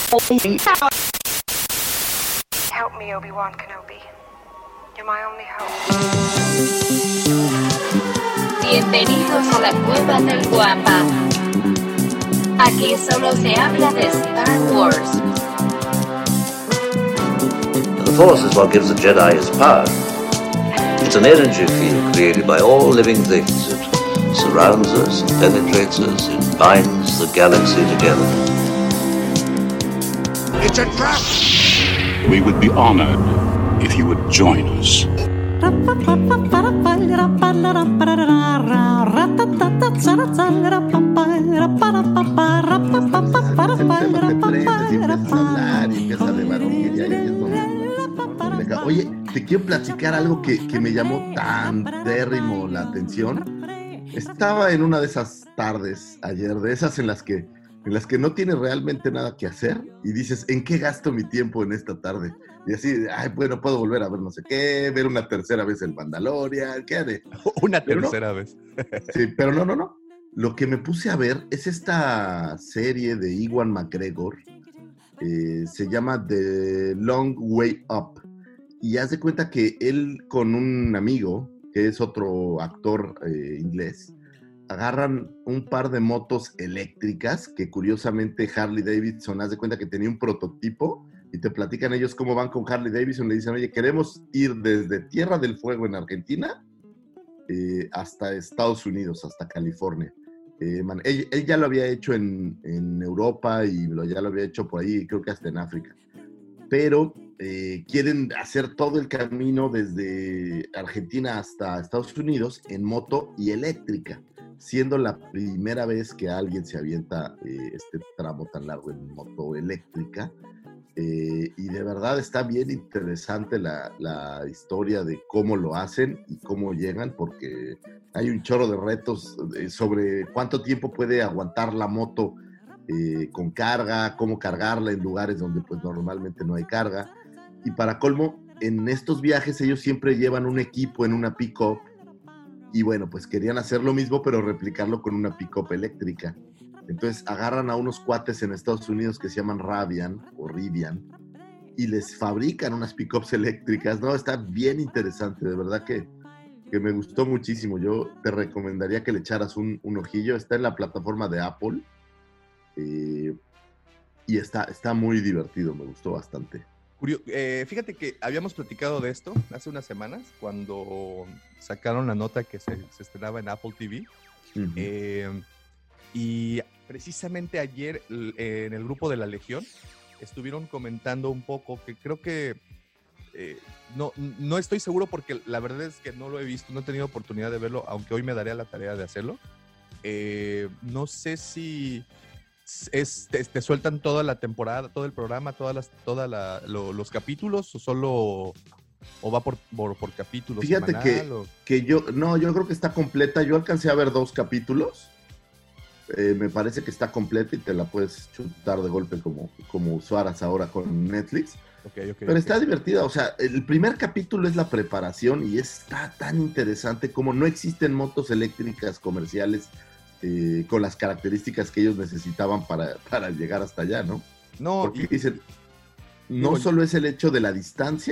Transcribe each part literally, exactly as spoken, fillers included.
Help me, Obi-Wan Kenobi. You're my only hope. Bienvenidos a la Cueva del Guapa. Aquí solo se habla de Star Wars. The Force is what gives the Jedi his power. It's an energy field created by all living things. It surrounds us, it penetrates us, it binds the galaxy together. It's a trap! We would be honored if you would join us. Oye, te quiero platicar algo que, que me llamó tan térrimo la atención. Estaba en una de esas tardes ayer, de esas en las que en las que no tienes realmente nada que hacer y dices, ¿en qué gasto mi tiempo en esta tarde? Y así, ay, bueno, puedo volver a ver no sé qué, ver una tercera vez el Mandalorian, ¿qué haré? Una Pero tercera no. vez. Sí, pero no, no, no. Lo que me puse a ver es esta serie de Ewan McGregor, eh, se llama The Long Way Up, y haz de cuenta que él con un amigo, que es otro actor eh, inglés, agarran un par de motos eléctricas que curiosamente Harley Davidson, haz de cuenta que tenía un prototipo y te platican ellos cómo van con Harley Davidson, le dicen, oye, queremos ir desde Tierra del Fuego en Argentina eh, hasta Estados Unidos, hasta California. Eh, man, él, él ya lo había hecho en, en Europa y lo, ya lo había hecho por ahí, creo que hasta en África. Pero eh, quieren hacer todo el camino desde Argentina hasta Estados Unidos en moto y eléctrica, siendo la primera vez que alguien se avienta eh, este tramo tan largo en moto eléctrica. Eh, y de verdad está bien interesante la, la historia de cómo lo hacen y cómo llegan, porque hay un chorro de retos sobre cuánto tiempo puede aguantar la moto eh, con carga, cómo cargarla en lugares donde pues normalmente no hay carga. Y para colmo, en estos viajes ellos siempre llevan un equipo en una pick-up. Y bueno, pues querían hacer lo mismo, pero replicarlo con una pick-up eléctrica. Entonces agarran a unos cuates en Estados Unidos que se llaman Rivian o Rivian y les fabrican unas pick-ups eléctricas. No, está bien interesante, de verdad que, que me gustó muchísimo. Yo te recomendaría que le echaras un, un ojillo. Está en la plataforma de Apple eh, y está, está muy divertido, me gustó bastante. Curio- eh, fíjate que habíamos platicado de esto hace unas semanas cuando sacaron la nota que se, se estrenaba en Apple T V. Uh-huh. Eh, y precisamente ayer eh, en el grupo de la Legión estuvieron comentando un poco que creo que eh, no, no estoy seguro porque la verdad es que no lo he visto, no he tenido oportunidad de verlo, aunque hoy me daré a la tarea de hacerlo. Eh, no sé si es, te, te sueltan toda la temporada, todo el programa, todas las, toda la, lo, los capítulos o solo o va por, por, por capítulos. Fíjate que, o... que yo, no, yo creo que está completa. Yo alcancé a ver dos capítulos. Eh, me parece que está completa y te la puedes chutar de golpe como, como usuaras ahora con Netflix. Okay, okay, Pero okay. está divertida, o sea, el primer capítulo es la preparación y está tan interesante como no existen motos eléctricas comerciales eh, con las características que ellos necesitaban para, para llegar hasta allá, ¿no? No, porque y... dicen, no digo, solo es el hecho de la distancia,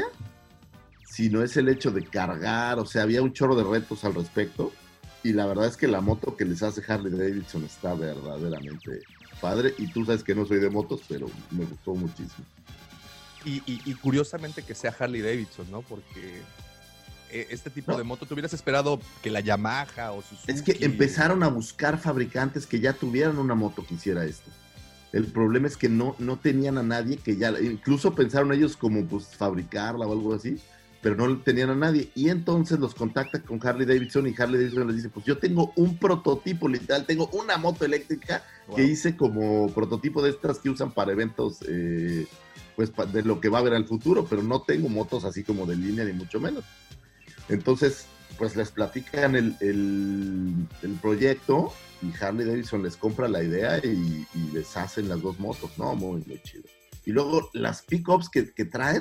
sino es el hecho de cargar, o sea, había un chorro de retos al respecto. Y la verdad es que la moto que les hace Harley Davidson está verdaderamente padre. Y tú sabes que no soy de motos, pero me gustó muchísimo. Y, y, y curiosamente que sea Harley Davidson, ¿no? Porque este tipo no. de moto, te hubieras esperado que la Yamaha o Suzuki... Es que empezaron a buscar fabricantes que ya tuvieran una moto que hiciera esto. El problema es que no, no tenían a nadie que ya... Incluso pensaron ellos como pues fabricarla o algo así, pero no tenían a nadie, y entonces los contacta con Harley Davidson, y Harley Davidson les dice, pues yo tengo un prototipo, literal, tengo una moto eléctrica wow. que hice como prototipo de estas que usan para eventos, eh, pues de lo que va a haber al futuro, pero no tengo motos así como de línea, ni mucho menos. Entonces, pues les platican el, el, el proyecto, y Harley Davidson les compra la idea, y, y les hacen las dos motos, ¿no? Muy, muy chido. Y luego las pick-ups que, que traen,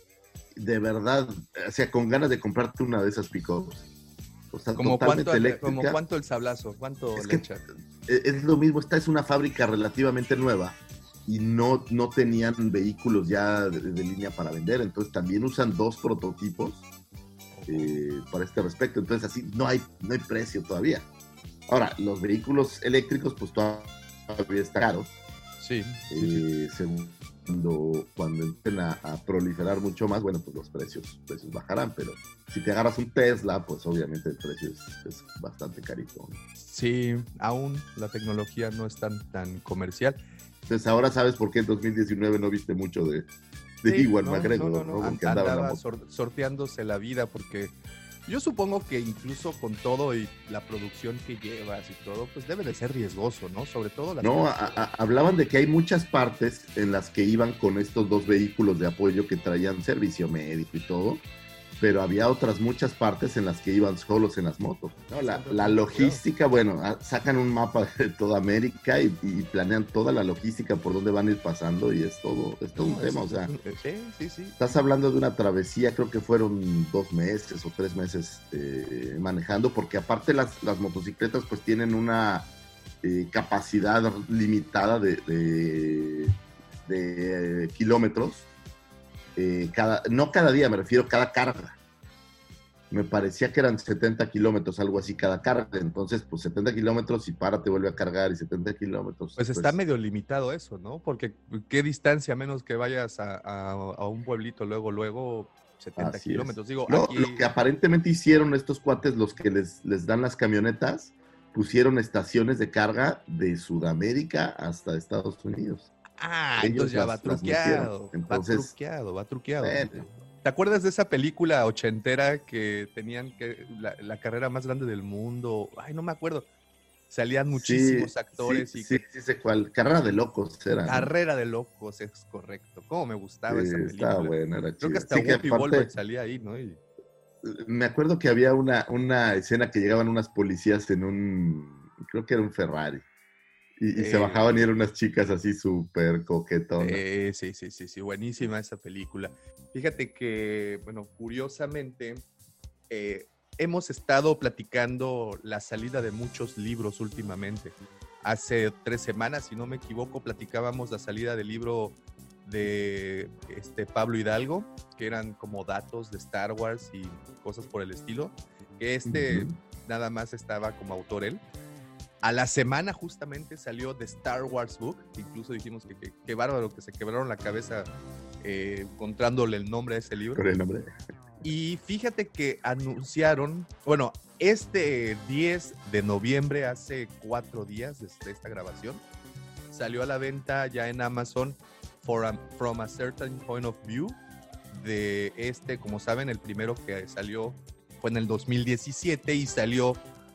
de verdad, o sea, con ganas de comprarte una de esas pick-ups. O sea, ¿Como totalmente cuánto, eléctrica. ¿Como cuánto el sablazo? ¿Cuánto es le que echan? Es lo mismo, esta es una fábrica relativamente nueva, y no, no tenían vehículos ya de, de línea para vender, entonces también usan dos prototipos eh, para este respecto, entonces así no hay, no hay precio todavía. Ahora, los vehículos eléctricos pues todavía están caros. Sí. Eh, segundo, cuando empiecen a, a proliferar mucho más, bueno, pues los precios, precios bajarán, pero si te agarras un Tesla, pues obviamente el precio es, es bastante carito, ¿no? Sí, aún la tecnología no es tan, tan comercial. Entonces ahora sabes por qué en dos mil diecinueve no viste mucho de, de Sí, Iwan no, McGregor, no, no, ¿no? no. Porque andaba en la Andaba moto. sor- sorteándose la vida porque yo supongo que incluso con todo y la producción que llevas y todo, pues debe de ser riesgoso, ¿no? Sobre todo las No, a- cosas- a- hablaban de que hay muchas partes en las que iban con estos dos vehículos de apoyo que traían servicio médico y todo, pero había otras muchas partes en las que iban solos en las motos, ¿no? La, la logística, bueno, a- sacan un mapa de toda América y, y planean toda la logística por dónde van a ir pasando y es todo, es todo No, un es- tema, o sea, es- sí, sí, sí. estás hablando de una travesía, creo que fueron dos meses o tres meses eh, manejando, porque aparte las, las motocicletas pues tienen una eh, capacidad limitada de, de, de, eh, kilómetros, eh, cada, no cada día, me refiero cada carga. Me parecía que eran setenta kilómetros, algo así cada carga, entonces pues setenta kilómetros y para, te vuelve a cargar y setenta kilómetros. Pues está medio limitado eso, ¿no? Porque qué distancia, a menos que vayas a, a, a un pueblito luego, luego setenta Así es. kilómetros. Digo, Lo, aquí... lo que aparentemente hicieron estos cuates, los que les, les dan las camionetas, pusieron estaciones de carga de Sudamérica hasta Estados Unidos. Ah, ellos entonces ya las- va las truqueado. metieron. Entonces- va truqueado, va truqueado. Bueno, ¿Te acuerdas de esa película ochentera que tenían que la, la carrera más grande del mundo? Ay, no me acuerdo. Salían muchísimos sí, actores sí, y sí, sí sé cuál. Carrera de locos era, ¿no? Carrera de locos, es correcto. ¿Cómo me gustaba Sí, esa película? estaba buena, era Creo chida. que hasta Sí, que Whoopi aparte- Goldberg salía ahí, ¿no? Y- Me acuerdo que había una, una escena que llegaban unas policías en un, creo que era un Ferrari, y, y se Eh. bajaban y eran unas chicas así súper coquetonas. Eh, sí, sí, sí, sí, buenísima esa película. Fíjate que, bueno, curiosamente, eh, hemos estado platicando la salida de muchos libros últimamente. Hace tres semanas, si no me equivoco, platicábamos la salida del libro de este Pablo Hidalgo, que eran como datos de Star Wars y cosas por el estilo, que este Ujú. nada más estaba como autor él. A la semana justamente salió The Star Wars Book, que incluso dijimos que que- qué bárbaro que se quebraron la cabeza eh, encontrándole el nombre a ese libro. Con el nombre. Y fíjate que anunciaron, bueno, este diez de noviembre, hace cuatro días desde esta grabación, salió a la venta ya en Amazon For a- From a Certain Point of View, de este, como saben, el primero que salió fue en el dos mil diecisiete y salió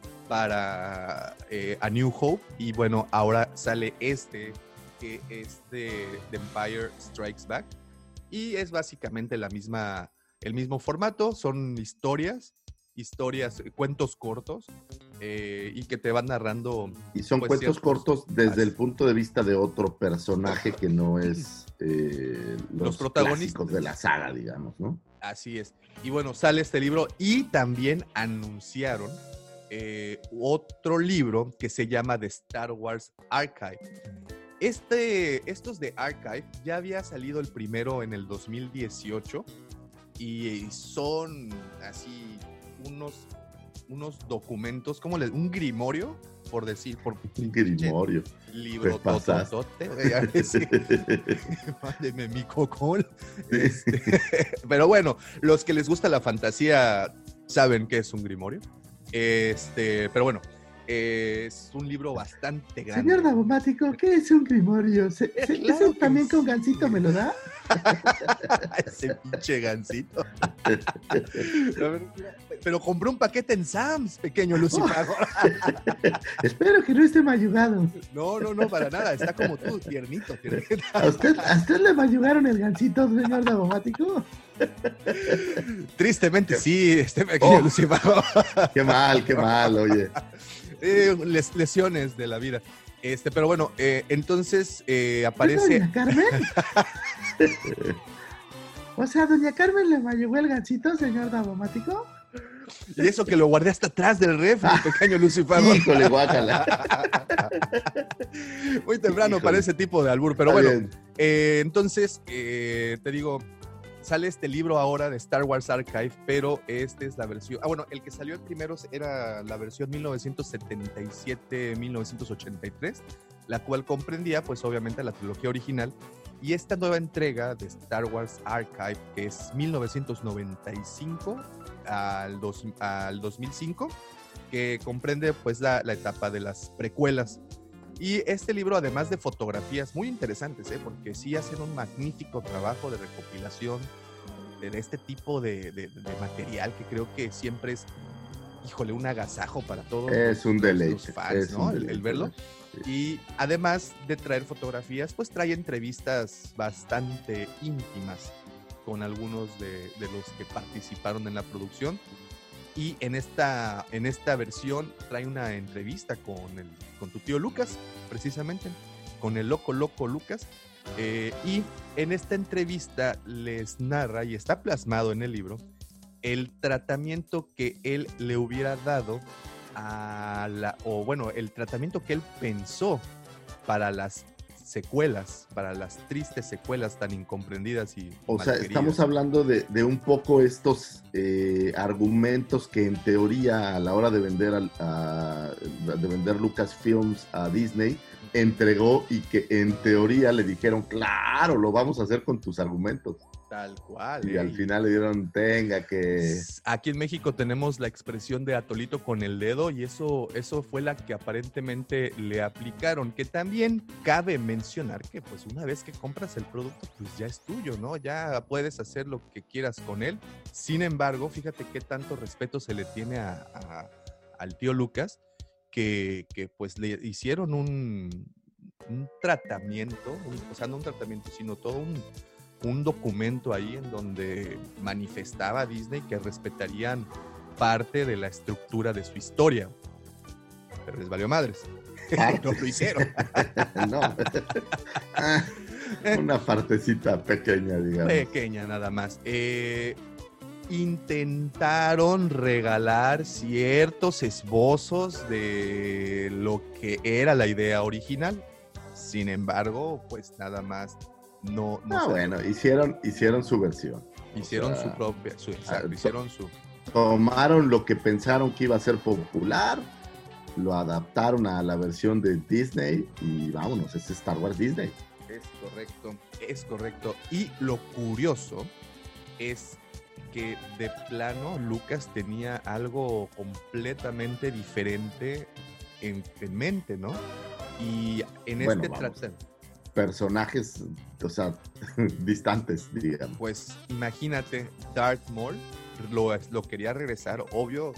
para eh, A New Hope, y bueno, ahora sale este, que es de The Empire Strikes Back, y es básicamente la misma, el mismo formato, son historias, historias, eh, cuentos cortos, eh, y que te van narrando. Y son pues, cuentos ciertos- cortos desde así. el punto de vista de otro personaje que no es eh, los, Los protagonistas. clásicos de la saga, digamos, ¿no? Así es. Y bueno, sale este libro y también anunciaron eh, otro libro que se llama The Star Wars Archive. Este, estos de Archive ya había salido el primero en el dos mil dieciocho y son así unos, unos documentos, ¿cómo les? Un grimorio, por decir, por Un grimorio. libro Te pasaste. tototote. Oigan, sí. Mándeme mi cocol. Este, pero bueno, los que les gusta la fantasía saben que es un grimorio. Este, pero bueno, es un libro bastante grande. Señor Dagomático, ¿qué es un grimorio? ¿Se, Eh, se- claro ¿Eso que también sí. con gansito me lo da? Ese pinche gancito. A ver, pero compré un paquete en Sam's, pequeño Lucifago. Espero que no esté mayugado. No, no, no, para nada. Está como tú, tiernito, tiernito. ¿A usted, ¿A usted le mayugaron el gansito, señor Dagomático? Tristemente sí, este pequeño Oh. Lucifago. Qué mal, qué mal, oye. Eh, les- lesiones de la vida. Este, pero bueno, eh, entonces eh, ¿Es aparece. doña Carmen? O sea, ¿doña Carmen le mayugó el gansito, señor Dagomático? Y eso que lo guardé hasta atrás del refri, pequeño Lucifer. Híjole, guácala. Muy temprano Híjole. para ese tipo de albur, pero Está bueno, bien. eh, entonces, eh, te digo, sale este libro ahora de Star Wars Archive, pero esta es la versión, ah bueno, el que salió primero era la versión mil novecientos setenta y siete a mil novecientos ochenta y tres, la cual comprendía pues obviamente la trilogía original, y esta nueva entrega de Star Wars Archive, que es mil novecientos noventa y cinco al, dos, al dos mil cinco, que comprende pues la, la etapa de las precuelas. Y este libro, además de fotografías muy interesantes, ¿eh? Porque sí hacen un magnífico trabajo de recopilación de este tipo de, de, de material, que creo que siempre es, híjole, un agasajo para todos Es los, un los- deleite. los fans, es ¿no? un El, deleite. el verlo. Sí. Y además de traer fotografías, pues trae entrevistas bastante íntimas con algunos de, de los que participaron en la producción. Y en esta, en esta versión trae una entrevista con, el, con tu tío Lucas, precisamente, con el loco, loco Lucas. Eh, y en esta entrevista les narra, y está plasmado en el libro, el tratamiento que él le hubiera dado a la, o bueno, el tratamiento que él pensó para las secuelas, para las tristes secuelas tan incomprendidas y O sea, malqueridas. estamos hablando de, de un poco estos eh, argumentos que en teoría a la hora de vender al- a, de vender Lucasfilms a Disney entregó, y que en teoría le dijeron, claro, lo vamos a hacer con tus argumentos. Tal cual. Y eh, al final le dieron, tenga que... Aquí en México tenemos la expresión de atolito con el dedo, y eso, eso fue la que aparentemente le aplicaron, que también cabe mencionar que pues una vez que compras el producto pues ya es tuyo, ¿no? Ya puedes hacer lo que quieras con él. Sin embargo, fíjate qué tanto respeto se le tiene a, a- al tío Lucas, que, que pues le hicieron un, un tratamiento, un- o sea, no un tratamiento, sino todo un un documento ahí en donde manifestaba a Disney que respetarían parte de la estructura de su historia. Pero les valió madres. No lo hicieron. No. Ah, una partecita pequeña, digamos. Pequeña nada más. Eh, intentaron regalar ciertos esbozos de lo que era la idea original. Sin embargo, pues nada más no, no Ah, se- bueno, hicieron, hicieron su versión. hicieron o sea, su propia, su, exacto, ah, hicieron su Tomaron lo que pensaron que iba a ser popular, lo adaptaron a la versión de Disney y vámonos, es Star Wars Disney. Es correcto, es correcto. Y lo curioso es que de plano Lucas tenía algo completamente diferente en, en mente, ¿no? Y en Bueno, este vamos. trata, Personajes, o sea, distantes, digamos. pues imagínate, Darth Maul lo, lo quería regresar, obvio.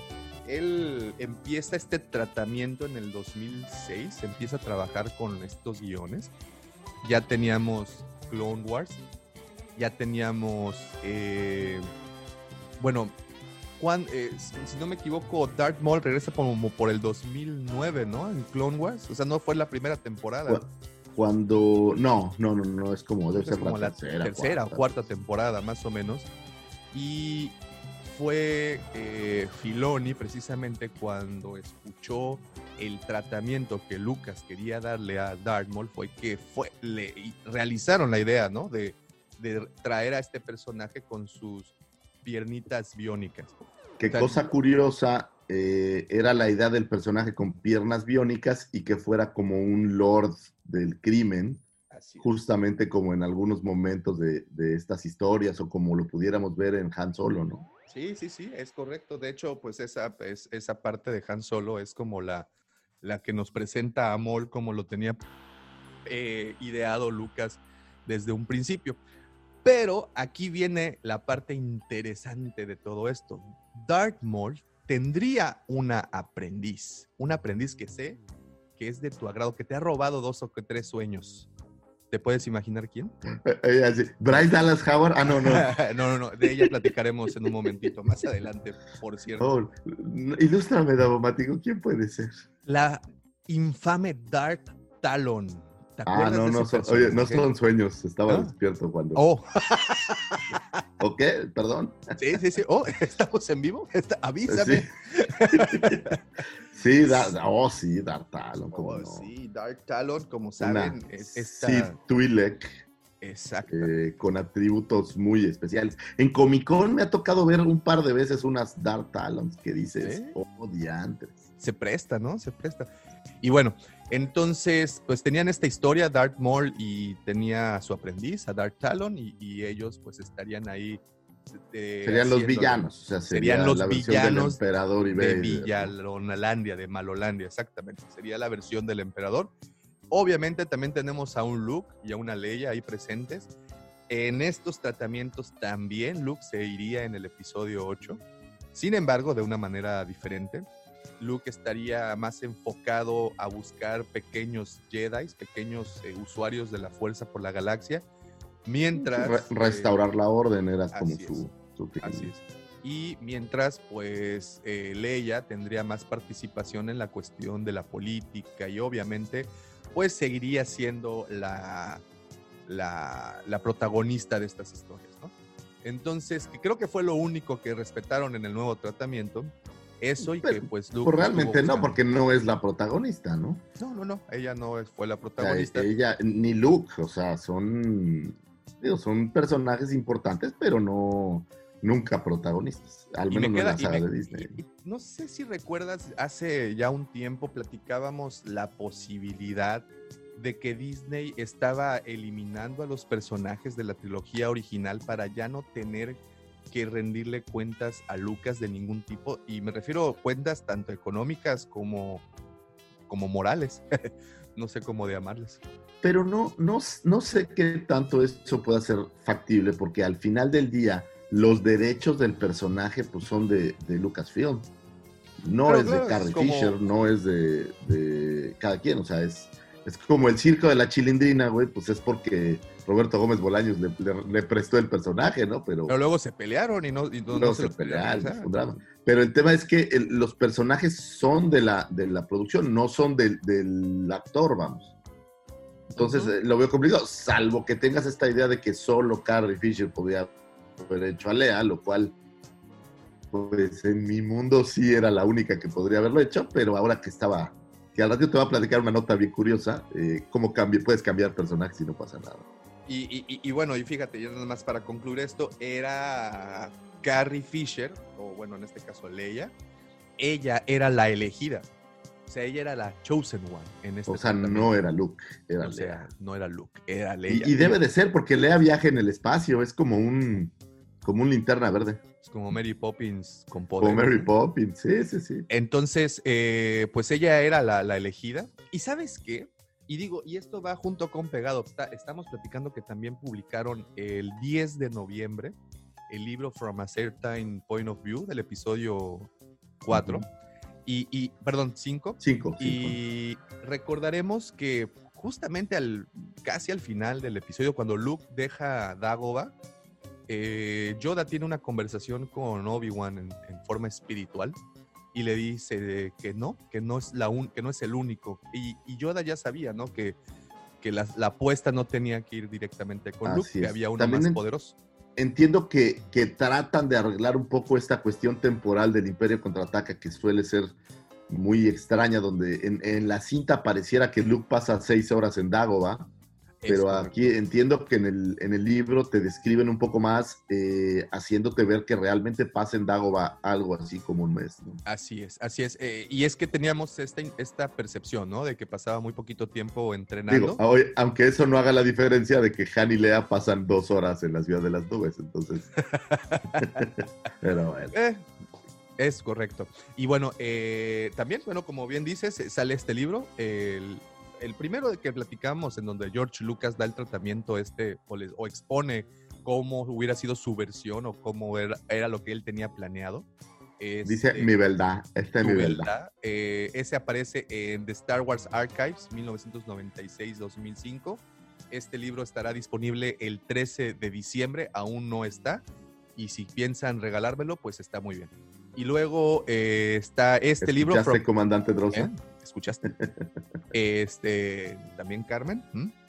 Él empieza este tratamiento en el dos mil seis, empieza a trabajar con estos guiones. Ya teníamos Clone Wars, ya teníamos, eh, bueno, cuan- eh, si, si no me equivoco, Darth Maul regresa como por el dos mil nueve, ¿no? En Clone Wars, o sea, no fue la primera temporada. Cu- Cuando, no, no, no, no, es como, debe Es ser como la la tercera, tercera o cuarta temporada, más o menos. Y fue eh, Filoni precisamente cuando escuchó el tratamiento que Lucas quería darle a Darth Maul, fue que fue, le y realizaron la idea, ¿no? De, de traer a este personaje con sus piernitas biónicas. Qué Tal- cosa curiosa, eh, era la idea del personaje con piernas biónicas y que fuera como un lord del crimen, Así es. justamente como en algunos momentos de, de estas historias o como lo pudiéramos ver en Han Solo, ¿no? Sí, sí, sí, es correcto. De hecho, pues esa, es, esa parte de Han Solo es como la, la que nos presenta a Maul como lo tenía eh, ideado Lucas desde un principio. Pero aquí viene la parte interesante de todo esto. Darth Maul tendría una aprendiz, un aprendiz que sé que es de tu agrado, que te ha robado dos o tres sueños. ¿Te puedes imaginar quién? Eh, eh, así, Bryce Dallas Howard, ah, no, no. no, no, no, de ella platicaremos en un momentito, más adelante, por cierto. Oh, ilústrame, Davomático, ¿quién puede ser? La infame Dark Talon. ¿Te Ah, acuerdas no, de no ese son, oye, no personaje? son sueños, estaba ¿No? despierto cuando... Oh, ¿O qué? Perdón. Sí, sí, sí. Oh, ¿estamos en vivo? Está, avísame. Sí, sí, da, da, oh, sí, Dark Talon, como Oh, no. sí, Dark Talon, como saben, Una es esta... Sid Twi'lek. Exacto. Eh, con atributos muy especiales. En Comic Con me ha tocado ver un par de veces unas Dark Talons que dices, ¿Sí? oh, diantres. Se presta, ¿no? Se presta. Y bueno, entonces, pues tenían esta historia, Darth Maul, y tenía a su aprendiz, a Dark Talon, y, y ellos pues estarían ahí. eh, Serían los haciéndole- villanos, o sea, sería serían los la versión villanos del emperador y de Vader, ¿no? Villalonalandia, de Malolandia, exactamente. Sería la versión del emperador. Obviamente también tenemos a un Luke y a una Leia ahí presentes. En estos tratamientos también Luke se iría en el episodio ocho. Sin embargo, de una manera diferente. Luke estaría más enfocado a buscar pequeños Jedi, pequeños eh, usuarios de la fuerza por la galaxia, mientras... Re- eh, restaurar la orden era como así su, su Así es. Y mientras, pues, eh, Leia tendría más participación en la cuestión de la política y obviamente, pues, seguiría siendo la, la, la protagonista de estas historias, ¿no? Entonces, que creo que fue lo único que respetaron en el nuevo tratamiento. Eso y Pero, que, pues, Luke... Pues realmente estuvo no, buscando- porque no es la protagonista, ¿no? No, no, no, ella no es- fue la O sea, protagonista. ella, ni Luke, o sea, son, digo, son personajes importantes, pero no, nunca protagonistas, al Y menos me no en queda- la y saga me- de Disney. y- y no sé si recuerdas, hace ya un tiempo platicábamos la posibilidad de que Disney estaba eliminando a los personajes de la trilogía original para ya no tener que rendirle cuentas a Lucas de ningún tipo, y me refiero a cuentas tanto económicas como, como morales. No sé cómo llamarles. Pero no, no, no sé qué tanto eso pueda ser factible, porque al final del día, los derechos del personaje pues, son de, de Lucasfilm. No Pero es claro, de es Carrie como- Fisher, no es de, de cada quien, o sea, es, es como el circo de la chilindrina, güey, pues es porque Roberto Gómez Bolaños le, le- le prestó el personaje, ¿no? Pero, Pero luego se pelearon y no, y no, no, no se los querían pelearon, regresar. fue un drama. Pero el tema es que el- los personajes son de la, de la producción, no son del, del actor, vamos. Entonces Ujú. eh, lo veo complicado, salvo que tengas esta idea de que solo Carrie Fisher podía haber hecho a Lea, lo cual, pues en mi mundo sí era la única que podría haberlo hecho, pero ahora que estaba, que al ratito te voy a platicar una nota bien curiosa, eh, cómo cambi- puedes cambiar personajes y no pasa nada. Y, y- y- y bueno, y fíjate, ya nada más para concluir esto, era Carrie Fisher, o bueno, en este caso Leia, ella era la elegida. O sea, ella era la chosen one en este O sea, tratamiento. no era Luke, era O sea, Lea. no era Luke, era Y, Leia. y debe de ser, porque Lea viaja en el espacio, es como un, como un linterna verde, Es como Mary Poppins con poder. como Mary Poppins, sí, sí, sí. Entonces, eh, pues ella era la, la elegida. ¿Y sabes qué? Y digo, y esto va junto con pegado. Está- estamos platicando que también publicaron el diez de noviembre el libro From a Certain Point of View del episodio cuatro. Ujú. y, y, perdón, cinco. Cinco, cinco. Y recordaremos que justamente al, casi al final del episodio, cuando Luke deja a Dagobah, eh, Yoda tiene una conversación con Obi-Wan en, en forma espiritual y le dice que no, que no es, la un, que no es el único. Y, y Yoda ya sabía, ¿no? Que, que la, la apuesta no tenía que ir directamente con Luke, Así que es. había uno También más en- poderoso. Entiendo que, que tratan de arreglar un poco esta cuestión temporal del Imperio Contraataca, que suele ser muy extraña, donde en, en la cinta pareciera que Luke pasa seis horas en Dagobah, Es pero correcto. aquí entiendo que en el, en el libro te describen un poco más, eh, haciéndote ver que realmente pasa en Dagobah algo así como un mes, ¿no? Así es, así es. Eh, y es que teníamos esta, esta percepción, ¿no? De que pasaba muy poquito tiempo entrenando. Digo, hoy- aunque eso no haga la diferencia de que Han y Lea pasan dos horas en la ciudad de las nubes, entonces. Pero bueno. Eh, es correcto. Y bueno, eh, también, bueno, como bien dices, eh, sale este libro, el, el primero de que platicamos, en donde George Lucas da el tratamiento este, o, les- o expone cómo hubiera sido su versión o cómo era, era lo que él tenía planeado. Dice Este, mi verdad, esta es Tu mi verdad. Verdad. Eh, ese aparece en The Star Wars Archives mil novecientos noventa y seis a dos mil cinco. Este libro estará disponible el trece de diciembre, aún no está. Y si piensan regalármelo, pues está muy bien. Y luego eh, está este libro. ¿Escuchaste, From- comandante Drosa? ¿Eh? ¿Escuchaste? Este, también Carmen. ¿Mm?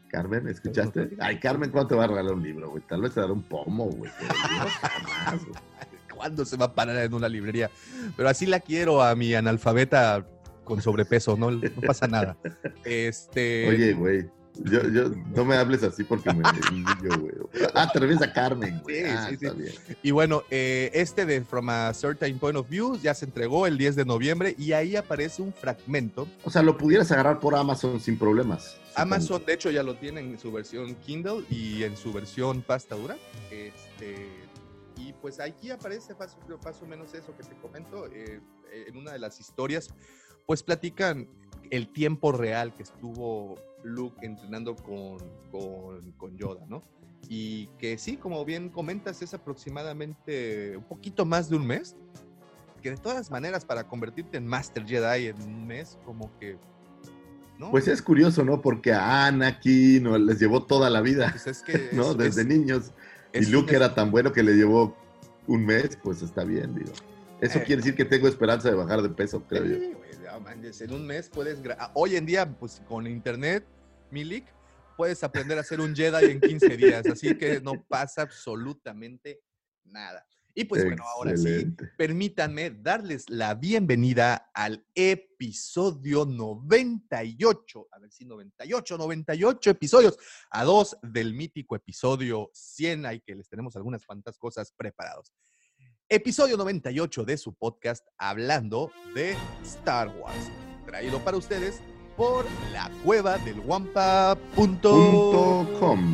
Carmen, ¿escuchaste? Ay, Carmen, ¿cuánto te va a regalar un libro, güey? Tal vez te dará un pomo, güey. Pero libros jamás, güey. ¿Cuándo se va a parar en una librería? Pero así la quiero a mi analfabeta con sobrepeso, no, no pasa nada. Este... Oye, güey, yo, yo, no me hables así porque me humillo, güey. Ah, te refieres a Carmen, güey. Sí, ah, sí, está sí. bien. Y bueno, eh, este de From a Certain Point of View ya se entregó el diez de noviembre y ahí aparece un fragmento. O sea, lo pudieras agarrar por Amazon sin problemas. Amazon, de hecho, ya lo tiene en su versión Kindle y en su versión pasta dura. Este, y pues aquí aparece más, más o menos eso que te comento. Eh, en una de las historias, pues platican el tiempo real que estuvo Luke entrenando con, con, con Yoda, ¿no? Y que sí, como bien comentas, es aproximadamente un poquito más de un mes. Que de todas maneras, para convertirte en Master Jedi en un mes, como que... ¿no? Pues es curioso, ¿no? Porque a Anakin no, les llevó toda la vida, Pues es que ¿no? es, Desde es, niños. es y Luke un... era tan bueno que le llevó un mes, pues está bien, digo. Eso Eh. quiere decir que tengo esperanza de bajar de peso, creo yo. Sí, güey, ya, man, en un mes puedes... Gra- Hoy en día, pues con internet, Milik, puedes aprender a ser un Jedi en quince días, así que no pasa absolutamente nada. Y pues bueno, ahora sí, Excelente. permítanme darles la bienvenida al episodio noventa y ocho, a ver si noventa y ocho, noventa y ocho episodios, a dos del mítico episodio cien, ahí que les tenemos algunas cuantas cosas preparados. Episodio noventa y ocho de su podcast Hablando de Star Wars, traído para ustedes por la cueva del Wampa punto com.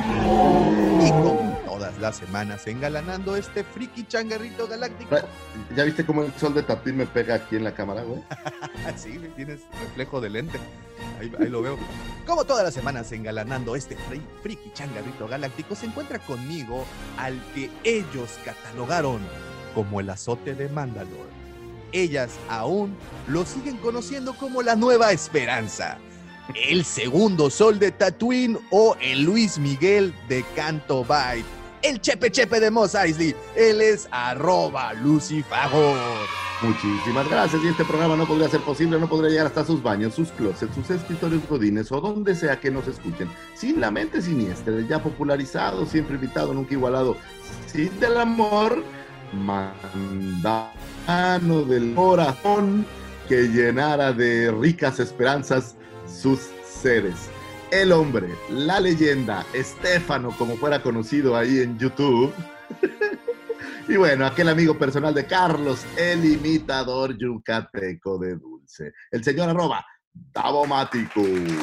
Y como todas las semanas engalanando este friki changarrito galáctico. ¿Ya viste cómo el sol de Tatooine me pega aquí en la cámara, güey? Sí, tienes reflejo de lente. Ahí, ahí lo veo. Como todas las semanas engalanando este friki changarrito galáctico, se encuentra conmigo al que ellos catalogaron como el azote de Mandalore. Ellas aún lo siguen conociendo como la Nueva Esperanza, el segundo sol de Tatooine o el Luis Miguel de Canto Bight, el Chepe Chepe de Mos Eisley. Él es arroba Lucifagor. Muchísimas gracias. Y este programa no podría ser posible, no podría llegar hasta sus baños, sus closets, sus escritorios godines o donde sea que nos escuchen. Sin la mente siniestra, ya popularizado, siempre invitado, nunca igualado. Sin del amor, mandano del corazón que llenara de ricas esperanzas sus seres. El hombre, la leyenda, Estefano, como fuera conocido ahí en YouTube. Y bueno, aquel amigo personal de Carlos, el imitador yucateco de Dulce. El señor arroba Davomático.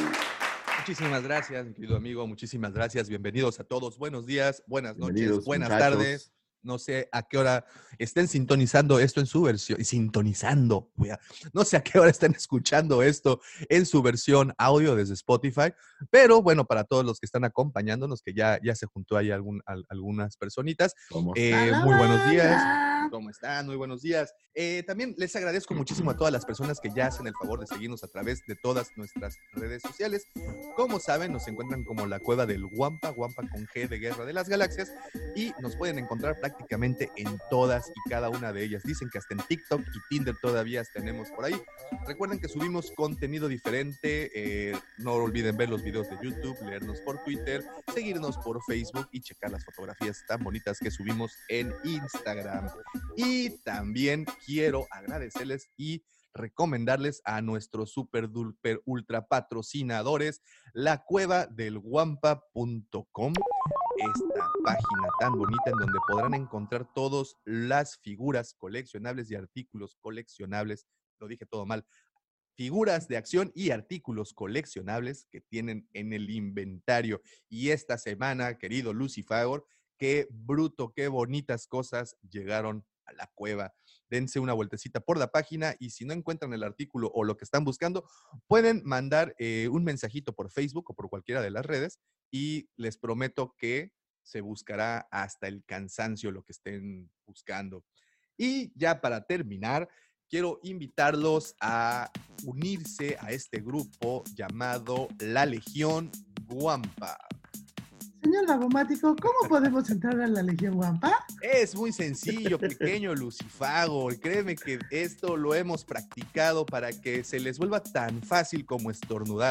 Muchísimas gracias, mi querido amigo. Muchísimas gracias. Bienvenidos a todos. Buenos días, buenas noches, Bienvenidos, buenas muchachos. tardes. No sé a qué hora estén sintonizando esto en su versión, sintonizando, wea. No sé a qué hora estén escuchando esto en su versión audio desde Spotify, pero bueno, para todos los que están acompañándonos, que ya, ya se juntó ahí algún, al, algunas personitas, ¿Cómo eh, está la muy buenos banda? días. ¿Cómo están? Muy buenos días. Eh, también les agradezco muchísimo a todas las personas que ya hacen el favor de seguirnos a través de todas nuestras redes sociales. Como saben, nos encuentran como la Cueva del Wampa, Wampa con G de Guerra de las Galaxias, y nos pueden encontrar prácticamente en todas y cada una de ellas. Dicen que hasta en TikTok y Tinder todavía tenemos por ahí. Recuerden que subimos contenido diferente. Eh, no olviden ver los videos de YouTube, leernos por Twitter, seguirnos por Facebook y checar las fotografías tan bonitas que subimos en Instagram. Y también quiero agradecerles y recomendarles a nuestros super duper ultra patrocinadores, la cueva del wampa punto com, esta página tan bonita en donde podrán encontrar todas las figuras coleccionables y artículos coleccionables, lo dije todo mal, figuras de acción y artículos coleccionables que tienen en el inventario. Y esta semana, querido Lucifagor, qué bruto, qué bonitas cosas llegaron a la cueva. Dense una vueltecita por la página y si no encuentran el artículo o lo que están buscando, pueden mandar eh, un mensajito por Facebook o por cualquiera de las redes y les prometo que se buscará hasta el cansancio lo que estén buscando. Y ya para terminar, quiero invitarlos a unirse a este grupo llamado La Legión Wampa. Señor Davomático, ¿cómo podemos entrar a la Legión Wampa? Es muy sencillo, pequeño Lucifagor. Créeme que esto lo hemos practicado para que se les vuelva tan fácil como estornudar.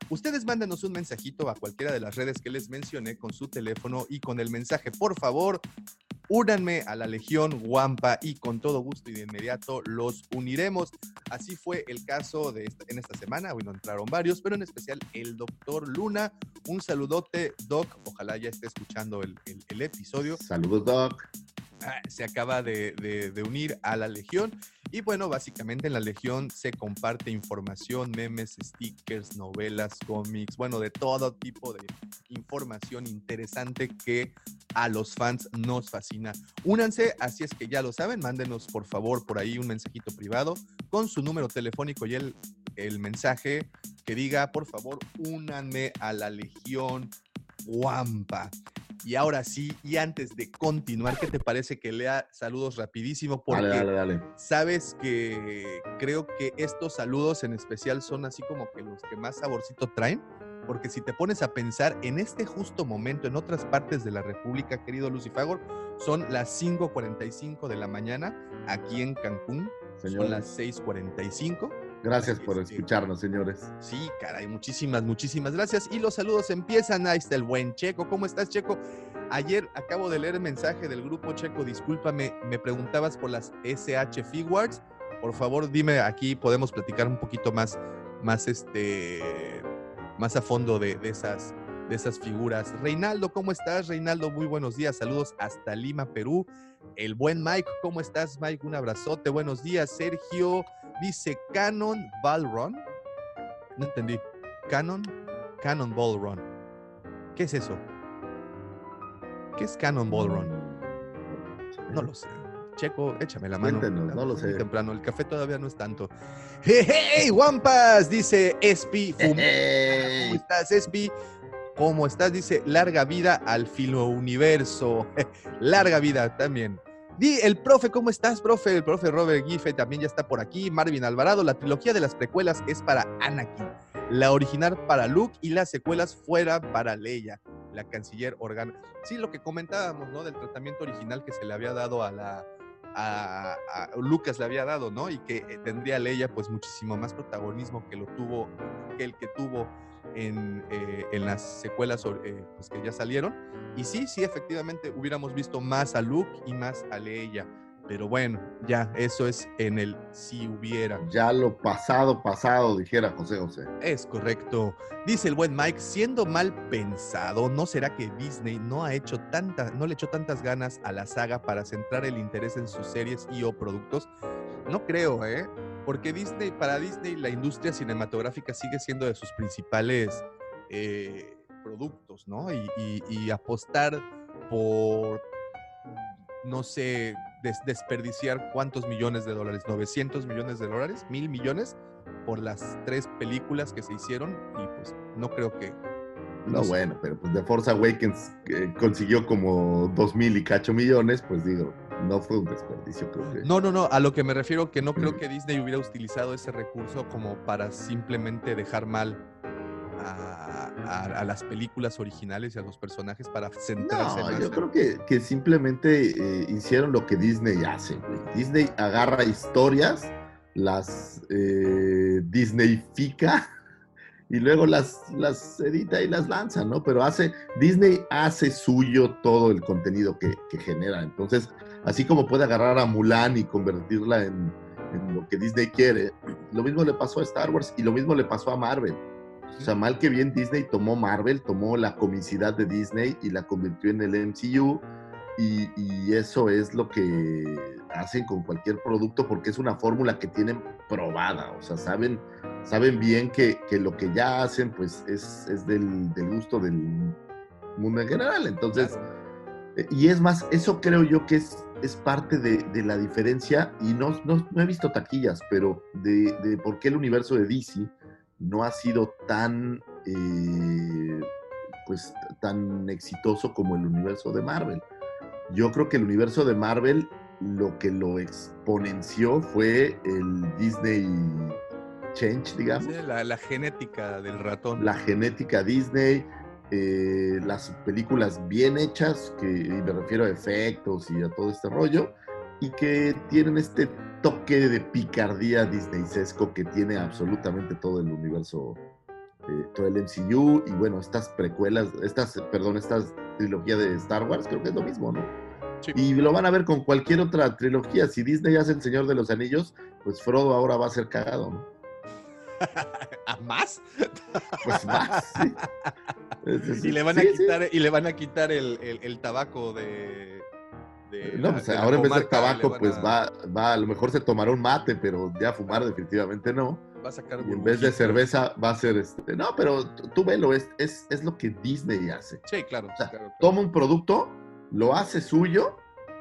Ustedes mándanos un mensajito a cualquiera de las redes que les mencioné con su teléfono y con el mensaje, por favor, únanme a la Legión Wampa y con todo gusto y de inmediato los uniremos. Así fue el caso de esta, en esta semana. Hoy no entraron varios, pero en especial el doctor Luna. Un saludote, Doc. Ojalá ya esté escuchando el, el, el episodio. Saludos, Doc. Ah, se acaba de, de, de unir a la Legión. Y bueno, básicamente en la Legión se comparte información, memes, stickers, novelas, cómics, bueno, de todo tipo de información interesante que a los fans nos fascina. Únanse, así es que ya lo saben, mándenos por favor por ahí un mensajito privado con su número telefónico y el, el mensaje que diga, por favor, únanme a la Legión Wampa. Y ahora sí, y antes de continuar, ¿qué te parece que lea saludos rapidísimo? Porque dale, dale, dale. Sabes que creo que estos saludos en especial son así como que los que más saborcito traen, porque si te pones a pensar en este justo momento, en otras partes de la República, querido Lucifagor, son las cinco cuarenta y cinco de la mañana, aquí en Cancún, Señores. Son las seis cuarenta y cinco. Gracias por escucharnos, señores. Sí, caray, muchísimas, muchísimas gracias. Y los saludos empiezan. Ahí está el buen Checo. ¿Cómo estás, Checo? Ayer acabo de leer el mensaje del grupo, Checo. Discúlpame, me preguntabas por las S H Figuarts. Por favor, dime, aquí podemos platicar un poquito más, más, este, más a fondo de, de, esas, de esas figuras. Reinaldo, ¿cómo estás? Reinaldo, muy buenos días. Saludos hasta Lima, Perú. El buen Mike, ¿cómo estás, Mike? Un abrazote. Buenos días, Sergio. Dice Cannon Ball Run. No entendí. Cannon, Cannon Ball Run. ¿Qué es eso? ¿Qué es Cannon Ball Run? No lo sé. Checo, échame la mano. Cuéntenos, no lo sé. Muy temprano, el café todavía no es tanto. ¡Hey, hey, Wampas! Dice Espi. Hey. ¿Cómo estás, Espi? ¿Cómo estás? Dice, larga vida al filouniverso. Larga vida también. Di, el profe, ¿cómo estás, profe? El profe Robert Giffey también ya está por aquí. Marvin Alvarado, la trilogía de las precuelas es para Anakin, la original para Luke y las secuelas fuera para Leia, la canciller Organa. Sí, lo que comentábamos, ¿no? Del tratamiento original que se le había dado a la... A, a Lucas le había dado, ¿no? Y que eh, tendría Leia pues muchísimo más protagonismo que lo tuvo, que el que tuvo en, eh, en las secuelas eh, pues que ya salieron. Y sí, sí, efectivamente hubiéramos visto más a Luke y más a Leia. Pero bueno, ya, eso es en el si hubiera. Ya lo pasado, pasado, dijera José José. Es correcto. Dice el buen Mike, siendo mal pensado, ¿no será que Disney no ha hecho tanta, no le echó tantas ganas a la saga para centrar el interés en sus series y o productos? No creo, ¿eh? Porque Disney, para Disney la industria cinematográfica sigue siendo de sus principales eh, productos, ¿no? Y, y, y apostar por, no sé, des- desperdiciar cuántos millones de dólares, novecientos millones de dólares, mil millones, por las tres películas que se hicieron, y pues no creo que... No, no bueno, pero pues The Force Awakens eh, consiguió como dos mil y cacho millones, pues digo, no fue un desperdicio, creo que... No, no, no, a lo que me refiero que no creo que Disney hubiera utilizado ese recurso como para simplemente dejar mal a, a, a las películas originales y a los personajes para centrarse No, más. yo creo que, que simplemente eh, hicieron lo que Disney hace, güey. Disney agarra historias, las eh, Disneyfica y luego las, las edita y las lanza, ¿no? Pero hace, Disney hace suyo todo el contenido que, que genera. Entonces, así como puede agarrar a Mulan y convertirla en, en lo que Disney quiere, lo mismo le pasó a Star Wars y lo mismo le pasó a Marvel. O sea, mal que bien Disney tomó Marvel, tomó la comicidad de Disney y la convirtió en el M C U y, y eso es lo que hacen con cualquier producto porque es una fórmula que tienen probada, o sea, saben, saben bien que, que lo que ya hacen pues es, es del, del gusto del mundo en general, entonces, eh, y es más, eso creo yo que es, es parte de, de la diferencia y no, no, no he visto taquillas, pero de, de por qué el universo de D C no ha sido tan eh, pues tan exitoso como el universo de Marvel. Yo creo que el universo de Marvel lo que lo exponenció fue el Disney Change, digamos. Sí, la, la genética del ratón. La genética Disney, eh, las películas bien hechas, que y me refiero a efectos y a todo este rollo, y que tienen este toque de picardía disneysesco que tiene absolutamente todo el universo eh, todo el M C U y bueno, estas precuelas, estas, perdón, estas trilogía de Star Wars, creo que es lo mismo, ¿no? Sí. Y lo van a ver con cualquier otra trilogía. Si Disney hace El Señor de los Anillos, pues Frodo ahora va a ser cagado, ¿no? ¿A más? Pues más, sí. Es, es, y le van sí, a quitar, sí. y le van a quitar el, el, el tabaco de. de No, la, pues de ahora en vez de tabaco, a, pues va, va, a lo mejor se tomará un mate, pero ya fumar definitivamente no. Va a sacar y en vez de cerveza va a ser este. No, pero tú, tú velo, es, es, es lo que Disney hace. Sí, claro, o sea, claro, claro. Toma un producto, lo hace suyo,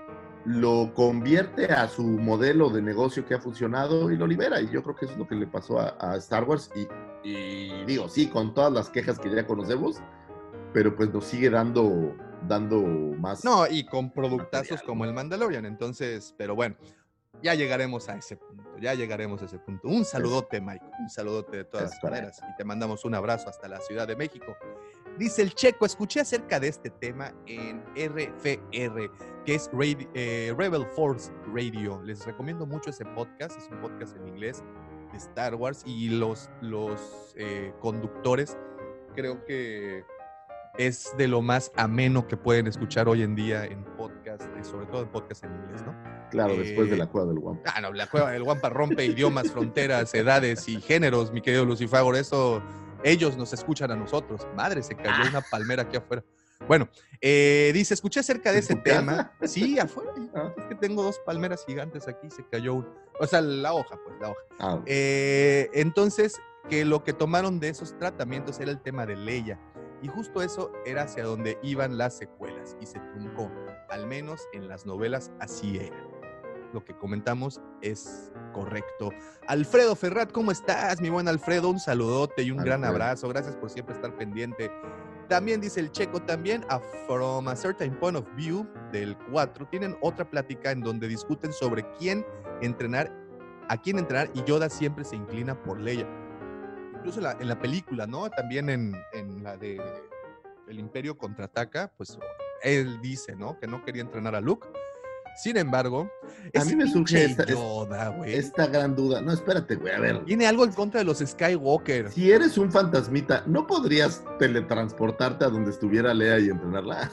lo convierte a su modelo de negocio que ha funcionado y lo libera. Y yo creo que eso es lo que le pasó a, a Star Wars. Y, y digo, sí, con todas las quejas que ya conocemos, pero pues nos sigue dando, dando más. No, y con productazos material, como ¿no? el Mandalorian. Entonces, pero bueno, ya llegaremos a ese punto. Ya llegaremos a ese punto. Un saludote, Mike. Un saludote de todas Es maneras. Y te mandamos un abrazo hasta la Ciudad de México. Dice el Checo, escuché acerca de este tema en R F R, que es Radio, eh, Rebel Force Radio. Les recomiendo mucho ese podcast, es un podcast en inglés de Star Wars y los, los eh, conductores creo que es de lo más ameno que pueden escuchar hoy en día en podcast, eh, sobre todo en podcast en inglés, ¿no? Claro, Eh, después de la cueva del Wampa. Ah, no, la cueva del Wampa rompe idiomas, fronteras, edades y géneros, mi querido Lucifagor, eso... Ellos nos escuchan a nosotros. Madre, se cayó Ah. una palmera aquí afuera. Bueno, eh, dice, escuché acerca de ¿En ese tu casa? tema. Sí, afuera. Ah. Es que tengo dos palmeras gigantes aquí, se cayó una. O sea, la hoja, pues, la hoja. Ah, Eh, entonces, que lo que tomaron de esos tratamientos era el tema de Leia. Y justo eso era hacia donde iban las secuelas. Y se truncó. Al menos en las novelas así era. Lo que comentamos es correcto. Alfredo Ferrat, ¿cómo estás, mi buen Alfredo? Un saludote y un Alfredo. gran abrazo. Gracias por siempre estar pendiente. También dice el Checo, también a From a Certain Point of View del cuatro, tienen otra plática en donde discuten sobre quién entrenar, a quién entrenar, y Yoda siempre se inclina por Leia. Incluso en la, en la película, ¿no? También en, en la de El Imperio Contraataca, pues él dice, ¿no? Que no quería entrenar a Luke. Sin embargo, A ese mí me surge pinche esta- es- Yoda, güey. esta gran duda. No, espérate, güey, a ver. Tiene algo en contra de los Skywalker. Si eres un fantasmita, ¿no podrías teletransportarte a donde estuviera Lea y entrenarla?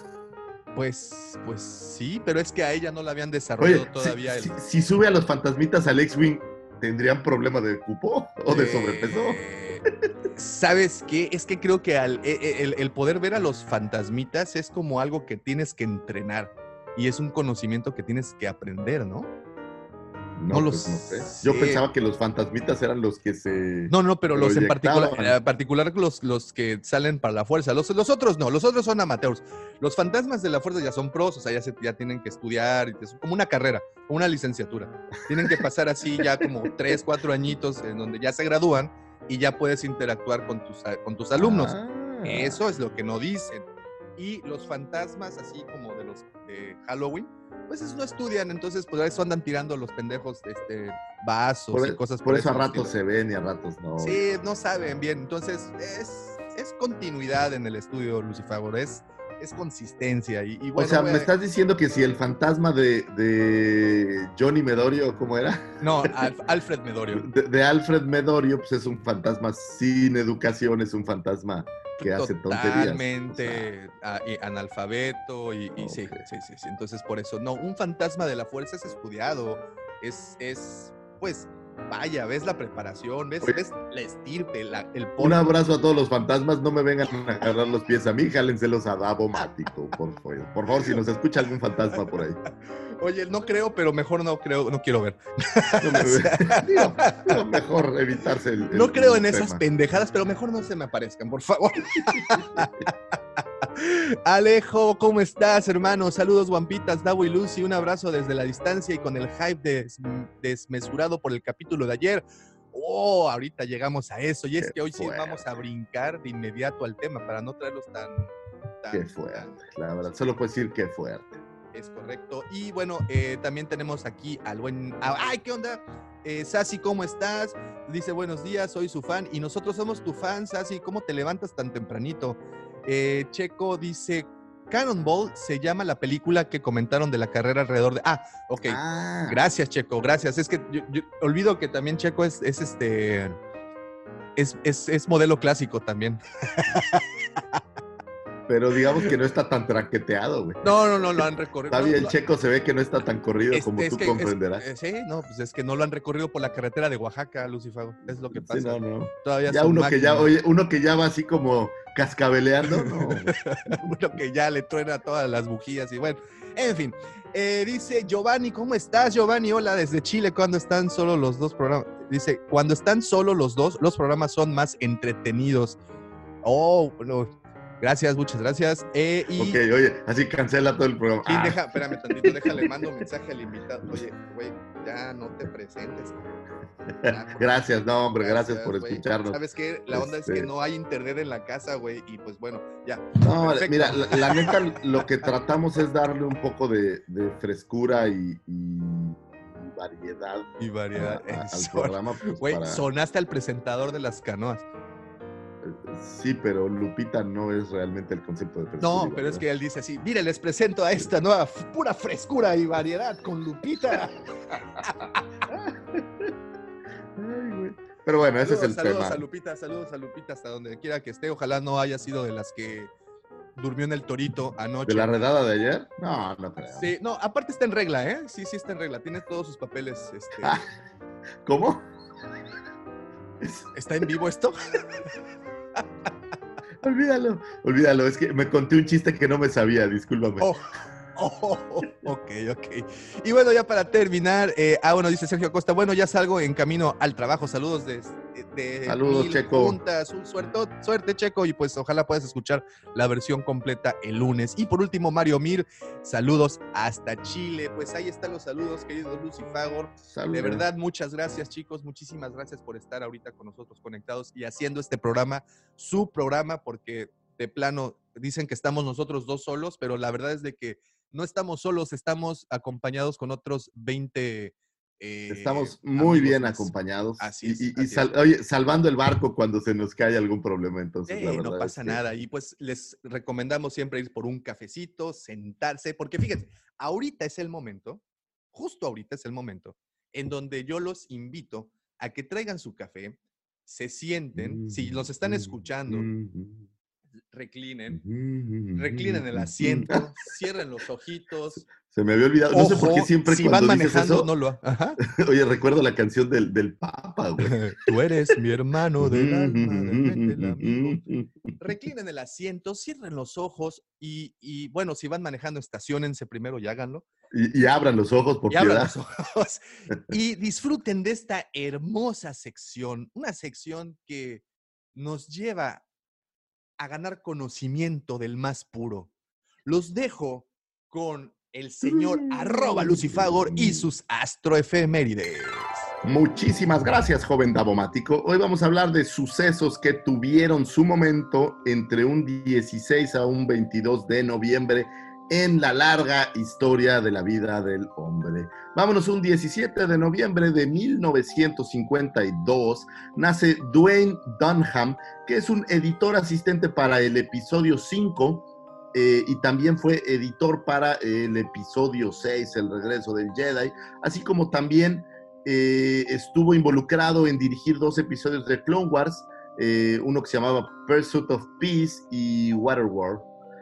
Pues, pues sí, pero es que a ella no la habían desarrollado Oye, todavía. si, el- si- si sube a los fantasmitas al X-Wing, ¿tendrían problema de cupo o de Eh, sobrepeso? ¿Sabes qué? Es que creo que al- e- e- el, el poder ver a los fantasmitas es como algo que tienes que entrenar y es un conocimiento que tienes que aprender, ¿no? No, no lo pues no sé. Yo sé. pensaba que los fantasmitas eran los que se... No, no, pero los en particular, proyectaban. en particular los, los que salen para la fuerza. Los, los otros no, los otros son amateurs. Los fantasmas de la fuerza ya son pros, o sea, ya, se, ya tienen que estudiar, y es como una carrera, como una licenciatura. Tienen que pasar así ya como tres, cuatro añitos en donde ya se gradúan y ya puedes interactuar con tus, con tus alumnos. Ah. Eso es lo que no dicen. Y los fantasmas, así como de los de Halloween, pues esos no estudian, entonces pues eso andan tirando los pendejos este, vasos Por, y cosas por eso a ese ratos estilo. se ven y a ratos no. Sí, no saben bien. Entonces, es, es continuidad en el estudio, Lucifagor. Es, es consistencia. Y, y bueno, o sea, güey, me estás diciendo que si el fantasma de, de Johnny Medorio, ¿cómo era? No, Alf- Alfred Medorio. De, de Alfred Medorio, pues es un fantasma sin educación, es un fantasma que hace tonterías. Totalmente ah, y analfabeto y, y sí, Ok. sí, sí, sí. Entonces, por eso, no, un fantasma de la fuerza es estudiado. Es, es pues, vaya, ves la preparación, ves, Oye. ves la estirpe, la, el Un polvo. abrazo a todos los fantasmas, no me vengan a agarrar los pies a mí, jálenselos a Davomático, por favor. Por favor, si nos escucha algún fantasma por ahí. Oye, no creo, pero mejor no creo, no quiero ver. No, me- digo, digo, mejor evitarse el, el- No creo el en esas tema. pendejadas, pero mejor no se me aparezcan, por favor. Alejo, ¿cómo estás, hermano? Saludos, guampitas, Davo y Lucy. Un abrazo desde la distancia y con el hype des- desmesurado por el capítulo de ayer. Oh, ahorita llegamos a eso. Y es Qué que hoy sí fuerte. vamos a brincar de inmediato al tema para no traerlos tan... tan- Qué fuerte, la verdad, solo puedo decir qué fuerte. Es correcto. Y bueno, eh, también tenemos aquí al buen... ah, ¡Ay, qué onda! Eh, Sassy, ¿cómo estás? Dice, buenos días, soy su fan. Y nosotros somos tu fan, Sassy. ¿Cómo te levantas tan tempranito? Eh, Checo dice, Cannonball se llama la película que comentaron de la carrera alrededor de... Ah, ok. Ah, Gracias, Checo, gracias. Es que yo, yo olvido que también Checo es, es este... Es, es, es modelo clásico también. Pero digamos que no está tan traqueteado, güey. No, no, no lo han recorrido. Todavía el no, Checo se ve que no está tan corrido es, como es tú que, comprenderás. Es, sí, no, pues es que no lo han recorrido por la carretera de Oaxaca, Lucifago. Es lo que pasa. Sí, no, no. Todavía ya uno que ya, oye, uno que ya va así como cascabeleando, no. Uno que ya le truena todas las bujías y bueno, en fin. Eh, dice Giovanni, ¿cómo estás, Giovanni? Hola, desde Chile. ¿Cuándo están solo los dos programas? Dice, cuando están solo los dos, los programas son más entretenidos. Oh, bueno. Gracias, muchas gracias. Eh, y... Ok, oye, así cancela todo el programa. Sí, ah. deja, espérame tantito, déjale, mando un mensaje al invitado. Oye, güey, ya no te presentes. Ya, Gracias, no, hombre, gracias, gracias por güey. escucharnos. ¿Sabes qué? La onda Este... es que no hay internet en la casa, güey, y pues bueno, ya. No, Perfecto. mira, la, la neta, lo que tratamos es darle un poco de, de frescura y, y, y variedad. Y variedad. A, a, al Son... programa. Pues, güey, para... sonaste al presentador de las canoas. Sí, pero Lupita no es realmente el concepto de frescura. No, pero es que él dice así, mire, les presento a esta nueva f- pura frescura y variedad con Lupita. Ay, güey. Pero bueno, ese Saludos, es el saludos tema. a Lupita, saludos a Lupita hasta donde quiera que esté. Ojalá no haya sido de las que durmió en el Torito anoche. ¿De la redada de ayer? No, no creo. Sí, no, aparte está en regla, ¿eh? Sí, sí está en regla. Tiene todos sus papeles. Este... Ah, ¿cómo? ¿Está en vivo esto? Olvídalo, olvídalo. Es que me conté un chiste que no me sabía, discúlpame. Oh, oh, oh, ok, ok. Y bueno, ya para terminar, eh, ah, bueno, dice Sergio Acosta, bueno, ya salgo en camino al trabajo. Saludos de, de Saludos, mil Checo. juntas, un suerte, suerte, Checo, y pues ojalá puedas escuchar la versión completa el lunes. Y por último, Mario Mir, saludos hasta Chile. Pues ahí están los saludos, queridos Lucifagor. Saludos. De verdad, muchas gracias, chicos. Muchísimas gracias por estar ahorita con nosotros conectados y haciendo este programa, su programa, porque de plano dicen que estamos nosotros dos solos, pero la verdad es de que no estamos solos, estamos acompañados con otros veinte eh, Estamos muy bien más. acompañados. Así y, es, y, así y sal, es. oye, salvando el barco cuando se nos cae algún problema. Entonces, Eh, la verdad no pasa es que... nada. Y pues les recomendamos siempre ir por un cafecito, sentarse, porque fíjense, ahorita es el momento, justo ahorita es el momento, en donde yo los invito a que traigan su café, se sienten, si los están escuchando, reclinen, reclinen el asiento, cierren los ojitos. Se me había olvidado, no Ojo, sé por qué siempre si cuando van dices manejando, eso, no lo... Ajá. oye, recuerdo la canción del, del Papa, güey. Tú eres mi hermano del alma, del mente, el amigo. Reclinen el asiento, cierren los ojos y, y bueno, si van manejando, estaciónense primero y háganlo. Y, y abran los ojos por Y abran piedad. los ojos y disfruten de esta hermosa sección, una sección que nos lleva a ganar conocimiento del más puro. Los dejo con el señor arroba Lucifagor y sus astroefemérides. Muchísimas gracias, joven Davomático. Hoy vamos a hablar de sucesos que tuvieron su momento entre un dieciséis a un veintidós de noviembre en la larga historia de la vida del hombre. Vámonos, un diecisiete de noviembre de mil novecientos cincuenta y dos nace Dwayne Dunham, que es un editor asistente para el episodio cinco eh, y también fue editor para el episodio seis, El regreso del Jedi, así como también eh, estuvo involucrado en dirigir dos episodios de Clone Wars, eh, uno que se llamaba Pursuit of Peace y Waterworld.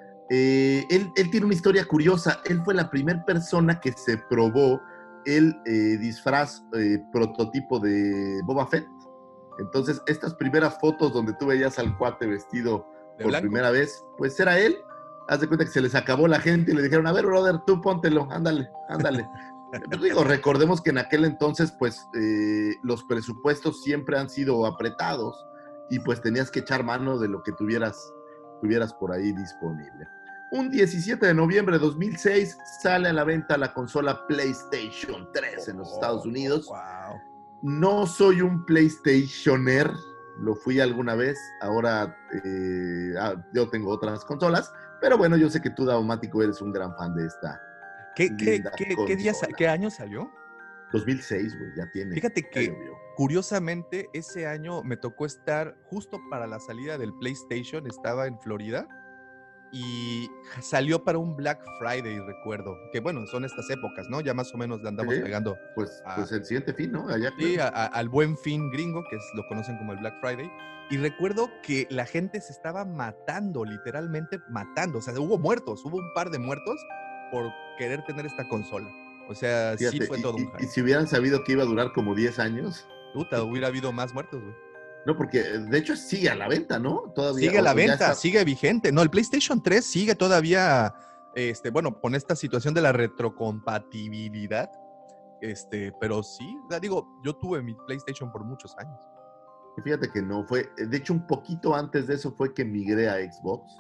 Eh, él, él tiene una historia curiosa. Él fue la primera persona que se probó el eh, disfraz eh, prototipo de Boba Fett. Entonces, estas primeras fotos donde tú veías al cuate vestido ¿De por blanco? primera vez, pues era él. Haz de cuenta que se les acabó la gente y le dijeron, a ver, brother, tú póntelo, ándale, ándale. Pero digo, recordemos que en aquel entonces, pues, eh, los presupuestos siempre han sido apretados y pues tenías que echar mano de lo que tuvieras, tuvieras por ahí disponible. Un diecisiete de noviembre de dos mil seis sale a la venta la consola PlayStation tres en los Estados Unidos. Wow. No soy un PlayStationer, lo fui alguna vez, ahora eh, ah, yo tengo otras consolas, pero bueno, yo sé que tú, Daumático, eres un gran fan de esta. ¿Qué, qué, linda qué, qué, día sa- consola. qué año salió? dos mil seis, güey, ya tiene. Fíjate ya que, llovió. curiosamente, ese año me tocó estar justo para la salida del PlayStation, estaba en Florida, y salió para un Black Friday, recuerdo, que bueno, son estas épocas, ¿no? Ya más o menos le andamos Sí, pegando Pues, a- pues el siguiente fin, ¿no? Allá sí, creo. a- a- al Buen Fin gringo, que es, lo conocen como el Black Friday, y recuerdo que la gente se estaba matando, literalmente matando, o sea, hubo muertos, hubo un par de muertos por querer tener esta consola. O sea, sí Fíjate, fue y, todo un y- y hype. si hubieran sabido que iba a durar como diez años, Puta, hubiera habido más muertos, güey. no, porque de hecho sigue a la venta, ¿no? Todavía. Sigue a o- la o ya venta, está- sigue vigente. No, el PlayStation tres sigue todavía, este, bueno, con esta situación de la retrocompatibilidad, este, pero sí, o sea, digo, yo tuve mi PlayStation por muchos años. Fíjate que no fue, de hecho un poquito antes de eso fue que migré a Xbox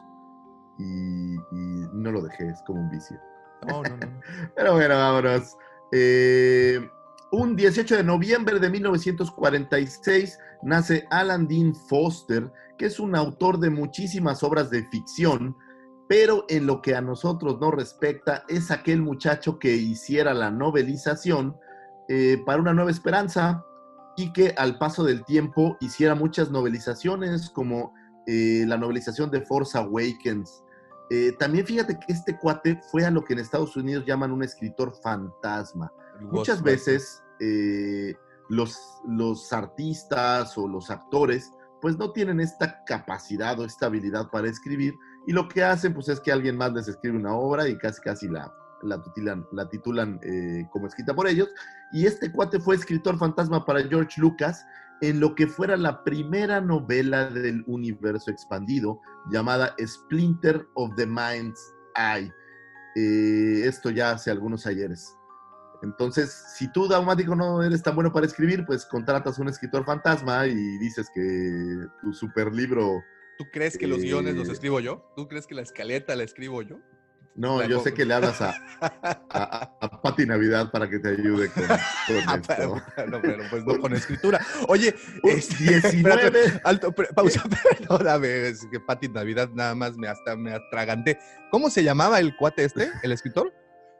y, y no lo dejé, es como un vicio. No, no, no. Pero bueno, vámonos. Eh, un dieciocho de noviembre de mil novecientos cuarenta y seis nace Alan Dean Foster, que es un autor de muchísimas obras de ficción, pero en lo que a nosotros nos respecta, es aquel muchacho que hiciera la novelización eh, para Una Nueva Esperanza y que al paso del tiempo hiciera muchas novelizaciones, como eh, la novelización de Force Awakens. Eh, también fíjate que este cuate fue a lo que en Estados Unidos llaman un escritor fantasma. El Muchas Ghostwriter. veces eh, los, los artistas o los actores pues no tienen esta capacidad o esta habilidad para escribir y lo que hacen pues es que alguien más les escribe una obra y casi casi la, la titulan, la titulan eh, como escrita por ellos. Y este cuate fue escritor fantasma para George Lucas en lo que fuera la primera novela del universo expandido llamada Splinter of the Mind's Eye. Eh, esto ya hace algunos ayeres. Entonces, si tú, Daumático, no eres tan bueno para escribir, pues contratas a un escritor fantasma y dices que tu super libro... ¿Tú crees que los guiones los Eh, escribo yo? ¿Tú crees que la escaleta la escribo yo? No, La yo co- sé que le hablas a, a, a, a Pati Navidad para que te ayude con, con Ah, esto. pero, no, pero pues no con escritura. Oye, Un este, diecinueve. espérate, alto, pre- pausa, perdóname, es que Pati Navidad nada más me hasta me atraganté. ¿Cómo se llamaba el cuate este, el escritor?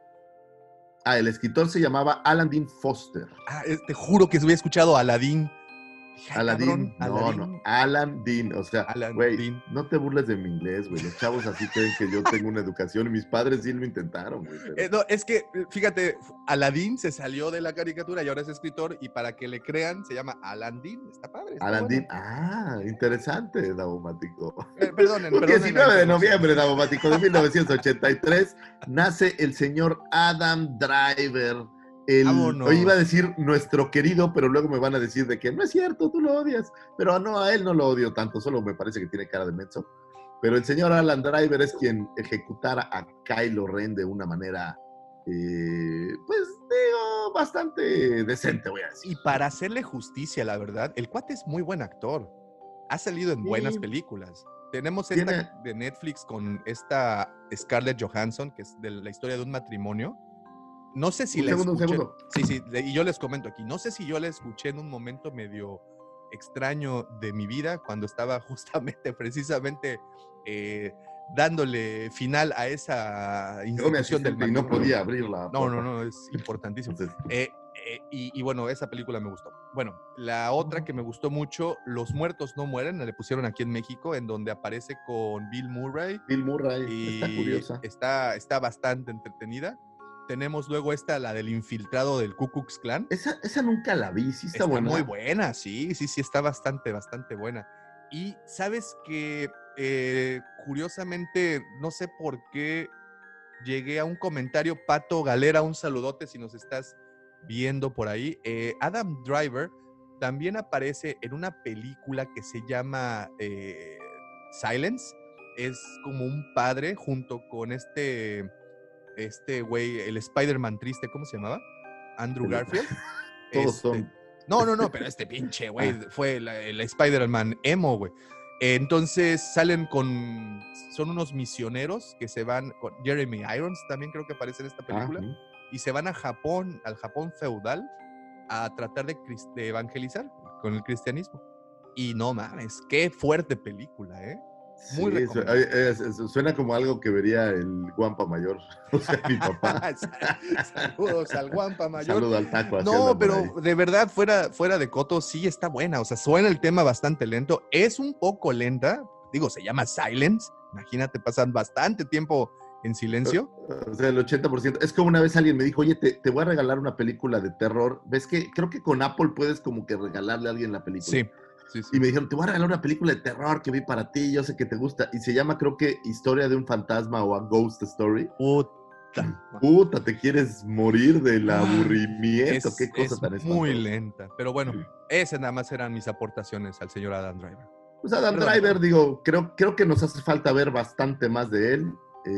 Ah, el escritor se llamaba Alan Dean Foster. Ah, es- te juro que había escuchado Aladín. Dije, "Ay, Aladdin, cabrón, no, Aladín". no, Alan Dean, o sea, Alan güey, Dean. no te burles de mi inglés, güey, los chavos así creen que yo tengo una educación y mis padres sí lo intentaron, güey. pero- Eh, no, es que, fíjate, Aladín se salió de la caricatura y ahora es escritor y para que le crean se llama Alandín. Está padre. Está Alan bueno. Dean, ah, interesante, Daumático. Eh, perdonen, Un perdonen la diecinueve de interrupción. noviembre, Daumático, de mil novecientos ochenta y tres, nace el señor Adam Driver. El, Vámonos. hoy iba a decir nuestro querido, pero luego me van a decir de que no es cierto, tú lo odias. Pero no, a él no lo odio tanto, solo me parece que tiene cara de menso. Pero el señor Alan Driver es quien ejecutara a Kylo Ren de una manera, eh, pues, digo, bastante decente, voy a decir. Y para hacerle justicia, la verdad, el cuate es muy buen actor. Ha salido en Sí. buenas películas. Tenemos Tiene- esta de Netflix con esta Scarlett Johansson, que es de la historia de un matrimonio. No sé si Un la segundo, un escuché. segundo. Sí, sí, le- y yo les comento aquí. No sé si yo la escuché en un momento medio extraño de mi vida, cuando estaba justamente, precisamente, eh, dándole final a esa Llegó mi institución del asistente y no matrimonio. podía abrirla. No, no, no, es importantísimo. Entonces, Eh, eh, y, y bueno, esa película me gustó. Bueno, la otra que me gustó mucho, Los Muertos No Mueren, la le pusieron aquí en México, en donde aparece con Bill Murray. Bill Murray, Y está curiosa. Está, está bastante entretenida. Tenemos luego esta, la del infiltrado del Ku Klux Klan. Esa, esa nunca la vi, sí está, Está buena. muy buena, sí, sí, sí, está bastante, bastante buena. Y sabes que, eh, curiosamente, no sé por qué llegué a un comentario, Pato Galera, un saludote si nos estás viendo por ahí. Eh, Adam Driver también aparece en una película que se llama eh, Silence. Es como un padre junto con este, este güey, el Spider-Man triste, ¿cómo se llamaba? Andrew El- Garfield. Todos Este, son. No, no, no, pero este pinche, güey, fue la- el Spider-Man emo, güey. Entonces salen con, son unos misioneros que se van, con Jeremy Irons también creo que aparece en esta Ah, película, ujú. y se van a Japón, al Japón feudal, a tratar de, cris- de evangelizar con el cristianismo. Y no mames, qué fuerte película, ¿eh? Muy Sí, su- recomendable. ay, es- es- suena como algo que vería el Guampa Mayor. O sea, mi papá. Saludos al Guampa Mayor. Saludo al taco. así No, anda por pero ahí. de verdad, fuera, fuera de coto, sí está buena. O sea, suena el tema bastante lento. Es un poco lenta. Digo, se llama Silence. Imagínate, pasan bastante tiempo en silencio. O sea, el ochenta por ciento. Es como una vez alguien me dijo, oye, te, te voy a regalar una película de terror. ¿Ves que creo que con Apple puedes como que regalarle a alguien la película? Sí, sí, sí. Y me dijeron, te voy a regalar una película de terror que vi para ti, yo sé que te gusta. Y se llama, creo que, Historia de un fantasma o A Ghost Story. Puta. Puta, te quieres morir del aburrimiento. Es, Qué cosa es tan espantosa. muy lenta. Pero bueno, esas nada más eran mis aportaciones al señor Adam Driver. Pues Adam Perdón. Driver, digo, creo, creo que nos hace falta ver bastante más de él.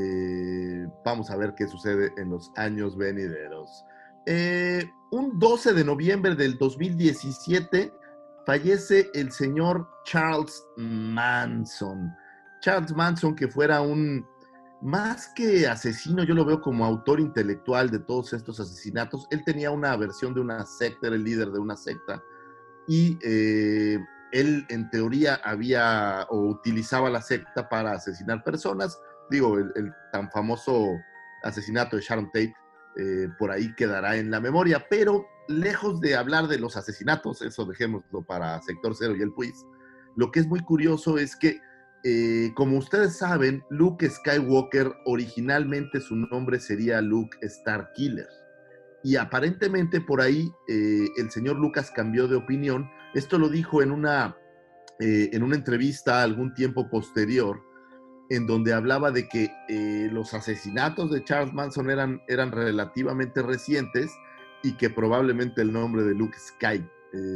Eh, vamos a ver qué sucede en los años venideros. Eh, un doce de noviembre del dos mil diecisiete fallece el señor Charles Manson. Charles Manson, que fuera un, más que asesino, yo lo veo como autor intelectual de todos estos asesinatos. Él tenía una versión de una secta, era el líder de una secta, y eh, él en teoría había o utilizaba la secta para asesinar personas. Digo, el, el tan famoso asesinato de Sharon Tate eh, por ahí quedará en la memoria, pero lejos de hablar de los asesinatos, eso dejémoslo para Sector Cero y el Quiz, lo que es muy curioso es que, eh, como ustedes saben, Luke Skywalker originalmente su nombre sería Luke Starkiller, y aparentemente por ahí eh, el señor Lucas cambió de opinión. Esto lo dijo en una, eh, en una entrevista algún tiempo posterior, en donde hablaba de que eh, los asesinatos de Charles Manson eran, eran relativamente recientes y que probablemente el nombre de Luke Skywalker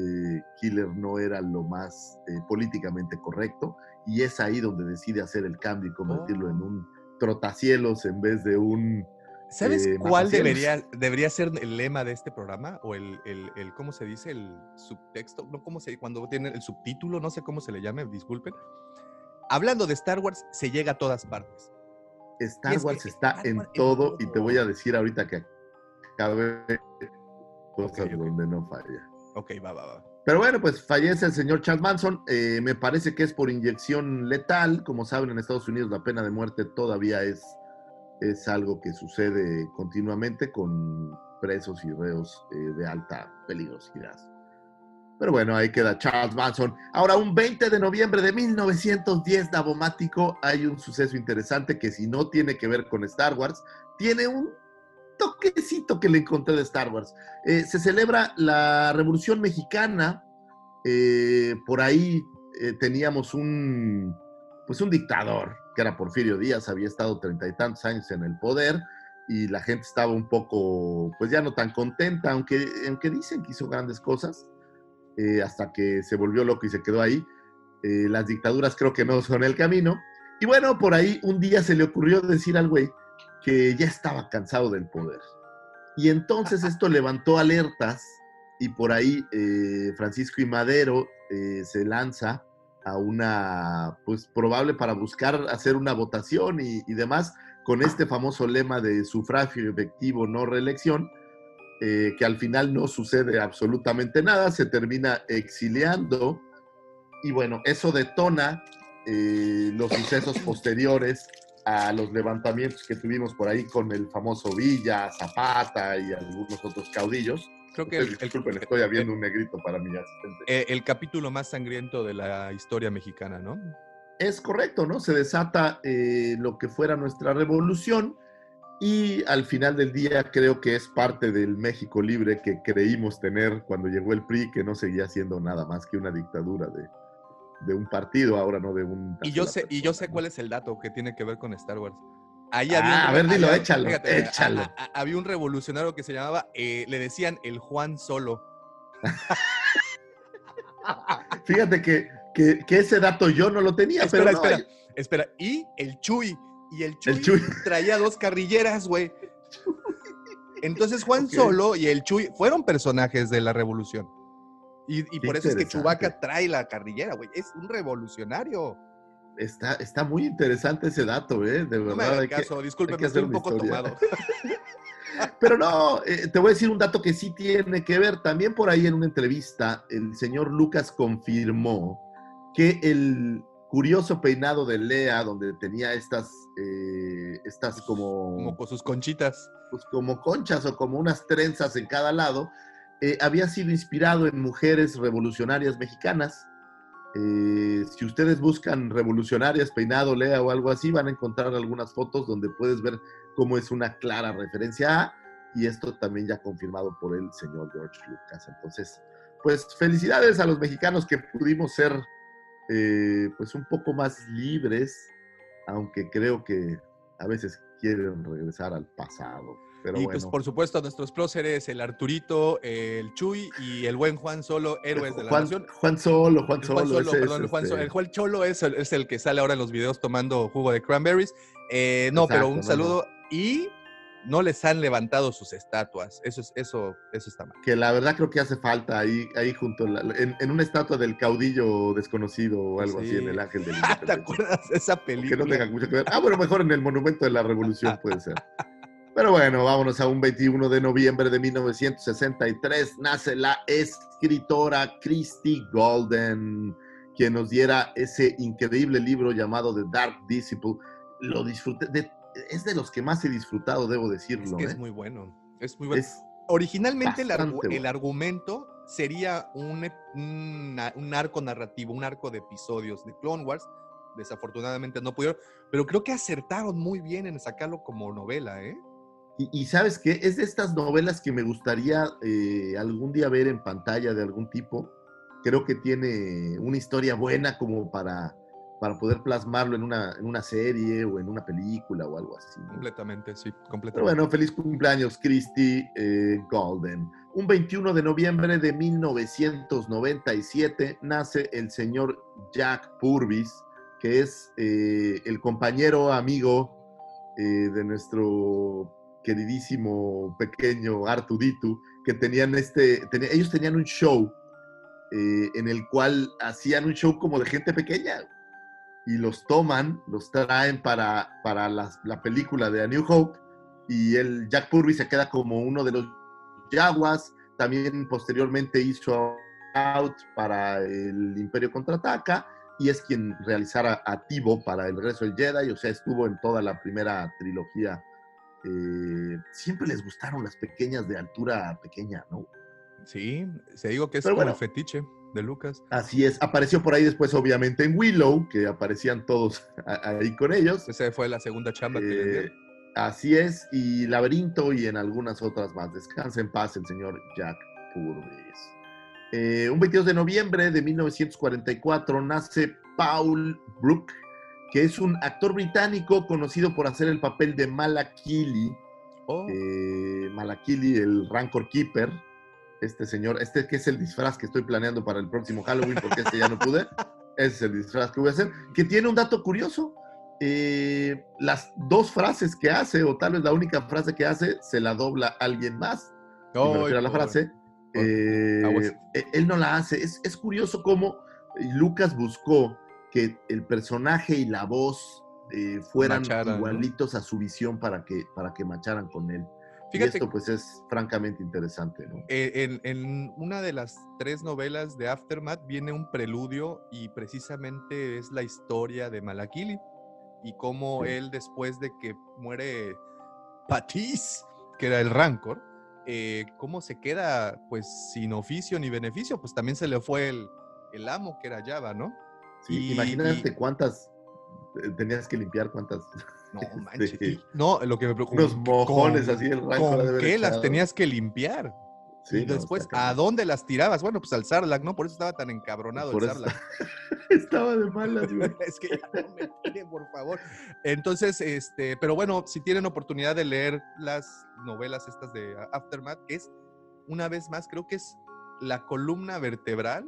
eh, no era lo más eh, políticamente correcto, y es ahí donde decide hacer el cambio y convertirlo oh. en un trotacielos en vez de un... ¿Sabes eh, cuál debería, debería ser el lema de este programa? O el, el, el ¿cómo se dice? El subtexto, no, ¿cómo se cuando tiene el subtítulo? No sé cómo se le llame, disculpen. Hablando de Star Wars, se llega a todas partes. Star Wars está Star en, Wars todo, en todo, y te voy a decir ahorita que acabe cosas okay, okay. donde no falla. Ok, va, va, va. Pero bueno, pues fallece el señor Charles Manson. Eh, me parece que es por inyección letal. Como saben, en Estados Unidos la pena de muerte todavía es, es algo que sucede continuamente con presos y reos eh, de alta peligrosidad. Pero bueno, ahí queda Charles Manson. Ahora, un veinte de noviembre de mil novecientos diez, Davomático, hay un suceso interesante que si no tiene que ver con Star Wars, tiene un toquecito que le encontré de Star Wars. Eh, se celebra la Revolución Mexicana. Eh, por ahí eh, teníamos un, pues un dictador, que era Porfirio Díaz, había estado treinta y tantos años en el poder, y la gente estaba un poco, pues ya no tan contenta, aunque, aunque dicen que hizo grandes cosas. Eh, hasta que se volvió loco y se quedó ahí. Eh, las dictaduras creo que no son el camino. Y bueno, por ahí un día se le ocurrió decir al güey que ya estaba cansado del poder. Y entonces esto levantó alertas, y por ahí eh, Francisco I. Madero eh, se lanza a una, pues probable para buscar hacer una votación y, y demás, con este famoso lema de sufragio efectivo, no reelección. Eh, que al final no sucede absolutamente nada, se termina exiliando, y bueno, eso detona eh, los sucesos posteriores a los levantamientos que tuvimos por ahí con el famoso Villa, Zapata y algunos otros caudillos. Creo que el, disculpen, el, estoy habiendo el, un negrito para mi asistente. El, el capítulo más sangriento de la historia mexicana, ¿no? Es correcto, ¿no? Se desata eh, lo que fuera nuestra revolución. Y al final del día creo que es parte del México libre que creímos tener cuando llegó el P R I, que no seguía siendo nada más que una dictadura de, de un partido, ahora no de un... Y yo sé persona, y yo sé ¿no? cuál es el dato que tiene que ver con Star Wars. Ahí ah, había un, a ver, dilo, había, échalo, fíjate, échalo. A, a, a, había un revolucionario que se llamaba, eh, le decían el Juan Solo. Fíjate que, que, que ese dato yo no lo tenía, espera, pero no, espera, hay... espera. Y el Chuy. Y el Chuy, el Chuy traía dos carrilleras, güey. Entonces Juan okay. Solo y el Chuy fueron personajes de la revolución. Y, y por eso es que Chewbacca trae la carrillera, güey. Es un revolucionario. Está, está muy interesante ese dato, ¿eh? De verdad. No me hagas caso, que, discúlpeme, estoy un poco historia. tomado. Pero no, eh, te voy a decir un dato que sí tiene que ver. También por ahí en una entrevista, el señor Lucas confirmó que el curioso peinado de Lea, donde tenía estas, eh, estas como... Como con sus conchitas. Pues como conchas o como unas trenzas en cada lado, eh, había sido inspirado en mujeres revolucionarias mexicanas. Eh, si ustedes buscan Revolucionarias, Peinado, Lea o algo así, van a encontrar algunas fotos donde puedes ver cómo es una clara referencia a, y esto también ya confirmado por el señor George Lucas. Entonces, pues felicidades a los mexicanos que pudimos ser eh, pues un poco más libres, aunque creo que a veces quieren regresar al pasado. Pero y bueno. pues por supuesto a nuestros próceres, el Arturito, el Chuy y el buen Juan Solo, héroes de la Juan, nación. Juan Solo, Juan El Solo. Juan Solo, ese perdón, es, el Juan este... Solo. El Juan Cholo es el, es el que sale ahora en los videos tomando jugo de cranberries. Eh, no, Exacto, pero un no, saludo. no. Y no les han levantado sus estatuas. Eso, es, eso, eso está mal. Que la verdad creo que hace falta ahí, ahí junto, a la, en, en una estatua del caudillo desconocido o algo Sí. así en el Ángel de la ¿Te Independencia. acuerdas de esa película? Que no tenga mucho que ver. Ah, bueno, mejor en el Monumento de la Revolución puede ser. Pero bueno, vámonos a un veintiuno de noviembre de mil novecientos sesenta y tres. Nace la escritora Christie Golden, quien nos diera ese increíble libro llamado The Dark Disciple. Lo disfruté, de, es de los que más he disfrutado, debo decirlo. Es que ¿eh? es muy bueno. Es muy bueno. Es Originalmente el, argu bueno. el argumento sería un, un, un arco narrativo, un arco de episodios de Clone Wars. Desafortunadamente no pudieron, pero creo que acertaron muy bien en sacarlo como novela, ¿eh? Y, y ¿sabes qué? Es de estas novelas que me gustaría eh, algún día ver en pantalla de algún tipo. Creo que tiene una historia buena como para, para poder plasmarlo en una, en una serie o en una película o algo así, ¿no? Completamente, sí, completamente. Pero bueno, feliz cumpleaños, Christie eh, Golden. Un veintiuno de noviembre de mil novecientos noventa y siete nace el señor Jack Purvis, que es eh, el compañero amigo eh, de nuestro queridísimo pequeño Artuditu, que tenían este, tenía, ellos tenían un show eh, en el cual hacían un show como de gente pequeña y los toman, los traen para, para las, la película de A New Hope, y el Jack Purvis se queda como uno de los Yaguas. También posteriormente hizo Out para el Imperio Contraataca, y es quien realizara a Tivo para el Regreso del Jedi, o sea, estuvo en toda la primera trilogía. Eh, siempre les gustaron las pequeñas de altura pequeña, ¿no? Sí, se digo que es Pero como bueno, el fetiche de Lucas. Así es, apareció por ahí después obviamente en Willow, que aparecían todos ahí con ellos. Esa fue la segunda chamba que eh, le dieron. Así es, y Laberinto y en algunas otras más. Descansa en paz el señor Jack Purvis. Eh, un veintidós de noviembre de mil novecientos cuarenta y cuatro nace Paul Brook, que es un actor británico conocido por hacer el papel de Malakili. Oh. Eh, Malakili, el Rancor Keeper. Este señor, este que es el disfraz que estoy planeando para el próximo Halloween, porque este ya no pude. Ese es el disfraz que voy a hacer. Que tiene un dato curioso. Eh, las dos frases que hace, o tal vez la única frase que hace, se la dobla alguien más. Oh, y me refiero a la por, frase. Por, eh, él no la hace. Es, es curioso cómo Lucas buscó que el personaje y la voz eh, fueran macharan, igualitos, ¿no?, a su visión para que, para que macharan con él. Fíjate, y esto pues es francamente interesante, ¿no? En, en una de las tres novelas de Aftermath viene un preludio y precisamente es la historia de Malakili y cómo sí. él, después de que muere Patisse, que era el Rancor, eh, cómo se queda pues sin oficio ni beneficio, pues también se le fue el, el amo que era Jabba, ¿no? Sí, y, imagínate y, cuántas tenías que limpiar, cuántas... No, manches. Este, no, lo que me preocupa. Unos mojones con, así el Rancor. ¿Con qué las tenías que limpiar? Sí, y no, después, ¿a dónde las tirabas? Bueno, pues al Sarlacc, ¿no? Por eso estaba tan encabronado por el Sarlacc. Estaba de malas, güey. Es que ya no me tire, por favor. Entonces, este, pero bueno, si tienen oportunidad de leer las novelas estas de Aftermath, es, una vez más, creo que es la columna vertebral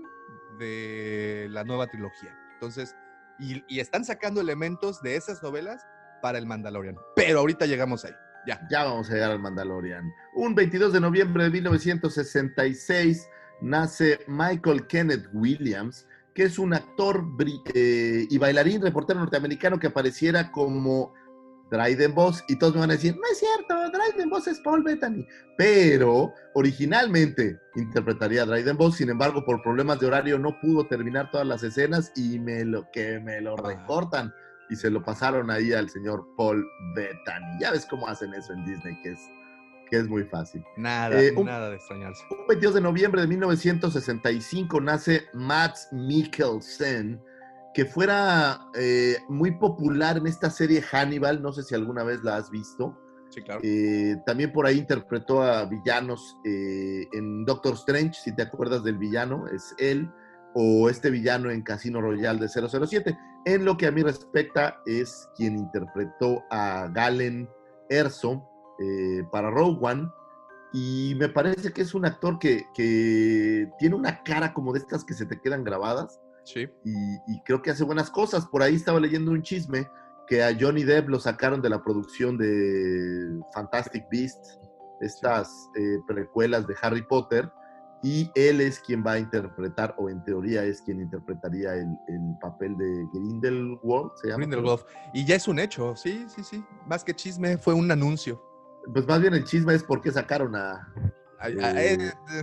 de la nueva trilogía. Entonces, y, y están sacando elementos de esas novelas para el Mandalorian. Pero ahorita llegamos ahí. Ya. Ya vamos a llegar al Mandalorian. Un veintidós de noviembre de mil novecientos sesenta y seis nace Michael Kenneth Williams, que es un actor eh, y bailarín, reportero norteamericano que apareciera como Dryden Voss, y todos me van a decir, no es cierto, Dryden Voss es Paul Bettany, pero originalmente interpretaría a Dryden Voss. Sin embargo, por problemas de horario no pudo terminar todas las escenas y me lo, que me lo recortan. Y se lo pasaron ahí al señor Paul Bettany. Ya ves cómo hacen eso en Disney, que es, que es muy fácil. Nada, Eh, un- nada de extrañarse. Un veintidós de noviembre de mil novecientos sesenta y cinco nace Mads Mikkelsen, que fuera eh, muy popular en esta serie Hannibal, no sé si alguna vez la has visto. Sí, claro. Eh, también por ahí interpretó a villanos eh, en Doctor Strange, si te acuerdas del villano, es él, o este villano en Casino Royale de cero cero siete. En lo que a mí respecta, es quien interpretó a Galen Erso eh, para Rogue One, y me parece que es un actor que, que tiene una cara como de estas que se te quedan grabadas, Sí. y, y creo que hace buenas cosas. Por ahí estaba leyendo un chisme que a Johnny Depp lo sacaron de la producción de Fantastic Beasts, estas eh, precuelas de Harry Potter, y él es quien va a interpretar, o en teoría es quien interpretaría el, el papel de Grindelwald, ¿se llama? Grindelwald. Y ya es un hecho, sí, sí, sí. Más que chisme, fue un anuncio. Pues más bien el chisme es por qué sacaron a, Ay, Eh, ay, eh, eh,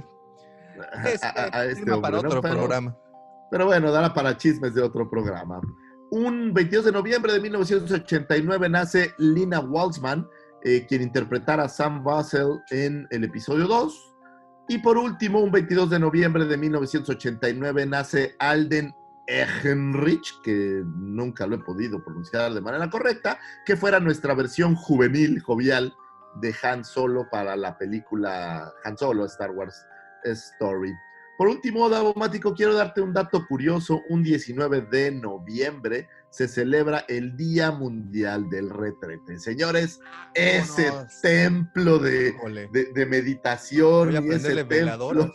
a- es, a- a eh, este tema para hombre, ¿no? otro Pero- programa. Pero bueno, dará para chismes de otro programa. Un veintidós de noviembre de mil novecientos ochenta y nueve nace Lina Waltzman, eh, quien interpretara a Sam Bussell en el episodio dos. Y por último, un veintidós de noviembre de mil novecientos ochenta y nueve nace Alden Ehrenreich, que nunca lo he podido pronunciar de manera correcta, que fuera nuestra versión juvenil, jovial, de Han Solo para la película Han Solo, Star Wars Story. Por último, Davomático, quiero darte un dato curioso. Un diecinueve de noviembre se celebra el Día Mundial del Retrete. Señores, ese Vámonos. templo de, Híjole. de, de meditación Voy a y ese prenderle templo veladoras.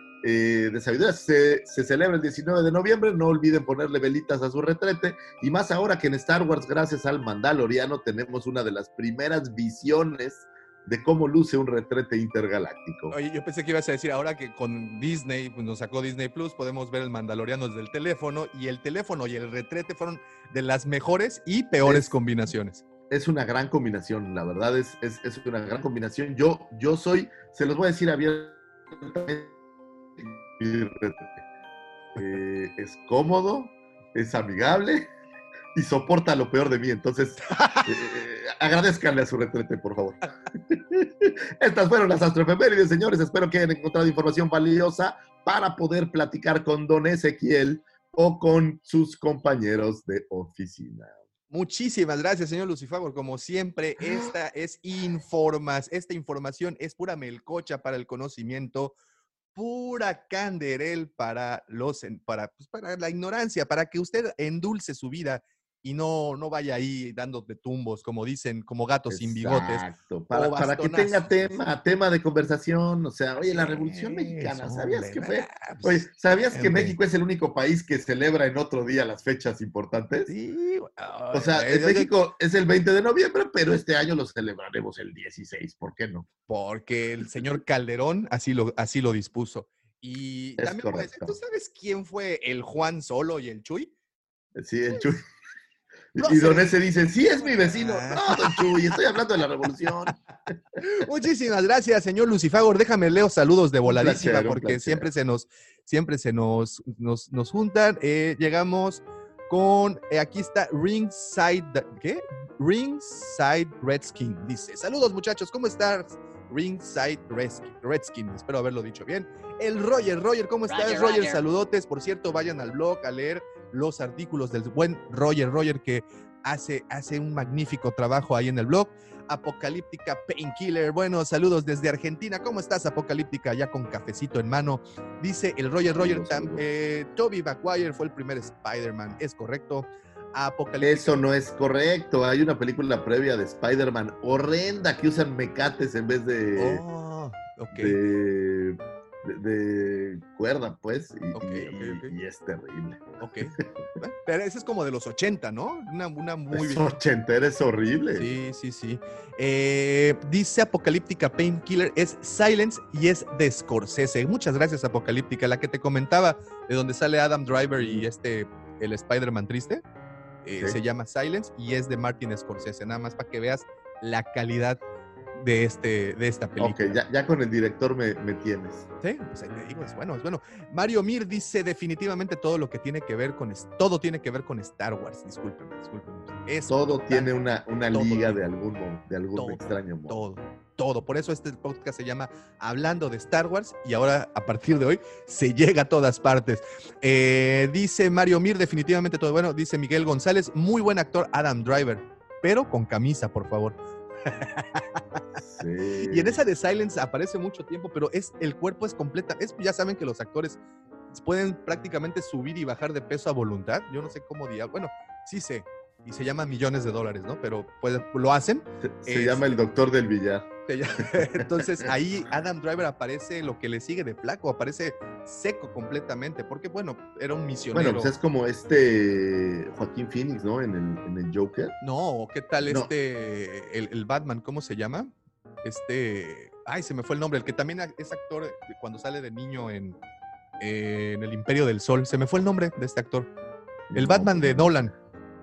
eh, de sabiduría se, se celebra el diecinueve de noviembre. No olviden ponerle velitas a su retrete. Y más ahora que en Star Wars, gracias al Mandaloriano, tenemos una de las primeras visiones de cómo luce un retrete intergaláctico. Oye, yo pensé que ibas a decir ahora que con Disney, pues nos sacó Disney Plus, podemos ver el Mandaloriano desde el teléfono, y el teléfono y el retrete fueron de las mejores y peores Es- combinaciones. Es una gran combinación, la verdad es, es, es una gran combinación. Yo, yo soy, se los voy a decir abiertamente, mi retrete. Eh, es cómodo, es amigable y soporta lo peor de mí. Entonces, eh, agradezcanle a su retrete, por favor. Estas fueron las astroefemérides, señores. Espero que hayan encontrado información valiosa para poder platicar con don Ezequiel o con sus compañeros de oficina. Muchísimas gracias, señor Lucifagor. Como siempre, esta es informas, esta información es pura melcocha para el conocimiento, pura canderel para los, para, pues, para la ignorancia, para que usted endulce su vida y no, no vaya ahí dando de tumbos, como dicen, como gatos sin bigotes. Exacto, para, o para que bastonazos. tenga tema, tema de conversación. O sea, oye, la Revolución Eso, Mexicana, ¿sabías hombre, que fue? ah, pues, Oye, ¿sabías que hombre. México es el único país que celebra en otro día las fechas importantes? Sí, O sea, eh, en México es el veinte de noviembre, pero este año lo celebraremos el dieciséis, ¿por qué no? porque el señor Calderón así lo, así lo dispuso. Y Es también puede ser, correcto. ¿tú sabes quién fue el Juan Solo y el Chuy? Sí, el Chuy. Y Próceres. don ese dice, sí, es mi vecino. Ah. No, don Chuy, estoy hablando de la Revolución. Muchísimas gracias, señor Lucifagor. Déjame leo saludos de Un voladísima placer, un porque placer. siempre se nos, siempre se nos, nos, nos juntan. Eh, llegamos con, eh, aquí está Ringside, ¿qué? Ringside Redskin. Dice, saludos muchachos, ¿cómo estás? Ringside Redskin, Redskin, espero haberlo dicho bien. El Roger, Roger, ¿cómo estás? Roger, Roger, Roger. saludotes. Por cierto, vayan al blog a leer los artículos del buen Roger, Roger que hace, hace un magnífico trabajo ahí en el blog. Apocalíptica Painkiller, bueno, saludos desde Argentina. ¿Cómo estás, Apocalíptica? Ya con cafecito en mano. Dice el Roger, Roger, Saludos, tam- saludos. eh, Tobey Maguire fue el primer Spider-Man, ¿es correcto? Apocalíptica. Eso no es correcto. Hay una película previa de Spider-Man horrenda que usan mecates en vez de, Oh, ok. de, de- de cuerda, pues. Y, Ok, y- ok, ok. y es terrible. Ok. Bueno, pero ese es como de los ochenta, ¿no? Una, una muy Es bien. ochentera, es horrible. Sí, sí, sí. Eh, dice Apocalíptica Painkiller, es Silence y es de Scorsese. Muchas gracias, Apocalíptica. La que te comentaba, de donde sale Adam Driver y este, el Spider-Man triste, eh, Sí. se llama Silence y es de Martin Scorsese. Nada más para que veas la calidad de, este, de esta película. Ok, ya, ya con el director me, me tienes. Sí, pues ahí te digo, es bueno, es bueno. Mario Mir dice definitivamente todo lo que tiene que ver con, es- todo tiene que ver con Star Wars. Discúlpenme, discúlpenme. Es Todo total- tiene una, una todo liga tiene- de algún, mo- de algún todo, extraño modo. todo, todo. Por eso este podcast se llama Hablando de Star Wars y ahora, a partir de hoy, se llega a todas partes. Eh, dice Mario Mir, definitivamente todo bueno. Dice Miguel González, muy buen actor Adam Driver, pero con camisa, por favor. Sí. Y en esa de Silence aparece mucho tiempo, pero es el cuerpo es completa. Es, ya saben que los actores pueden prácticamente subir y bajar de peso a voluntad. Yo no sé cómo diablos. Bueno, sí sé. Y se llama millones de dólares, ¿no? Pero pues, lo hacen. Se, se es, llama el doctor del billar. Entonces ahí Adam Driver aparece lo que le sigue de flaco, aparece seco completamente, porque bueno, era un misionero. Bueno, pues es como este Joaquín Phoenix, ¿no? En el, en el Joker. No, ¿qué tal No. este, el, el Batman, ¿cómo se llama? Este, ay, se me fue el nombre, el que también es actor cuando sale de niño en, eh, en El Imperio del Sol, se me fue el nombre de este actor. El No, Batman de no. Nolan.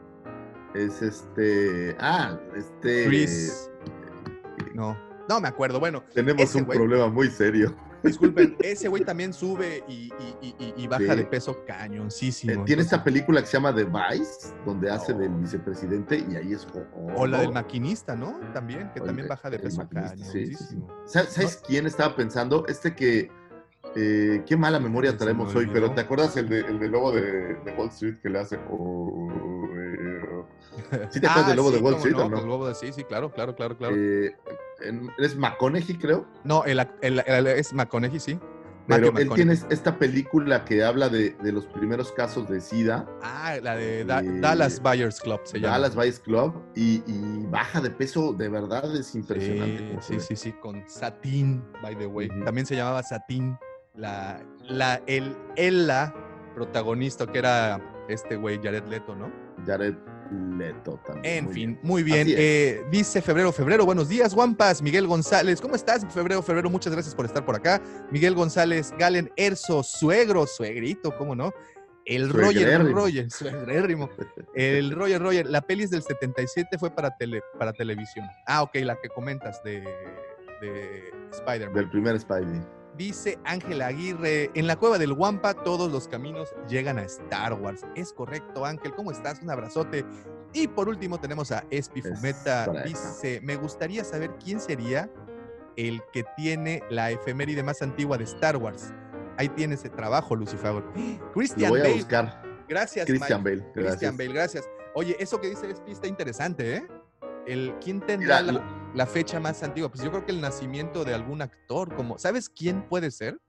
Es este. Ah, este. Chris. No, no me acuerdo. Bueno, Tenemos ese un güey, problema muy serio. disculpen, ese güey también sube y, y, y, y- y baja Sí. de peso cañoncísimo. Eh, tiene Entonces, esta película que se llama The Vice, donde hace No. del vicepresidente y ahí es. Oh, o la del maquinista, ¿no? También, que o también el- baja de el peso maquinista, sí, sí, sí. cañoncísimo. ¿Sabes, sabes quién estaba pensando? Este que. eh, qué mala memoria Se traemos me hoy, pero olvidó. ¿te acuerdas el de, el de Lobo de, de Wall Street que le hace? Oh, eh, oh? ¿Sí te acuerdas Ah, del Lobo sí, de Wall cómo Street no, o no? pues, Lobo de- sí, sí, claro, claro, claro, claro. Eh, en- es McConaughey, creo. No, el, ac- el- el- es McConaughey, sí. Pero Matthew él McConaughey. tiene esta película que habla de, de los primeros casos de SIDA, Ah, la de Da- Eh, Dallas Buyers Club se llama. Dallas Vice Club, y, y baja de peso, de verdad es impresionante. Sí, cómo se sí, ve. sí, sí, con Satín, by the way. Ujú. También se llamaba Satín, la, la, el, el, la protagonista, que era este güey, Jared Leto, ¿no? Jared Leto también. En muy fin, bien. muy bien. Así es. Eh, dice Febrero, Febrero, buenos días, Guampas. Miguel González, ¿cómo estás? Febrero, Febrero, muchas gracias por estar por acá. Miguel González, Galen Erso, suegro, suegrito, ¿cómo no? El Roger, Suegrérrimo. Roger, suegrérrimo. El Roger, Roger, la peli es del setenta y siete, fue para, tele, para televisión. Ah, ok, la que comentas de, de Spider-Man. Del primer Spidey. Dice Ángel Aguirre, en la cueva del Guampa todos los caminos llegan a Star Wars. Es correcto, Ángel, ¿cómo estás? Un abrazote. Y por último tenemos a Espi Es Fumeta. correcto. Dice, me gustaría saber quién sería el que tiene la efeméride más antigua de Star Wars. Ahí tiene ese trabajo, Lucifer. Lo Christian voy a Bale. buscar. Gracias, Christian Mike. Bale. Christian Gracias. Bale, gracias. Oye, eso que dice Espi está interesante, ¿eh? El, ¿Quién tendrá Mira, la, la fecha más antigua? Pues yo creo que el nacimiento de algún actor, como, ¿sabes quién puede ser?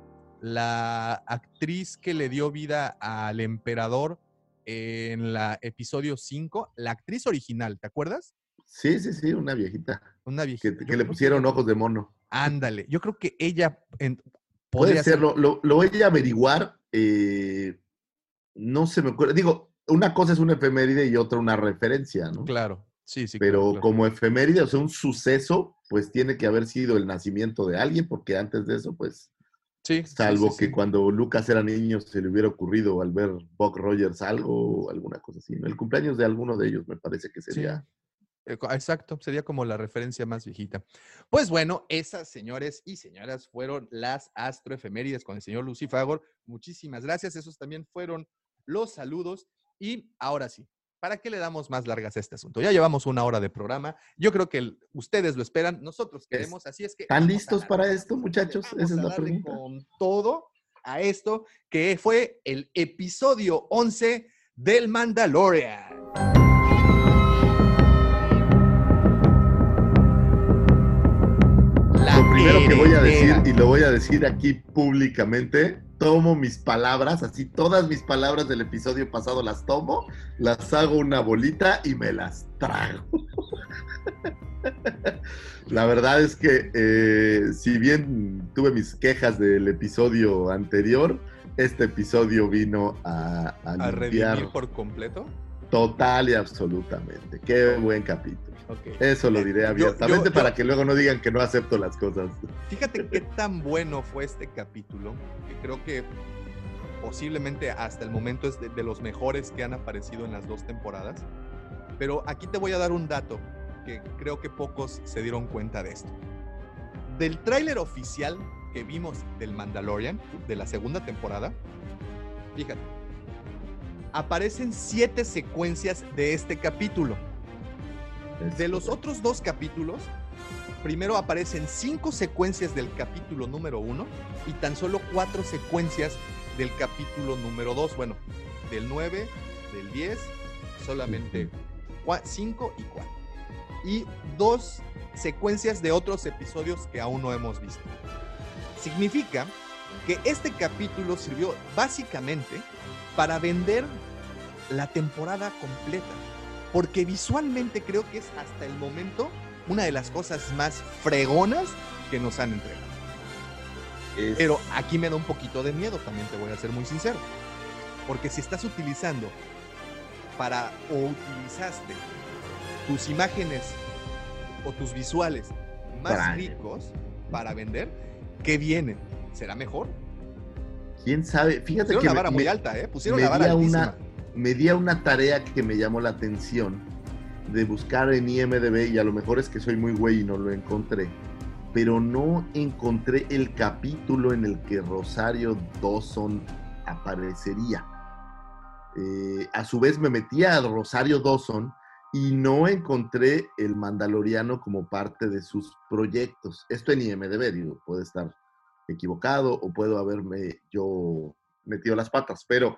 La actriz que le dio vida al emperador en la episodio cinco, la actriz original, ¿te acuerdas? Sí, sí, sí, una viejita. Una viejita. Que, Yo que le creo pusieron ojos de mono. Ándale, yo creo que ella en- Puede podría ser, ser. lo, lo, lo voy a averiguar. eh, no se me ocurre. Digo, una cosa es una efeméride y otra una referencia, ¿no? Claro, sí, sí. Pero claro, claro. como efeméride, o sea, un suceso, pues tiene que haber sido el nacimiento de alguien, porque antes de eso, pues, Sí, sí, salvo sí, que sí. cuando Lucas era niño se le hubiera ocurrido al ver Buck Rogers algo o alguna cosa así, ¿no? El cumpleaños de alguno de ellos me parece que sería. Eh, co- Exacto, sería como la referencia más viejita. Pues bueno, esas señores y señoras fueron las astroefemérides con el señor Lucifagor. Muchísimas gracias. Esos también fueron los saludos. Y ahora sí, ¿para qué le damos más largas a este asunto? Ya llevamos una hora de programa. Yo creo que el- ustedes lo esperan, nosotros queremos, así es que... ¿Están vamos a listos darle, para esto, muchachos? vamos Esa es a la darle pregunta. con todo a esto, que fue el episodio once del Mandalorian. La Lo primero que voy a decir, heredera. y lo voy a decir aquí públicamente, tomo mis palabras, así todas mis palabras del episodio pasado las tomo, las hago una bolita y me las trago. La verdad es que eh, si bien tuve mis quejas del episodio anterior, este episodio vino a, a a limpiar redimir por completo. total y absolutamente. Qué buen capítulo. Ok. Eso lo Eh, diré yo- abiertamente yo- para yo- que luego no digan que no acepto las cosas. Fíjate qué tan bueno fue este capítulo, que creo que posiblemente hasta el momento es de, de los mejores que han aparecido en las dos temporadas. Pero aquí te voy a dar un dato que creo que pocos se dieron cuenta de esto. Del tráiler oficial que vimos del Mandalorian, de la segunda temporada, fíjate, aparecen siete secuencias de este capítulo. Es De los correcto. otros dos capítulos, primero aparecen cinco secuencias del capítulo número uno y tan solo cuatro secuencias del capítulo número dos. Bueno, del nueve, del diez, solamente cinco y cuatro. Y dos secuencias de otros episodios que aún no hemos visto. Significa que este capítulo sirvió básicamente para vender la temporada completa, porque visualmente creo que es hasta el momento una de las cosas más fregonas que nos han entregado. Es... Pero aquí me da un poquito de miedo, también te voy a ser muy sincero, porque si estás utilizando para o utilizaste tus imágenes o tus visuales más para... ricos para vender, ¿qué viene? ¿Será mejor? ¿Quién sabe? Fíjate Pusieron que la vara me, muy alta, ¿eh? Pusieron la vara altísima. Una, me di a una tarea que me llamó la atención de buscar en I M D B, y a lo mejor es que soy muy güey y no lo encontré, pero no encontré el capítulo en el que Rosario Dawson aparecería. Eh, a su vez me metí a Rosario Dawson y no encontré el Mandaloriano como parte de sus proyectos. Esto en I M D B, digo, puede estar equivocado o puedo haberme yo metido las patas, pero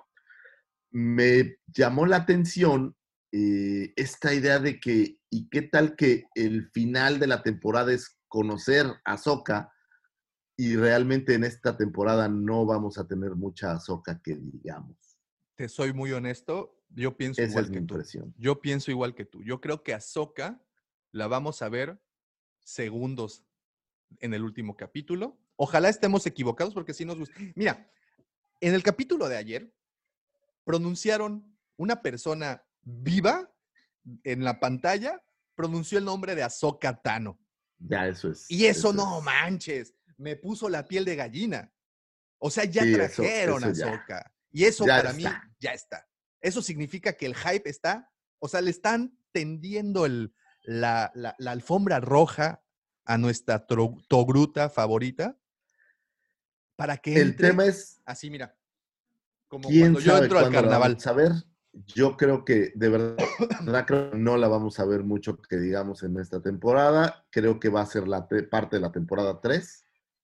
me llamó la atención eh, esta idea de que, ¿y qué tal que el final de la temporada es conocer a Ahsoka y realmente en esta temporada no vamos a tener mucha Ahsoka que digamos? Te soy muy honesto, yo pienso Esa igual es que mi tú. impresión. Yo pienso igual que tú. Yo creo que Ahsoka la vamos a ver segundos en el último capítulo. Ojalá estemos equivocados porque sí nos gusta. Mira, en el capítulo de ayer pronunciaron una persona viva en la pantalla, pronunció el nombre de Ahsoka Tano. Ya, eso es. Y eso, eso no es. manches, me puso la piel de gallina. O sea, ya sí, trajeron eso, eso a Ahsoka. Y eso ya para está. mí ya está. Eso significa que el hype está, o sea, le están tendiendo el, la, la, la alfombra roja a nuestra tro, togruta favorita para que el entre tema es así, mira, como ¿quién cuando yo sabe entro al cuándo la carnaval. vamos a ver? Yo creo que de verdad creo que no la vamos a ver mucho que digamos en esta temporada. Creo que va a ser la te- parte de la temporada tres.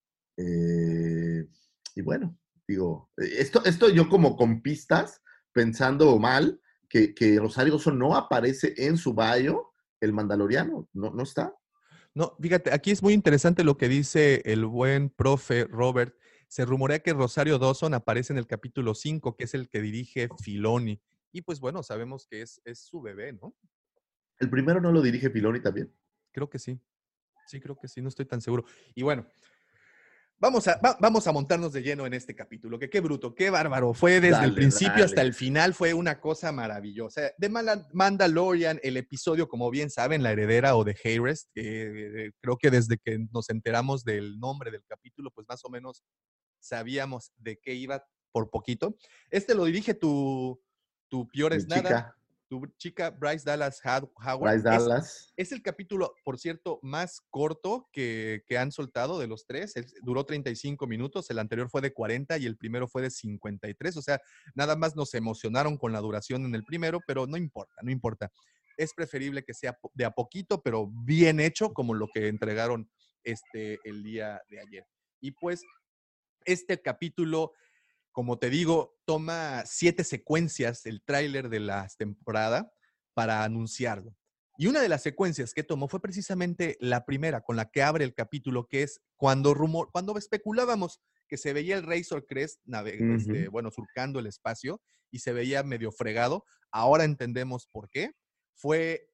Eh, y bueno, digo, esto, esto yo como con pistas, pensando mal, que, que Rosario Dawson no aparece en su bio, el Mandaloriano, no, no está. No, fíjate, aquí es muy interesante lo que dice el buen profe Robert. Se rumorea que Rosario Dawson aparece en el capítulo cinco, que es el que dirige Filoni. Y pues bueno, sabemos que es, es su bebé, ¿no? ¿El primero no lo dirige Filoni también? Creo que sí. Sí, creo que sí, no estoy tan seguro. Y bueno, vamos a, va, vamos a montarnos de lleno en este capítulo, que qué bruto, qué bárbaro. Fue desde dale, el principio dale. hasta el final, fue una cosa maravillosa. De Mandalorian, el episodio, como bien saben, La Heredera o The Heiress, eh, creo que desde que nos enteramos del nombre del capítulo, pues más o menos sabíamos de qué iba por poquito. Este lo dirige tu, tu Peor es Nada, tu chica Bryce Dallas Howard. Bryce Dallas. Es, es el capítulo, por cierto, más corto que, que han soltado de los tres. El, duró treinta y cinco minutos, el anterior fue de cuarenta y el primero fue de cincuenta y tres. O sea, nada más nos emocionaron con la duración en el primero, pero no importa, no importa. Es preferible que sea de a poquito, pero bien hecho, como lo que entregaron este, el día de ayer. Y pues, este capítulo, como te digo, toma siete secuencias, el tráiler de la temporada, para anunciarlo. Y una de las secuencias que tomó fue precisamente la primera, con la que abre el capítulo, que es cuando, rumor, cuando especulábamos que se veía el Razor Crest, uh-huh. este, bueno, surcando el espacio, y se veía medio fregado. Ahora entendemos por qué. Fue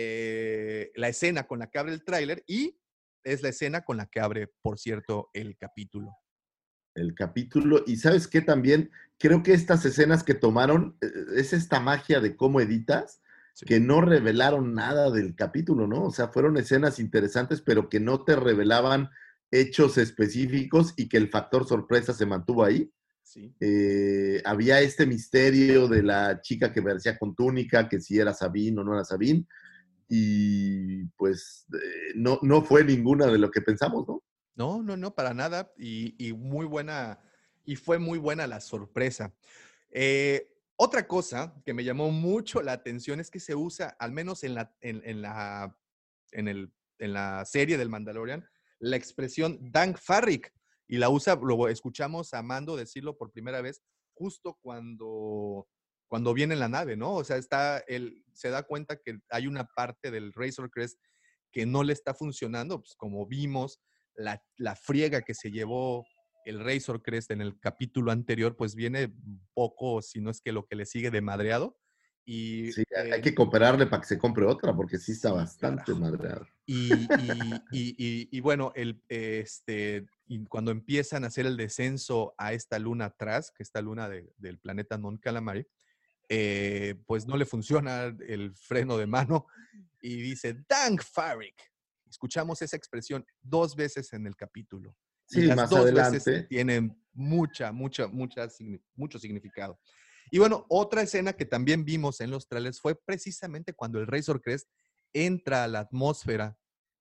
eh, la escena con la que abre el tráiler y es la escena con la que abre, por cierto, el capítulo. El capítulo, y ¿sabes qué? También creo que estas escenas que tomaron, es esta magia de cómo editas, sí. que no revelaron nada del capítulo, ¿no? O sea, fueron escenas interesantes, pero que no te revelaban hechos específicos y que el factor sorpresa se mantuvo ahí. Sí. Eh, había este misterio de la chica que parecía con túnica, que si era Sabine o no era Sabine, y pues eh, no, no fue ninguna de lo que pensamos, ¿no? No, no, no, para nada. Y, y muy buena, y fue muy buena la sorpresa. Eh, otra cosa que me llamó mucho la atención es que se usa, al menos en la, en, en la, en el en la serie del Mandalorian la expresión Dank Farrik y la usa, lo escuchamos a Mando decirlo por primera vez justo cuando, cuando viene en la nave, ¿no? O sea, está, él se da cuenta que hay una parte del Razor Crest que no le está funcionando, pues como vimos, la, la friega que se llevó el Razor Crest en el capítulo anterior, pues viene poco, si no es que lo que le sigue de madreado. Y, Sí, eh, hay que cooperarle para que se compre otra, porque sí está sí, bastante carajo. madreado. Y, y, y, y, y bueno, el, este, y cuando empiezan a hacer el descenso a esta luna atrás, que esta luna de, del planeta Mon Calamari, eh, pues no le funciona el freno de mano y dice, Dank Farrik. Escuchamos esa expresión dos veces en el capítulo. Y Sí, las más dos veces adelante. tienen mucha, mucha, mucha, mucho significado. Y bueno, otra escena que también vimos en los trailers fue precisamente cuando el Razor Crest entra a la atmósfera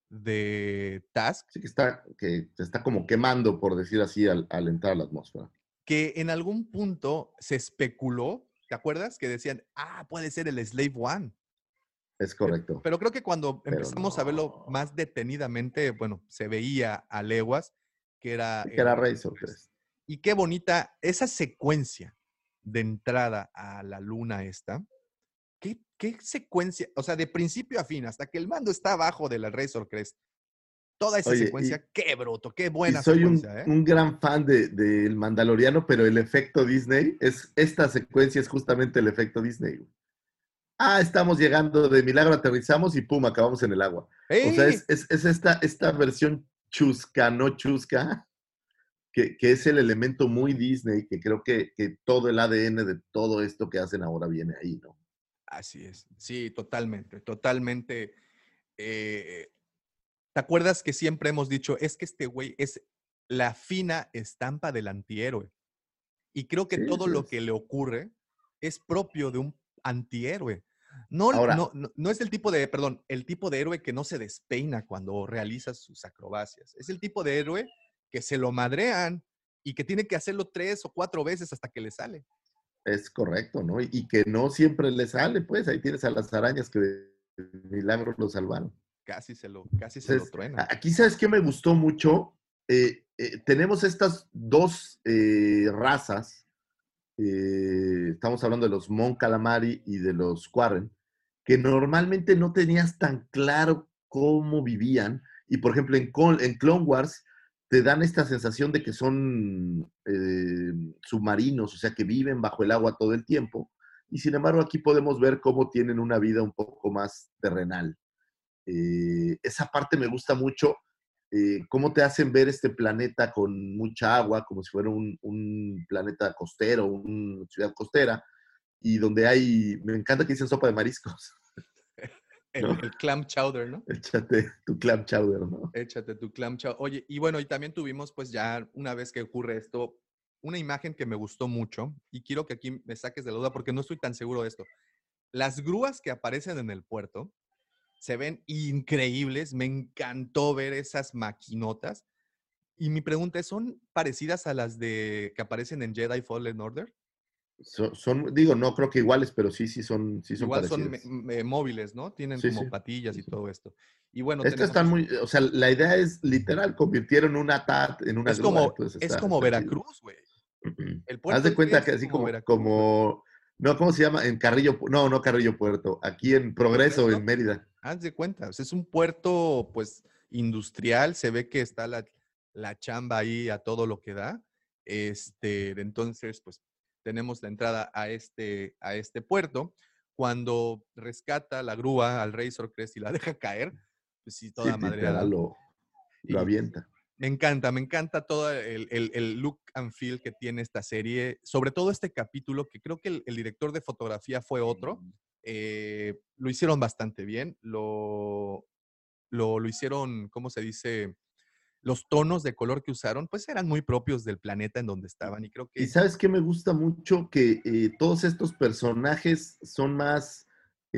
de Task. Sí, que está, que se está como quemando, por decir así, al, al entrar a la atmósfera. Que en algún punto se especuló, ¿te acuerdas? Que decían, ah, puede ser el Slave One. Es correcto. Pero creo que cuando Pero empezamos no. a verlo más detenidamente, bueno, se veía a leguas que era... Sí, que era Razor Crest. Y qué bonita esa secuencia de entrada a la luna esta. ¿Qué, qué secuencia? O sea, de principio a fin, hasta que el mando está abajo de la Razor Crest. Toda esa Oye, secuencia, y, qué bruto, qué y buena soy secuencia, un, ¿eh? un gran fan del de, de Mandaloriano, pero el efecto Disney, es, esta secuencia es justamente el efecto Disney. Ah, estamos llegando, de milagro aterrizamos y pum, acabamos en el agua. ¡Ey! O sea, es, es, es esta, esta versión chusca, no chusca, que, que es el elemento muy Disney, que creo que, que todo el A D N de todo esto que hacen ahora viene ahí, ¿no? Así es, sí, totalmente, totalmente. Eh, ¿te acuerdas que siempre hemos dicho, es que este güey es la fina estampa del antihéroe? Y creo que Sí, todo sí lo es. que le ocurre es propio de un antihéroe. No, Ahora, no, no, no es el tipo de, perdón, el tipo de héroe que no se despeina cuando realiza sus acrobacias. Es el tipo de héroe que se lo madrean y que tiene que hacerlo tres o cuatro veces hasta que le sale. es correcto, ¿no? Y, y que no siempre le sale, pues ahí tienes a las arañas que de milagro lo salvaron. Casi se lo, casi se Entonces, lo truenan. aquí, ¿sabes qué me gustó mucho? Eh, eh, tenemos estas dos eh, razas, eh, estamos hablando de los Mon Calamari y de los Quarren, que normalmente no tenías tan claro cómo vivían. Y por ejemplo, en, Col en Clone Wars te dan esta sensación de que son eh, submarinos, o sea, que viven bajo el agua todo el tiempo. Y sin embargo, aquí podemos ver cómo tienen una vida un poco más terrenal. Eh, esa parte me gusta mucho, eh, cómo te hacen ver este planeta con mucha agua, como si fuera un, un planeta costero, una ciudad costera, y donde hay, me encanta que dicen sopa de mariscos. El, ¿No? el clam chowder, ¿no? Échate tu clam chowder, ¿no? Échate tu clam chowder. Oye, y bueno, y también tuvimos pues ya una vez que ocurre esto, una imagen que me gustó mucho y quiero que aquí me saques de la duda porque no estoy tan seguro de esto. Las grúas que aparecen en el puerto se ven increíbles. Me encantó ver esas maquinotas. Y mi pregunta es, ¿son parecidas a las de que aparecen en Jedi Fallen Order? Son, son, digo, no creo que iguales, pero sí, sí son, sí son Igual son parecidas. me- móviles, ¿no? Tienen Sí, como sí, patillas sí, y sí. todo esto. Y bueno, Estas tenemos... están muy, o sea, la idea es literal, convirtieron una T A T en una Es grúa, como, entonces es está, como está chido. Veracruz, güey. El Haz puerto de cuenta es que así como como, Veracruz, güey. como, no, ¿cómo se llama? En Carrillo, no, no Carrillo Puerto, aquí en Progreso, ¿Progreso? en Mérida. Haz de cuenta, o sea, es un puerto, pues, industrial, se ve que está la, la chamba ahí a todo lo que da. Este, entonces, pues, tenemos la entrada a este, a este puerto. Cuando rescata la grúa al Razor Crest y la deja caer, pues sí, Sí, toda literal, madreada. lo, lo Y avienta. me encanta, me encanta todo el, el, el look and feel que tiene esta serie, sobre todo este capítulo, que creo que el, el director de fotografía fue otro. Eh, lo hicieron bastante bien, lo, lo, lo hicieron, ¿cómo se dice? Los tonos de color que usaron, pues eran muy propios del planeta en donde estaban y creo Y que... sabes que me gusta mucho que eh, todos estos personajes son más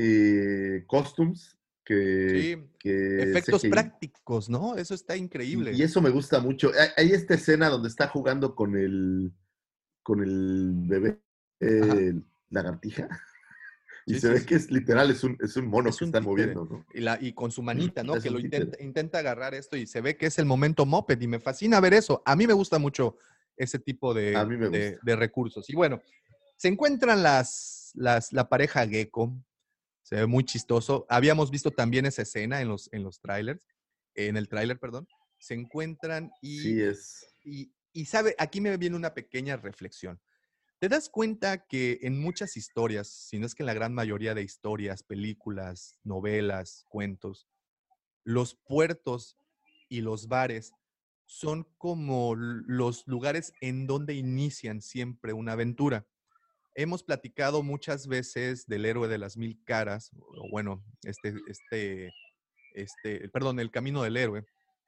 eh, costumes que, Sí, que efectos C G I. prácticos, ¿no? Eso está Y, increíble. y eso me gusta mucho. Hay, hay esta escena donde está jugando con el, con el bebé, Ajá. eh, lagartija. Y Sí, se sí, ve sí. que es literal, es un, es un mono Es que un está títere. moviendo, ¿no? Y, la, y con su manita, ¿no? Es Que un lo títere. intenta, intenta agarrar esto y se ve que es el momento moped y me fascina ver eso. A mí me gusta mucho ese tipo A de, mí me de- gusta. de recursos. Y bueno, se encuentran las, las, la pareja Gecko. Se ve muy chistoso. Habíamos visto también esa escena en los, en los trailers, en el tráiler, perdón. Se encuentran y, Sí es. y, y sabe, aquí me viene una pequeña reflexión. ¿Te das cuenta que en muchas historias, si no es que en la gran mayoría de historias, películas, novelas, cuentos, los puertos y los bares son como l- los lugares en donde inician siempre una aventura? Hemos platicado muchas veces del héroe de las mil caras, o bueno, este, este, este, perdón, El camino del héroe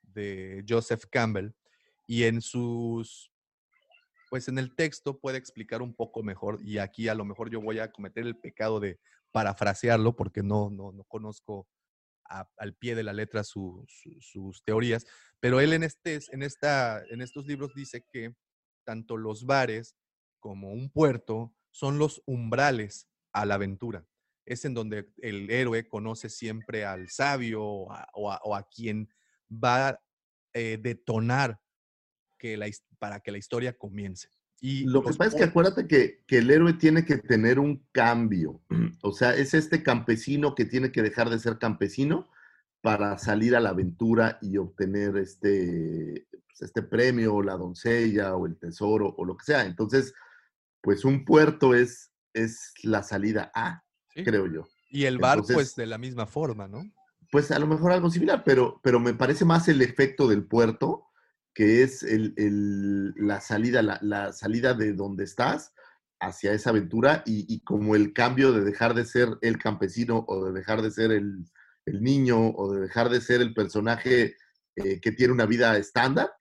de Joseph Campbell, y en sus pues en el texto puede explicar un poco mejor, y aquí a lo mejor yo voy a cometer el pecado de parafrasearlo porque no, no, no conozco a- al pie de la letra su- su- sus teorías, pero él en, este, en, esta, en estos libros dice que tanto los bares como un puerto son los umbrales a la aventura. Es en donde el héroe conoce siempre al sabio o a, o a- o a quien va a eh, detonar que la, his- para que la historia comience. Y Lo que los pasa es que puertos, acuérdate que, que el héroe tiene que tener un cambio. O sea, es este campesino que tiene que dejar de ser campesino para salir a la aventura y obtener este, pues, este premio, o la doncella, o el tesoro, o lo que sea. Entonces, pues un puerto es, es la salida A, ¿sí? creo yo. Y el bar, pues Entonces, de la misma forma, ¿no? pues a lo mejor algo similar, pero, pero me parece más el efecto del puerto, que es el, el- la salida, la, la salida de donde estás hacia esa aventura y, y como el cambio de dejar de ser el campesino o de dejar de ser el, el niño o de dejar de ser el personaje eh, que tiene una vida estándar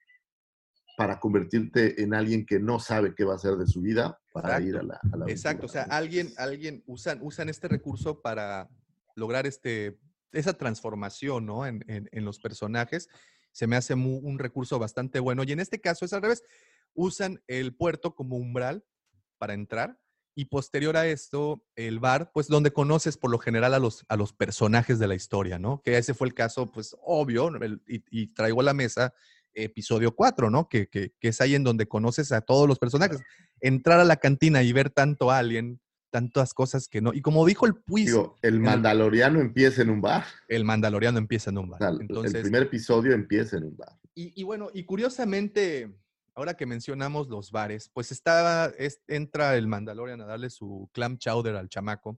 para convertirte en alguien que no sabe qué va a hacer de su vida para ir a Exacto, la, a la exacto. aventura. O sea, ¿no? alguien, alguien usan, usan este recurso para lograr este, esa transformación, ¿no? En, en- en los personajes. Se me hace mu- un recurso bastante bueno. Y en este caso es al revés. Usan el puerto como umbral para entrar y posterior a esto el bar, pues donde conoces por lo general a los, a los personajes de la historia, ¿no? Que ese fue el caso, pues obvio, ¿no? El- y, y traigo a la mesa episodio cuatro, ¿no? Que, que, que es ahí en donde conoces a todos los personajes. Entrar a la cantina y ver tanto Alien, tantas cosas que no. Y como dijo el Puis, Digo, el en el, Mandaloriano empieza en un bar. el Mandaloriano empieza en un O bar. sea, el Entonces, primer episodio empieza en un bar. y, y bueno, y curiosamente, ahora que mencionamos los bares, pues está, es- entra el Mandalorian a darle su clam chowder al chamaco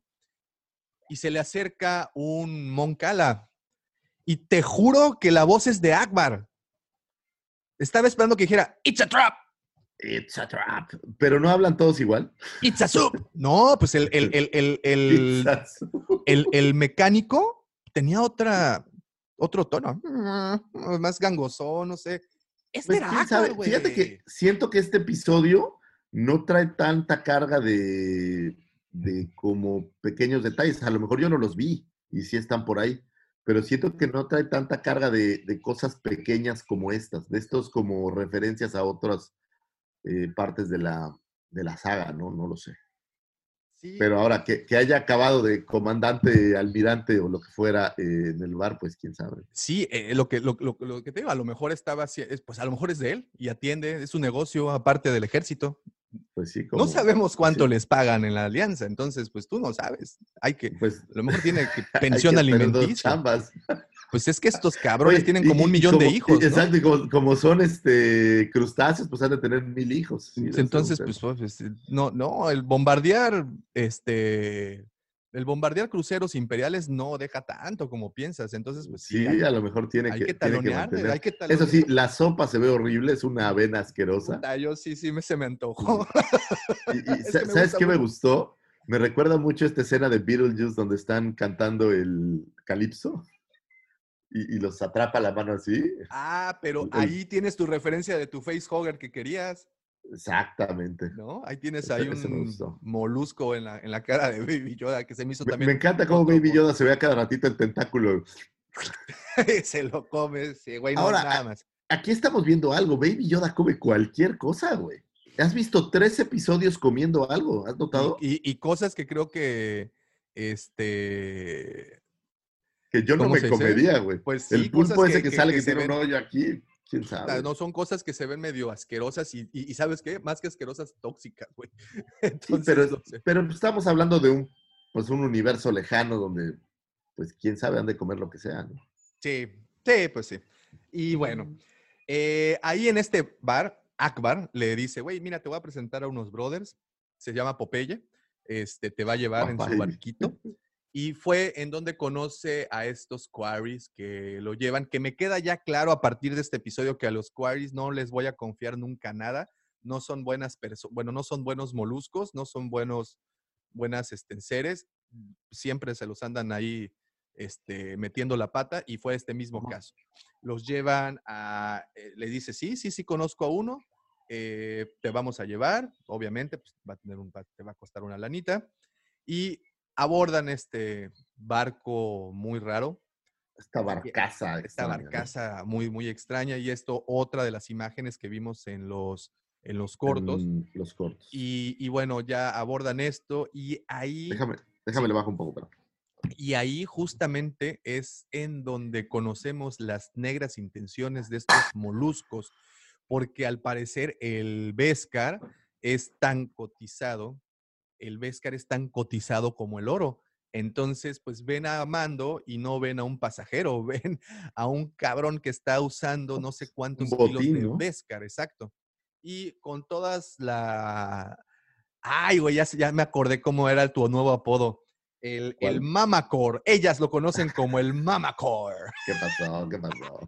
y se le acerca un Mon Cala. Y te juro que la voz es de Akbar. Estaba esperando que dijera, "It's a trap, It's a trap. Pero no hablan todos igual. it's a soup". No, pues el, el, el, el, el, Pizzas. el- el mecánico tenía otra, otro tono, más gangoso, no sé. Este Pues era quién Akbar, sabe. Fíjate que güey. siento que este episodio no trae tanta carga de, de como pequeños detalles. A lo mejor yo no los vi y sí están por ahí. Pero siento que no trae tanta carga de, de cosas pequeñas como estas, de estos como referencias a otras eh, partes de la, de la saga, ¿no? No lo sé. Sí, Pero ahora, que, que haya acabado de comandante, almirante o lo que fuera eh, en el bar, pues quién sabe. sí, eh, lo, que, lo, lo- lo que te digo, a lo mejor estaba, así- es- pues a lo mejor es de él y atiende, es su negocio aparte del ejército. Pues sí, No como. sabemos Pues cuánto sí, les pagan en la alianza, entonces pues tú no sabes. Hay que, pues a lo mejor tiene que hay pensión que tener dos alimenticia. chambas. Pues es que estos cabrones Oye, tienen y, como un y- y millón de como, y- hijos, ¿no? exacto, y como, como son este crustáceos, pues han de tener mil hijos. Sí, debe ser un Entonces, tema. pues, pues, este, no, no, el bombardear, este, el bombardear cruceros imperiales no deja tanto como piensas. Entonces, pues sí, hay, Sí, a lo mejor tiene hay que, que tiene que talonear, mantener. hay que Eso talonear. sí, la sopa se ve horrible, es una avena asquerosa. Puta, yo sí, sí me, se me antojó. Y, y Es sa- que me ¿sabes gusta qué me mucho. gustó? Me recuerda mucho esta escena de Beetlejuice donde están cantando el calipso y, y los atrapa la mano así. Ah, pero El- el- ahí tienes tu referencia de tu facehugger que querías, exactamente. ¿no? Ahí tienes Ese, ahí ese me un gustó. molusco en la, en la cara de Baby Yoda que se me hizo Me, también me encanta cómo otro Baby mono. Yoda se ve a cada ratito el tentáculo. Se lo come, sí, güey, no, Ahora, nada a- más. aquí estamos viendo algo. Baby Yoda come cualquier cosa, güey. ¿Has visto tres episodios comiendo algo? ¿Has Y, notado? y- y cosas que creo que este... Que yo no ¿Cómo me se dice? comería, güey. Pues sí, El pulpo cosas ese que, que, que, sale que que, se tiene ven... un hoyo aquí, quién Puta, sabe. no, son cosas que se ven medio asquerosas y, y, y ¿sabes qué? Más que asquerosas, tóxicas, güey. Sí, pero, Entonces, es- no sé. pero estamos hablando de un, pues un universo lejano donde, pues quién sabe, han de comer lo que sea, ¿no? Sí, sí, pues sí. Y bueno, eh, ahí en este bar, Akbar le dice, güey, mira, te voy a presentar a unos brothers, se llama Popeye, este, te va a llevar en su Papá, barquito. Y fue en donde conoce a estos quarries que lo llevan, que me queda ya claro a partir de este episodio que a los quarries no les voy a confiar nunca nada, no son buenas personas, bueno, no son buenos moluscos, no son buenos, buenas este, seres, siempre se los andan ahí este, metiendo la pata y fue este mismo caso. Los llevan a, eh, le dice, sí, sí, sí conozco a uno, eh, te vamos a llevar, obviamente, pues va a tener un, te va a costar una lanita, y abordan este barco muy raro. Esta barcaza Esta extraña, barcaza ¿no? muy, muy extraña. Y esto, otra de las imágenes que vimos en los, en los cortos. En los cortos. Y, y bueno, ya abordan esto y ahí... Déjame, déjame sí, le bajo un poco, pero. y ahí justamente es en donde conocemos las negras intenciones de estos moluscos, porque al parecer el Beskar es tan cotizado, el Beskar es tan cotizado como el oro. Entonces, pues ven a Mando y no ven a un pasajero, ven a un cabrón que está usando no sé Un cuántos kilos botín, de ¿no? Beskar, exacto. Y con todas la... Ay, güey, ya, ya me acordé cómo era tu nuevo apodo. El, el ¿Cuál? Mamacore. Ellas lo conocen como el Mamacore. ¿Qué pasó? ¿Qué pasó?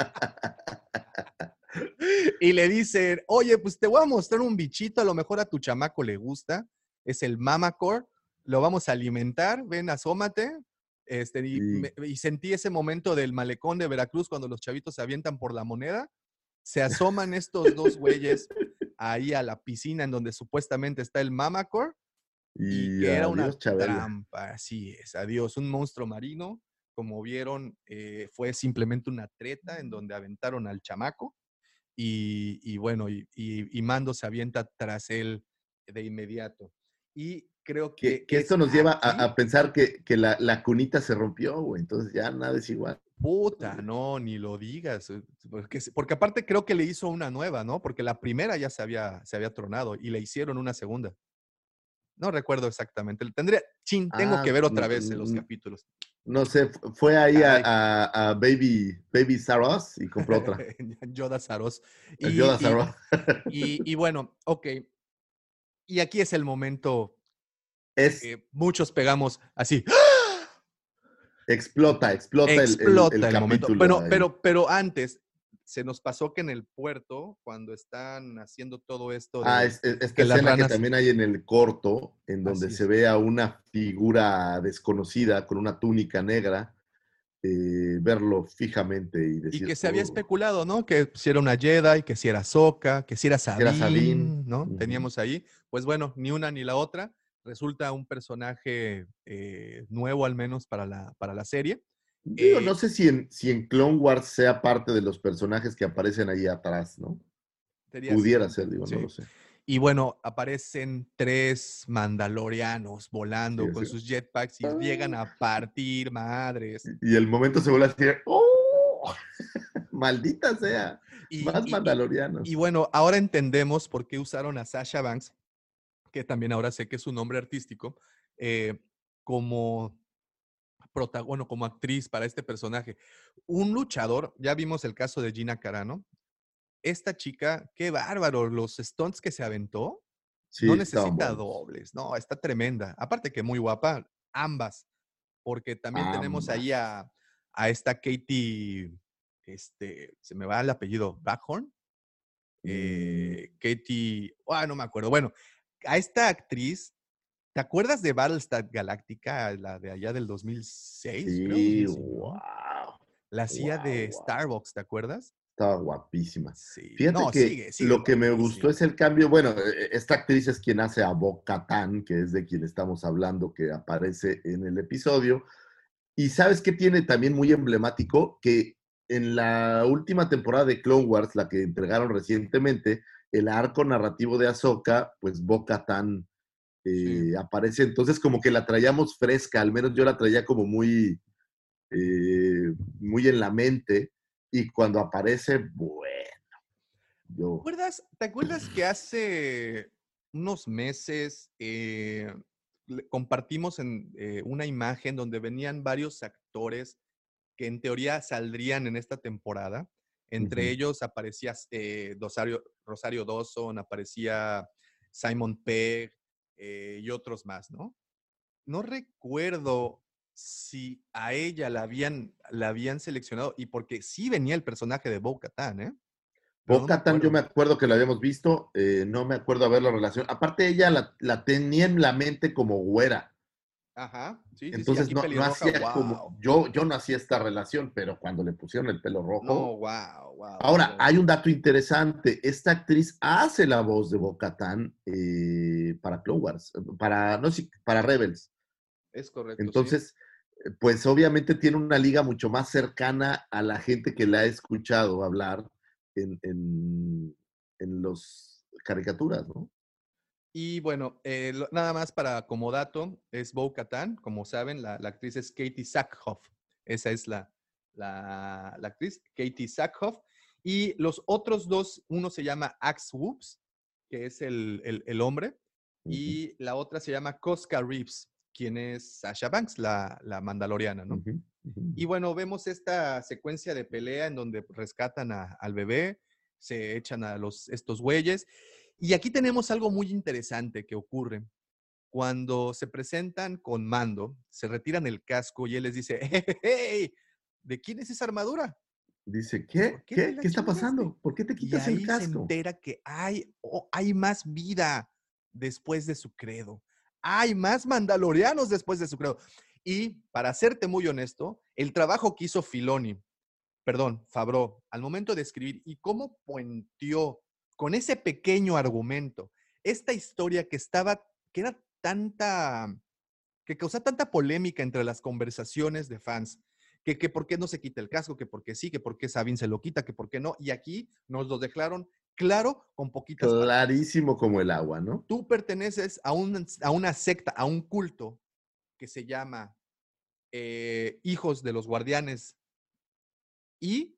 Y le dicen, oye, pues te voy a mostrar un bichito, a lo mejor a tu chamaco le gusta. Es el Mamacore. Lo vamos a alimentar. Ven, asómate. Este, y, Sí. me, y sentí ese momento del malecón de Veracruz cuando los chavitos se avientan por la moneda. Se asoman estos dos güeyes ahí a la piscina en donde supuestamente está el Mamacore. Y Y que era una adiós, Chabela. trampa, así es, adiós, un monstruo marino, como vieron, eh, fue simplemente una treta en donde aventaron al chamaco y, y bueno, y, y, y Mando se avienta tras él de inmediato. Y creo que, Que, que esto es nos lleva a, aquí, a pensar que, que la, la cunita se rompió, güey. Entonces ya nada es igual. puta, no, ni lo digas, eh, porque, porque aparte creo que le hizo una nueva, ¿no? Porque la primera ya se había, se había tronado y le hicieron una segunda. No recuerdo exactamente. Tendría, chin, tengo que Ah, ver otra n- vez en los n- capítulos. no sé, fu- fue ahí a, Caray. a- a Baby, Baby Saros y compró otra. Yoda Saros. El Y, Yoda y, Saros. y, y bueno, ok. Y aquí es el momento Es, que muchos pegamos así. explota, explota el, el- Explota el el momento. capítulo Pero, ahí. pero, pero antes se nos pasó que en el puerto, cuando están haciendo todo esto Ah, de es, es- esta que las escena que ranas. también hay en el corto, en donde Así se es. ve a una figura desconocida con una túnica negra, eh, verlo fijamente y Y decir, que se había "Oh, especulado, ¿no? Que si era una Jedi, que si era Ahsoka, que si era que era Sabine, Sabine". ¿no? Ujú. Teníamos ahí. Pues bueno, ni una ni la otra. Resulta un personaje eh, nuevo, al menos para la, para la serie. Digo, Eh, no sé si en, si en Clone Wars sea parte de los personajes que aparecen ahí atrás, ¿no? sería Pudiera así, ser, digo, no sí. lo sé. Y bueno, aparecen tres mandalorianos volando Sí, con sí. sus jetpacks y llegan a partir madres. Y el momento se vuelve así, ¡oh! Maldita sea. Y, Más y, y, mandalorianos. y bueno, ahora entendemos por qué usaron a Sasha Banks, que también ahora sé que es su nombre artístico, eh, como prota- bueno, como actriz para este personaje. Un luchador, ya vimos el caso de Gina Carano. Esta chica, qué bárbaro, los stunts que se aventó, Sí, no estaban necesita buenos. dobles, no, está tremenda. Aparte que muy guapa, ambas, porque también tenemos ahí Ambas. a, a esta Katie, este, se me va el apellido, Backhorn. Eh, Mm, Katie, ah, no me acuerdo. Bueno, a esta actriz, ¿te acuerdas de Battlestar Galactica, la de allá del dos mil seis, creo? sí, dos mil cinco, ¿no? wow. La hacía Wow, de wow. Starbucks, ¿te acuerdas? Estaba guapísima. Sí. Fíjate No, que sigue, sigue lo que me gustó guapísima. es el cambio. Bueno, eh, esta actriz es quien hace a Bo-Katan, que es de quien estamos hablando, que aparece en el episodio. Y ¿sabes qué tiene también muy emblemático? Que en la última temporada de Clone Wars, la que entregaron recientemente, el arco narrativo de Ahsoka, pues Bo-Katan eh, Sí. aparece, entonces como que la traíamos fresca, al menos yo la traía como muy, eh, muy en la mente, y cuando aparece, bueno, ¿Te yo... acuerdas, te acuerdas que hace unos meses eh, le- compartimos en, eh, una imagen donde venían varios actores que en teoría saldrían en esta temporada? Entre Ujú. ellos aparecía eh, Rosario, Rosario Dawson, aparecía Simon Pegg eh, y otros más, ¿no? No recuerdo si a ella la habían, la habían seleccionado, y porque sí venía el personaje de Bo-Katan, ¿eh? Pero no me Bo-Katan, yo me acuerdo. acuerdo que la habíamos visto, eh, no me acuerdo haber la relación. Aparte, ella la, la tenía en la mente como güera. Ajá, sí, sí, sí, Entonces aquí no, no pelirroja, hacía como, wow. yo, yo no hacía esta relación, pero cuando le pusieron el pelo rojo. No, wow, wow, Ahora, wow. hay un dato interesante. Esta actriz hace la voz de Bo-Katan eh, para Clone Wars, para, no sé, para Rebels. Es correcto, sí. Entonces, eh, pues obviamente tiene una liga mucho más cercana a la gente que la ha escuchado hablar en, en, en los caricaturas, ¿no? Y bueno, eh, lo- nada más para como dato, es Bo-Katan, como saben, la, la actriz es Katie Sackhoff. Esa es la, la, la actriz, Katie Sackhoff. Y los otros dos, uno se llama Axe Whoops, que es el, el, el hombre, Ujú, y la otra se llama Koska Reeves, quien es Sasha Banks, la, la mandaloriana, ¿no? ujú, ujú. Y bueno, vemos esta secuencia de pelea en donde rescatan a- al bebé, se echan a los, estos güeyes. Y aquí tenemos algo muy interesante que ocurre. Cuando se presentan con Mando, se retiran el casco y él les dice, hey, hey, hey, ¿de quién es esa armadura? Dice, ¿Por ¿qué? qué te ¿Qué? la ¿Qué está chingaste? pasando? ¿Por qué te Y quitas el ahí se casco? entera que hay, oh, hay más vida después de su credo. Hay más mandalorianos después de su credo. Y para serte muy honesto, el trabajo que hizo Filoni, perdón, Favreau, al momento de escribir y cómo puenteó con ese pequeño argumento esta historia que estaba, que era tanta, que causaba tanta polémica entre las conversaciones de fans, que, que por qué no se quita el casco, que por qué sí, que por qué Sabine se lo quita, que por qué no, y aquí nos lo dejaron claro con poquitas palabras. Clarísimo como el agua, ¿no? Tú perteneces a, un, a una secta, a un culto que se llama eh, Hijos de los Guardianes, y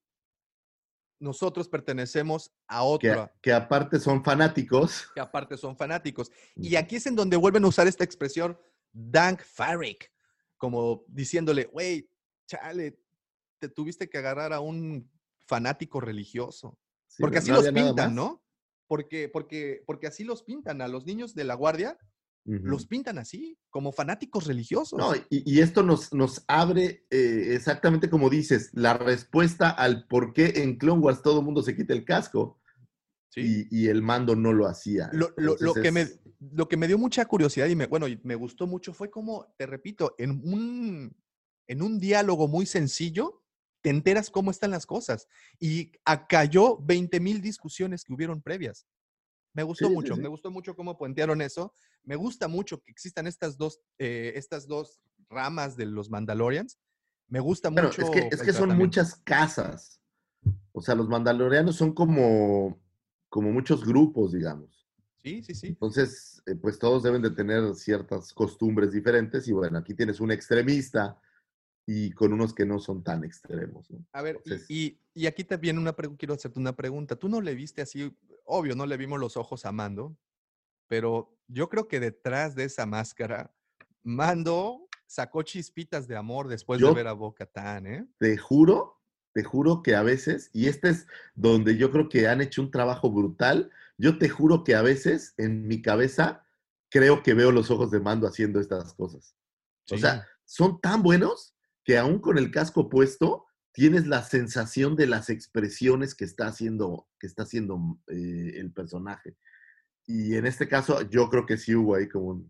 nosotros pertenecemos a Que, otra, que aparte son fanáticos. que aparte son fanáticos. Y Ujú. aquí es en donde vuelven a usar esta expresión, Dank Farrik, como diciéndole, güey, chale, te tuviste que agarrar a un fanático religioso. Sí, Porque no, así no los había nada pintan, más. ¿no? Porque, porque, porque así los pintan a los niños de la guardia, Ujú. los pintan así, como fanáticos No, religiosos. y, y esto nos, nos abre eh, exactamente como dices, la respuesta al por qué en Clone Wars todo el mundo se quita el casco ¿Sí? y, y el Mando no lo hacía. Lo, lo, Entonces lo, que me, es, lo que me dio mucha curiosidad y me, bueno, y me gustó mucho fue como, te repito, en un, en un diálogo muy sencillo, te enteras cómo están las cosas. Y acalló veinte mil discusiones que hubieron previas. Me sí, gustó sí, mucho, me sí. gustó mucho cómo puentearon eso. Me gusta mucho que existan estas dos, eh, estas dos ramas de los Mandalorians. Me gusta Bueno, es que, mucho es el que son tratamiento. muchas casas. O sea, los mandalorianos son como, como muchos grupos, digamos. Sí, sí, sí. Entonces, eh, pues todos deben de tener ciertas costumbres diferentes y bueno, aquí tienes un extremista y con unos que no son tan extremos, ¿no? A ver, y, Entonces, y, y aquí también una pregu- quiero hacerte una pregunta. Tú no le viste así, obvio, no le vimos los ojos a Mando, pero yo creo que detrás de esa máscara, Mando sacó chispitas de amor después de ver yo a Bo-Katan, ¿eh? te juro, te juro que a veces, y este es donde yo creo que han hecho un trabajo brutal, yo te juro que a veces en mi cabeza creo que veo los ojos de Mando haciendo estas cosas. O sea, Sí. son tan buenos que aún con el casco puesto tienes la sensación de las expresiones que está haciendo, que está haciendo eh, el personaje. Y en este caso, yo creo que sí hubo ahí como un,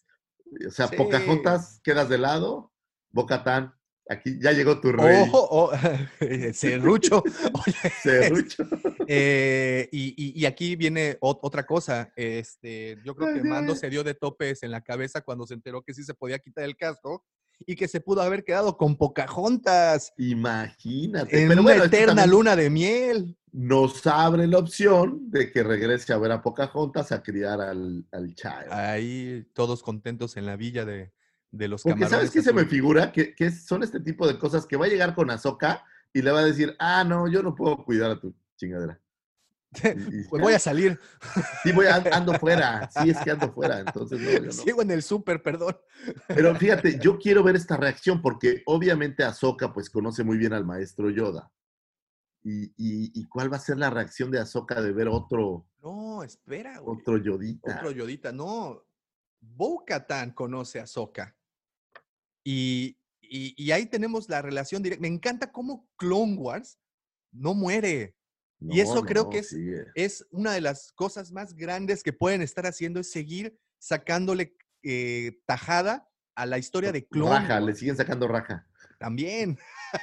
o sea, Sí. Pocahontas, quedas de lado, Bo-Katan, aquí ya llegó tu rey, Ojo, oh, serrucho. Oye, es- serrucho. eh, y, y- y aquí viene ot- otra cosa. Este, yo creo que Así Mando es. se dio de topes en la cabeza cuando se enteró que sí se podía quitar el casco. y que se pudo haber quedado con Pocahontas Imagínate. en Pero una bueno, esto eterna también luna de miel. nos abre la opción de que regrese a ver a Pocahontas a criar al, al child. Ahí todos contentos en la villa de, de los Porque ¿sabes camarones qué se me azules. figura? Que, que son este tipo de cosas que va a llegar con Ahsoka y le va a decir, ah, no, yo no puedo cuidar a tu chingadera. Y, y Pues voy a salir. sí, voy, a- ando fuera. Sí, es que ando fuera. Entonces, no, yo no. Sigo en el súper, perdón. Pero fíjate, yo quiero ver esta reacción porque obviamente Ahsoka pues conoce muy bien al maestro Yoda. Y, y, y cuál va a ser la reacción de Ahsoka de ver otro, No, espera, güey. otro Yodita. Otro Yodita. No, Bo-Katan conoce a Ahsoka. Y, y, y ahí tenemos la relación directa. Me encanta cómo Clone Wars no muere. No, Y eso creo no, que es, sigue. es una de las cosas más grandes que pueden estar haciendo, es seguir sacándole eh, tajada a la historia de Clone Raja, le Wars. siguen sacando raja. También.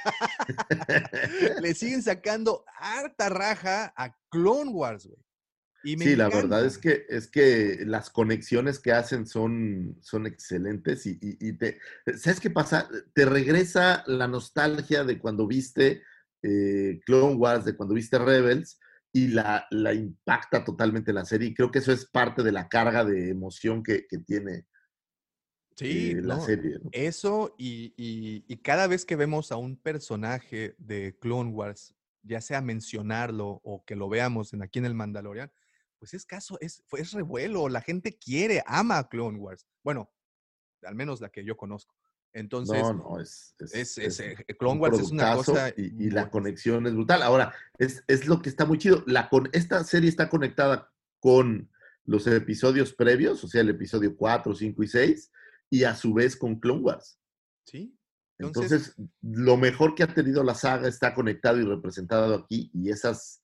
Le siguen sacando harta raja a Clone Wars, güey. Y me Sí, la encanta. verdad es que, es que las conexiones que hacen son, son excelentes y, y- y te, ¿sabes qué pasa? Te regresa la nostalgia de cuando viste eh, Clone Wars, de cuando viste Rebels y la, la impacta totalmente la serie. Y creo que eso es parte de la carga de emoción que, que tiene Sí, eh, la no, serie, ¿no? eso y, y- y cada vez que vemos a un personaje de Clone Wars, ya sea mencionarlo o que lo veamos en, aquí en el Mandalorian, pues es caso, es, fue- es revuelo, la gente quiere, ama a Clone Wars. Bueno, al menos la que yo conozco. Entonces, No, no, es, es, es, es, es eh, Clone un Wars es una productazo cosa y, y la buenísima. conexión es brutal. Ahora, es, es lo que está muy chido. La con, esta serie está conectada con los episodios previos, o sea, el episodio cuatro, cinco y seis, y a su vez con Clone Wars. ¿Sí? Entonces, Entonces, lo mejor que ha tenido la saga está conectado y representado aquí, y esas,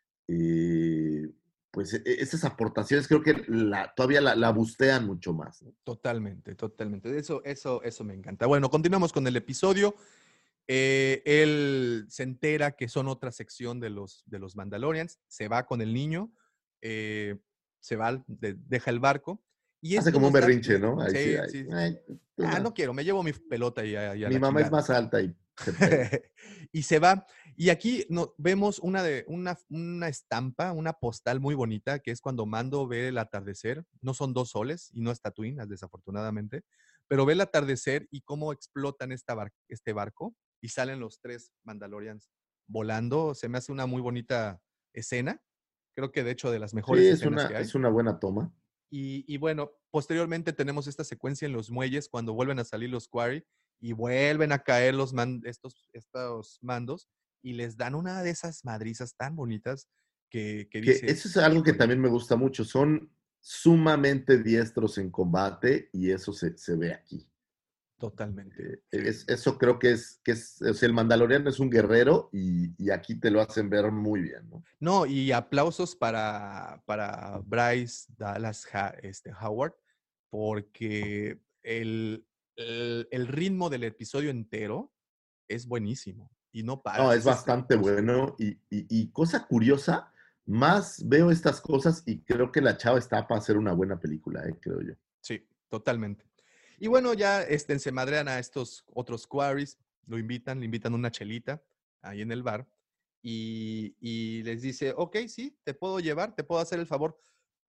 eh, pues, e- esas aportaciones creo que la, todavía la, la bustean mucho más, ¿no? totalmente, totalmente. Eso, eso, eso me encanta. Bueno, continuamos con el episodio. Eh, él se entera que son otra sección de los, de los Mandalorians, se va con el niño, eh, se va, de- deja el barco. Y Hace esto como un nos da... berrinche, ¿no? Ahí sí, Sí, ay, sí. ay, tú Ah, no. no quiero, me llevo mi pelota y a, y a Mi la mamá es chingada. más alta y se pega. Y se va. Y aquí no, vemos una, de, una, una estampa, una postal muy bonita, que es cuando Mando ve el atardecer. No son dos soles y no es Tatooine, desafortunadamente, pero ve el atardecer y cómo explotan esta bar, este barco y salen los tres Mandalorians volando. Se me hace una muy bonita escena. Creo que de hecho de las mejores Sí, es escenas una, que hay. es una buena toma. Y, y bueno, posteriormente tenemos esta secuencia en los muelles cuando vuelven a salir los Quarry y vuelven a caer los man- estos, estos mandos y les dan una de esas madrizas tan bonitas que, que Que dices, eso es algo que "Híjole". también me gusta mucho. Son sumamente diestros en combate y eso se, se ve aquí. Totalmente. Eh, Sí. es- eso creo que es, que es, o sea, el Mandaloriano es un guerrero y, y aquí te lo hacen ver muy bien, ¿no? No, y aplausos para, para Bryce Dallas Ha- este, Howard, porque el, el, el ritmo del episodio entero es buenísimo y no No, paras, es es bastante estrepitoso. bueno y, y- y cosa curiosa, más veo estas cosas y creo que la chava está para hacer una buena película, eh, creo yo. Sí, totalmente. Y bueno, ya este, se madrean a estos otros quarries, lo invitan, le invitan una chelita ahí en el bar y, y les dice, ok, sí, te puedo llevar, te puedo hacer el favor,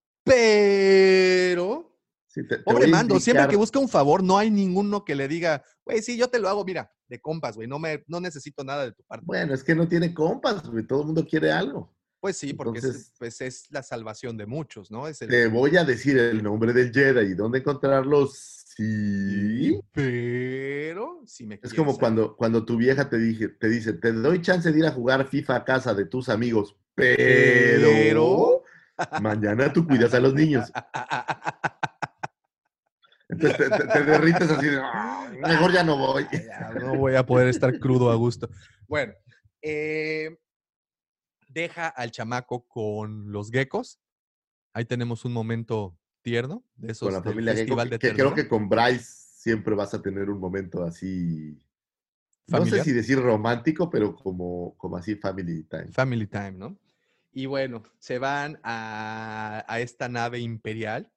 pero... Sí, te, te Pobre voy a Mando, siempre que indicar, busca un favor, no hay ninguno que le diga, güey, sí, yo te lo hago, mira, de compas, güey, no, me, no necesito nada de tu parte. bueno, es que no tiene compas, güey, todo el mundo quiere algo. Pues sí, porque es, Entonces, pues es la salvación de muchos, ¿no? Es el... te voy a decir el nombre del Jedi y dónde encontrarlo. Sí. Pero, si me Es quieres como cuando, cuando tu vieja te, dije, te dice, te doy chance de ir a jugar FIFA a casa de tus amigos, pero Pero... mañana tú cuidas a los niños. Entonces te, te- te derrites así de, "Ah, mejor ya no voy". Ah, ya no voy a poder estar crudo a gusto. Bueno, eh, deja al chamaco con los geckos. Ahí tenemos un momento tierno de Con esos la del familia Gecko, Festival que, de que creo Ternura que con Bryce siempre vas a tener un momento así, no sé familiar. si decir romántico, pero como, como así family time. Family time, ¿no? Y bueno, se van a, a esta nave imperial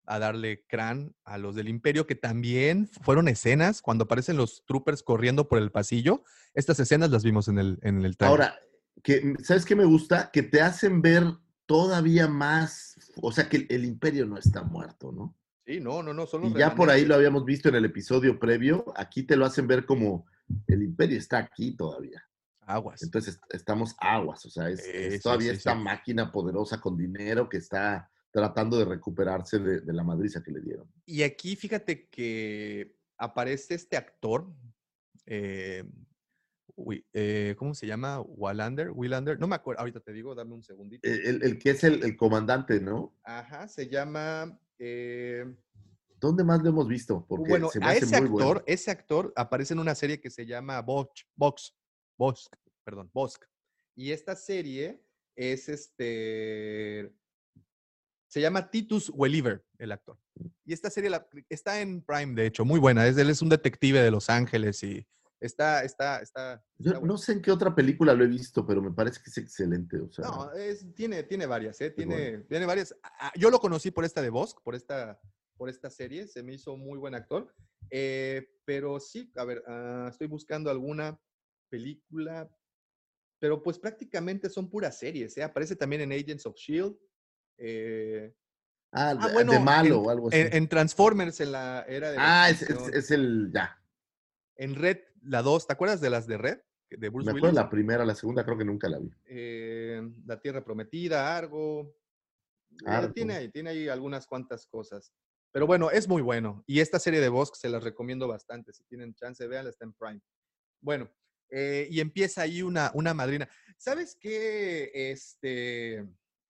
a darle crán a los del Imperio, que también fueron escenas cuando aparecen los troopers corriendo por el pasillo. Estas escenas las vimos en el, en el trailer. Ahora, que, ¿sabes qué me gusta? Que te hacen ver todavía más, o sea, que el, el Imperio no está muerto, ¿no? Sí, no, no, no, son los Y ya por ahí remanentes. lo habíamos visto en el episodio previo, aquí te lo hacen ver como el Imperio está aquí todavía. Aguas. Entonces estamos aguas, o sea, es, Sí, es sí, todavía sí, esta sí. máquina poderosa con dinero que está tratando de recuperarse de, de la madriza que le dieron. Y aquí fíjate que aparece este actor, eh, Wi- eh, ¿cómo se llama? Wallander, Willander, no me acuerdo, ahorita te digo, dame un segundito. El, el- el que es el, el comandante, ¿no? Ajá, se llama... eh, ¿Dónde más lo hemos visto? Porque bueno, se me a hace ese muy actor, bueno. ese actor aparece en una serie que se llama Bosch, Box, Bosk, perdón, Bosk. Y esta serie es este... Se llama Titus Welliver, el actor. Y esta serie la- está en Prime, de hecho, muy buena. Es, él es un detective de Los Ángeles y está, está, está, Yo está no bueno. sé en qué otra película lo he visto, pero me parece que es excelente. O sea, No, es, tiene, tiene varias, ¿eh? Tiene, bueno. tiene varias. Ah, yo lo conocí por esta de Bosk, por esta, por esta serie. Se me hizo muy buen actor. Eh, pero sí, a ver, uh, estoy buscando alguna película, pero pues prácticamente son puras series, ¿eh? Aparece también en Agents of S H I E L D. Eh, Ah, ah, de, de bueno, malo en, o algo en, así. en Transformers, en la era de la Ah, es, es, extinción. es el, ya. En Red, la dos, ¿te acuerdas de las de Red? De Bruce Me acuerdo Willis. de la primera, la segunda creo que nunca la vi. Eh, la Tierra Prometida, Argo. Eh, tiene Argo. ahí, tiene ahí algunas cuantas cosas. Pero bueno, es muy bueno. Y esta serie de Bosk se las recomiendo bastante. Si tienen chance, véanla, está en Prime. Bueno, eh, y empieza ahí una, una madrina. ¿Sabes qué? Este.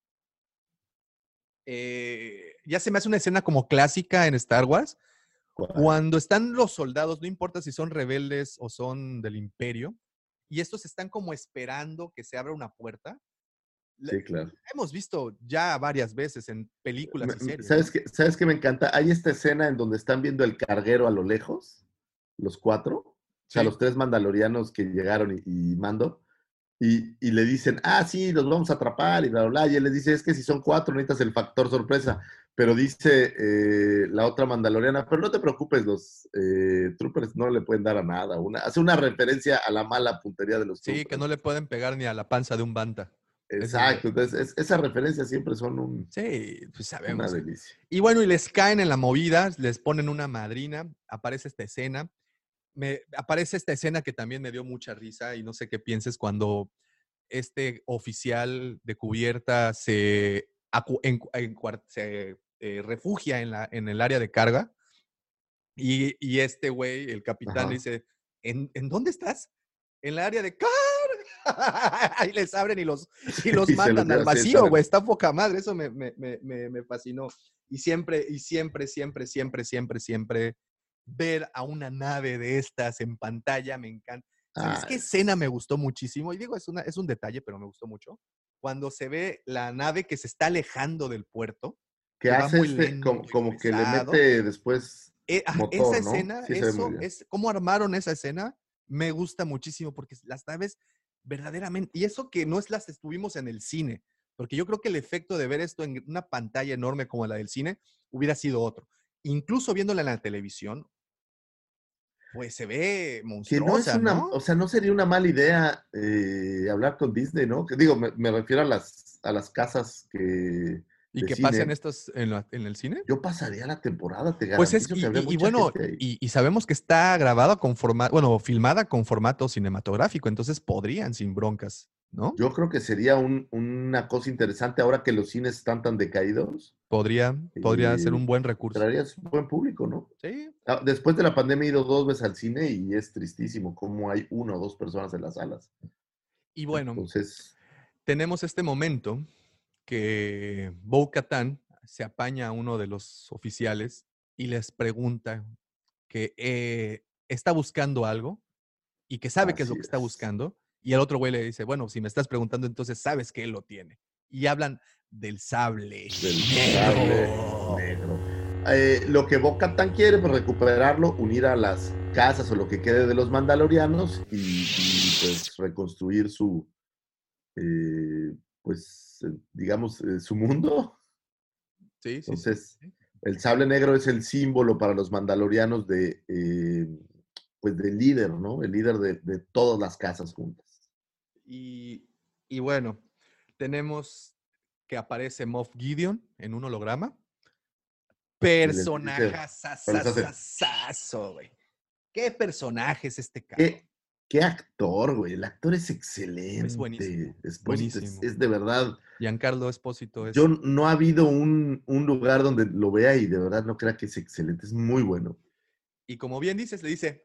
Eh, ya se me hace una escena como clásica en Star Wars. ¿Cuál? Cuando están los soldados, no importa si son rebeldes o son del Imperio, y estos están como esperando que se abra una puerta. Le- Sí, claro. hemos visto ya varias veces en películas Me- y me- series, ¿Sabes ¿no? qué, ¿Sabes qué me encanta? Hay esta escena en donde están viendo el carguero a lo lejos, los cuatro, o sea, Sí. los tres mandalorianos que llegaron y, y Mando, y, y le dicen, ah, sí, los vamos a atrapar y bla, bla, bla, y él les dice, es que si son cuatro necesitas el factor sorpresa, pero dice eh, la otra mandaloriana, pero no te preocupes, los eh, troopers no le pueden dar a nada, una, hace una referencia a la mala puntería de los Sí, que troopers. no le pueden pegar ni a la panza de un banta. Eso es Exacto, lo- entonces es- esas referencias siempre son un, Sí, pues una sabemos. delicia. Y bueno, y les caen en la movida, les ponen una madrina, aparece esta escena. Me, aparece esta escena que también me dio mucha risa y no sé qué pienses cuando este oficial de cubierta se, acu- en- encuar- se, eh, refugia en, la, en el área de carga y, y este güey, el capitán, le Ajá. dice, ¿En, ¿en dónde estás? En la área de carga. Ahí les abren y los, y los Y se los mandan al lleva, sí, vacío, están en- güey. Está poca madre. Eso me, me, me, me me fascinó. Y siempre, y siempre, siempre, siempre, siempre, siempre ver a una nave de estas en pantalla me encanta. ¿Sabes Ah, qué es- escena me gustó muchísimo? Y digo, es, una, es un detalle, pero me gustó mucho. Cuando se ve la nave que se está alejando del puerto, que que va hace muy este, lento como, y como que le pesado. mete después Eh, ah, esa motor, ¿no? escena, Sí, se ve muy eso bien. es, cómo armaron esa escena, me gusta muchísimo porque las naves verdaderamente, y eso que no es las estuvimos en el cine, porque yo creo que el efecto de ver esto en una pantalla enorme como la del cine hubiera sido otro. Incluso viéndola en la televisión, pues se ve Que no es monstruosa, una, ¿no? o sea, no sería una mala idea eh, hablar con Disney, ¿no? Que digo, me, me refiero a las, a las casas que, Y de que pasen cine. estos en, la- en el cine. Yo pasaría la temporada, te Pues es, garantizo que y, habría y- y mucha bueno, gente ahí. y, y sabemos que está grabada con formato, bueno, filmada con formato cinematográfico, entonces podrían sin broncas, ¿no? Yo creo que sería un- una cosa interesante ahora que los cines están tan decaídos. Podría, podría ser eh, un buen recurso. Traerías buen público, ¿no? Sí. Ah, después de la pandemia he ido dos veces al cine y es tristísimo cómo hay una o dos personas en las salas. Y bueno, Entonces, tenemos este momento que Bo-Katan se apaña a uno de los oficiales y les pregunta que eh, está buscando algo y que sabe qué es lo así que está es. buscando. Y el otro güey le dice, bueno, si me estás preguntando, entonces sabes que él lo tiene. Y hablan del sable Del negro. sable negro. Eh, lo que Bo-Katan quiere, pues recuperarlo, unir a las casas o lo que quede de los mandalorianos y, y, pues reconstruir su, eh, pues, eh, digamos, eh, su mundo. Sí, sí, sí. Entonces, sí. El sable negro es el símbolo para los mandalorianos de, eh, pues del líder, ¿no? El líder de, de todas las casas juntas. Y, y bueno, tenemos que aparece Moff Gideon en un holograma. Personajazazazazo, güey. ¿Qué personaje es este cabrón? ¿Qué, qué actor, güey? El actor es excelente. Es buenísimo. Espósito buenísimo. Es, es de verdad. Giancarlo Espósito es... Yo no ha habido un, un lugar donde lo vea y de verdad no crea que es excelente. Es muy bueno. Y como bien dices, le dice...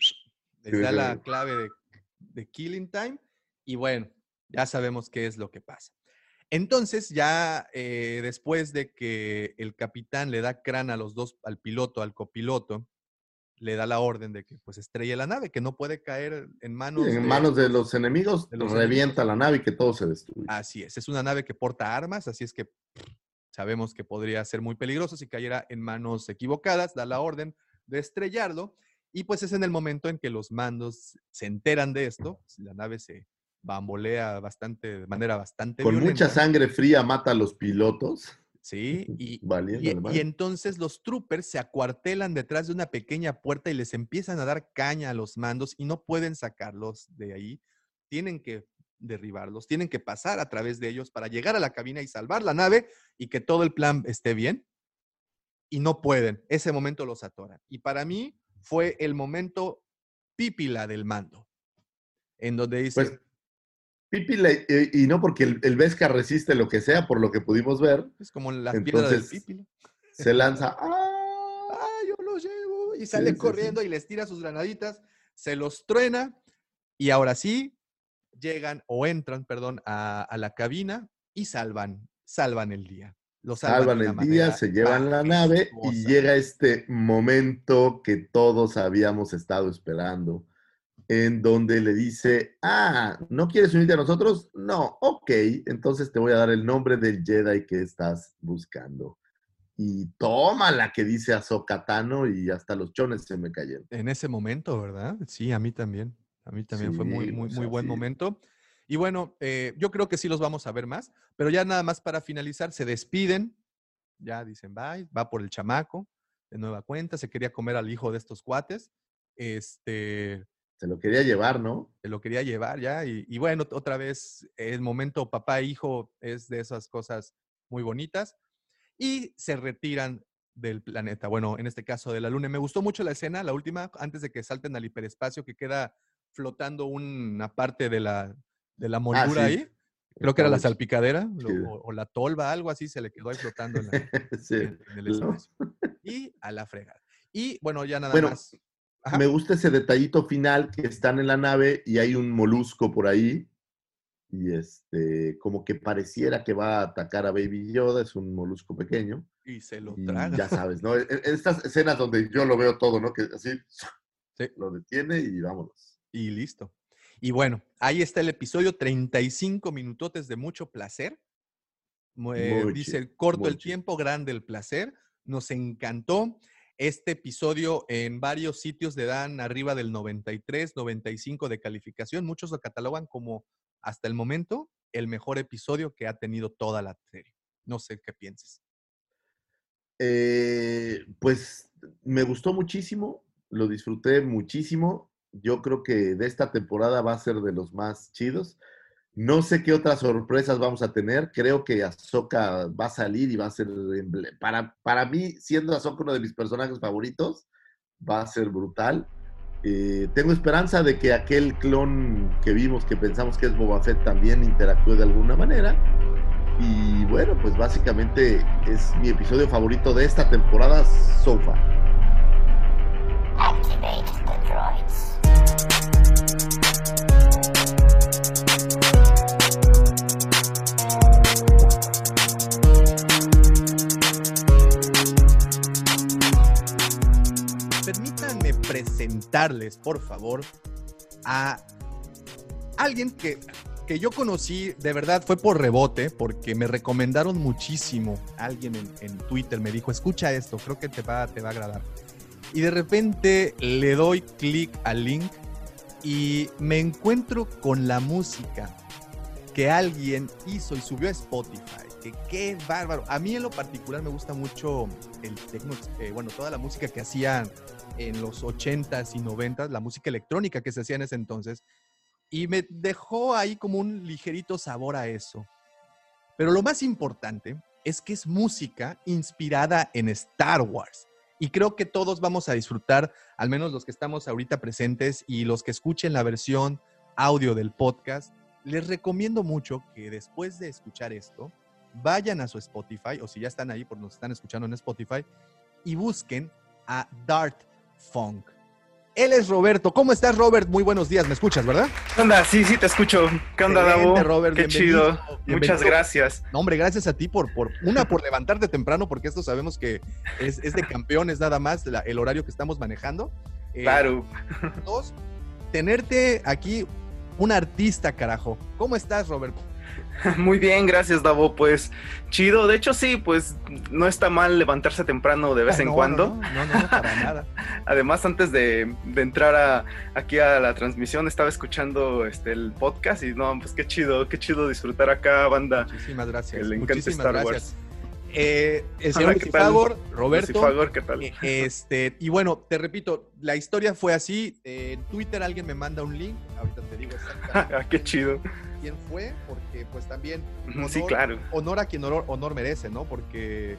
Les da la clave de, de Killing Time. Y bueno, ya sabemos qué es lo que pasa. Entonces, ya eh, después de que el capitán le da crán a los dos, al piloto, al copiloto, le da la orden de que pues estrelle la nave, que no puede caer en manos, en de, manos de los enemigos, de los revienta enemigos. La nave y que todo se destruye. Así es, es una nave que porta armas, así es que pff, sabemos que podría ser muy peligroso si cayera en manos equivocadas, da la orden de estrellarlo, y pues es en el momento en que los mandos se enteran de esto, la nave se bambolea bastante, de manera bastante Con violenta. Mucha sangre fría mata a los pilotos. Sí, y, Valiendo, y, y entonces los troopers se acuartelan detrás de una pequeña puerta y les empiezan a dar caña a los mandos y no pueden sacarlos de ahí. Tienen que derribarlos, tienen que pasar a través de ellos para llegar a la cabina y salvar la nave y que todo el plan esté bien. Y no pueden. Ese momento los atoran. Y para mí fue el momento pípila del mando, en donde dice... Pues, pípila, y, y no porque el, el Beskar resiste lo que sea, por lo que pudimos ver. Es como la piedra del pípila. Se lanza, ¡ah! ¡Ah, yo lo llevo! Y sale sí, corriendo sí, sí. y les tira sus granaditas, se los truena, y ahora sí, llegan, o entran, perdón, a, a la cabina y salvan, salvan el día. Lo salvan, salvan el día, se llevan la nave y llega este momento que todos habíamos estado esperando. En donde le dice, ah, ¿no quieres unirte a nosotros? No, ok, entonces te voy a dar el nombre del Jedi que estás buscando. Y toma la que dice Ahsoka Tano y hasta los chones se me cayeron. En ese momento, ¿verdad? Sí, a mí también. A mí también sí, fue muy, muy, muy buen sí. momento. Y bueno, eh, yo creo que sí los vamos a ver más, pero ya nada más para finalizar, se despiden, ya dicen bye, va por el chamaco, de nueva cuenta, se quería comer al hijo de estos cuates, este... Se lo quería llevar, ¿no? Se lo quería llevar ya. Y, y bueno, otra vez, el momento papá e hijo es de esas cosas muy bonitas. Y se retiran del planeta. Bueno, en este caso de la luna. Me gustó mucho la escena, la última, antes de que salten al hiperespacio, que queda flotando una parte de la, de la moldura ah, sí. ahí. Creo que era la salpicadera sí. o, o la tolva, algo así, se le quedó ahí flotando en, la, sí. en, en el espacio. ¿No? Y a la fregada. Y bueno, ya nada bueno, más. Ajá. Me gusta ese detallito final que están en la nave y hay un molusco por ahí y este, como que pareciera que va a atacar a Baby Yoda, es un molusco pequeño. Y se lo y traga. Ya sabes, ¿no? En estas escenas donde yo lo veo todo, ¿no? Que así sí. Lo detiene y vámonos. Y listo. Y bueno, ahí está el episodio, treinta y cinco minutotes de mucho placer. Eh, dice, corto el tiempo, grande el placer. Nos encantó. Este episodio en varios sitios le dan arriba del noventa y tres, noventa y cinco de calificación. Muchos lo catalogan como, hasta el momento, el mejor episodio que ha tenido toda la serie. No sé qué pienses. Eh, pues me gustó muchísimo, lo disfruté muchísimo. Yo creo que de esta temporada va a ser de los más chidos. No sé qué otras sorpresas vamos a tener. Creo que Ahsoka va a salir y va a ser... Para, para mí, siendo Ahsoka uno de mis personajes favoritos, va a ser brutal. Eh, tengo esperanza de que aquel clon que vimos, que pensamos que es Boba Fett, también interactúe de alguna manera. Y bueno, pues básicamente es mi episodio favorito de esta temporada so far. Activate the droids. Permítanme presentarles, por favor, a alguien que, que yo conocí, de verdad, fue por rebote, porque me recomendaron muchísimo. Alguien en, en Twitter me dijo, escucha esto, creo que te va, te va a agradar. Y de repente le doy clic al link y me encuentro con la música que alguien hizo y subió a Spotify, Que qué bárbaro. A mí en lo particular me gusta mucho el techno, eh, bueno, toda la música que hacían en los ochentas y noventas, la música electrónica que se hacía en ese entonces, y me dejó ahí como un ligerito sabor a eso. Pero lo más importante es que es música inspirada en Star Wars. Y creo que todos vamos a disfrutar, al menos los que estamos ahorita presentes y los que escuchen la versión audio del podcast, les recomiendo mucho que después de escuchar esto, vayan a su Spotify, o si ya están ahí, porque nos están escuchando en Spotify, y busquen a Dart Funk. Él es Roberto. ¿Cómo estás, Robert? Muy buenos días. ¿Me escuchas, verdad? ¿Qué onda? Sí, sí, te escucho. ¿Qué onda, Davo? Robert, Qué bienvenido, chido. bienvenido. Muchas gracias. No, hombre, gracias a ti por, por una, por levantarte temprano, porque esto sabemos que es, es de campeones nada más, la, el horario que estamos manejando. Eh, Claro. Dos, tenerte aquí un artista, carajo. ¿Cómo estás, Robert? Muy bien, gracias, Davo. Pues chido. De hecho, sí, pues no está mal levantarse temprano de vez Ah, en no, cuando. No, no, no, no, para nada. Además, antes de, de entrar a, aquí a la transmisión, estaba escuchando este, el podcast y no, pues qué chido, qué chido disfrutar acá, banda. Muchísimas gracias. Que le encanta Muchísimas Star gracias. Wars. Eh, el Hola, señor ¿qué tal? Lucifagor, Roberto. Lucifagor, ¿qué tal? eh, Este, y bueno, te repito, la historia fue así. eh, en Twitter alguien me manda un link. Ahorita te digo exactamente Ah, qué chido. quién fue, porque pues también honor, Sí, claro. honor a quien honor, honor merece, ¿no? Porque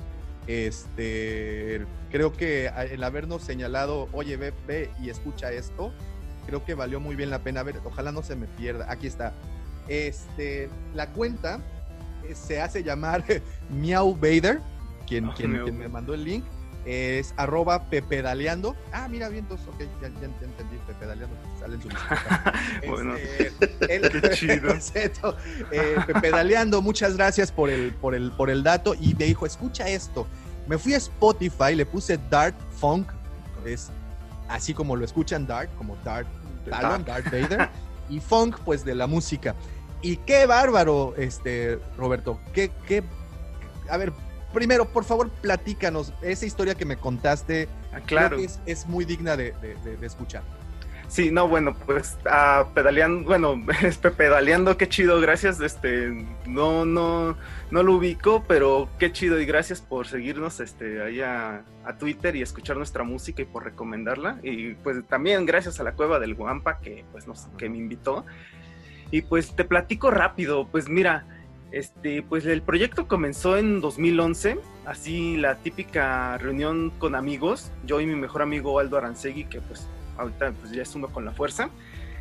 este creo que el habernos señalado, oye, ve, ve y escucha esto, creo que valió muy bien la pena. A ver, ojalá no se me pierda. Aquí está. Este, la cuenta eh, se hace llamar Meow Vader, quien, Oh, quien, Meow quien me Vader. mandó el link. Es arroba pepedaleando. Ah, mira, bien, entonces, ok, ya, ya, ya entendí, pepedaleando, sale en su bicicleta. Bueno, Este, el- qué chido. Concepto, eh, Pepedaleando, muchas gracias por el, por, el, por el dato. Y me dijo, escucha esto. Me fui a Spotify, le puse Dart Funk, es así como lo escuchan, Dart, como Dart Talon, Darth Vader, y Funk, pues de la música. Y qué bárbaro, este, Roberto, qué, qué, a ver, primero, por favor, platícanos, esa historia que me contaste, Ah, claro. creo que es, es muy digna de, de, de, de escuchar. Sí, no, bueno, pues a pedaleando, bueno, es pedaleando, qué chido, gracias, este, no, no, no lo ubico, pero qué chido y gracias por seguirnos, este, ahí a, a Twitter y escuchar nuestra música y por recomendarla, y pues también gracias a la Cueva del Guampa que, pues, nos, que me invitó, y pues te platico rápido, pues mira, este, pues el proyecto comenzó en dos mil once, así la típica reunión con amigos, yo y mi mejor amigo Aldo Arancegui, que pues ahorita pues ya es uno con la fuerza.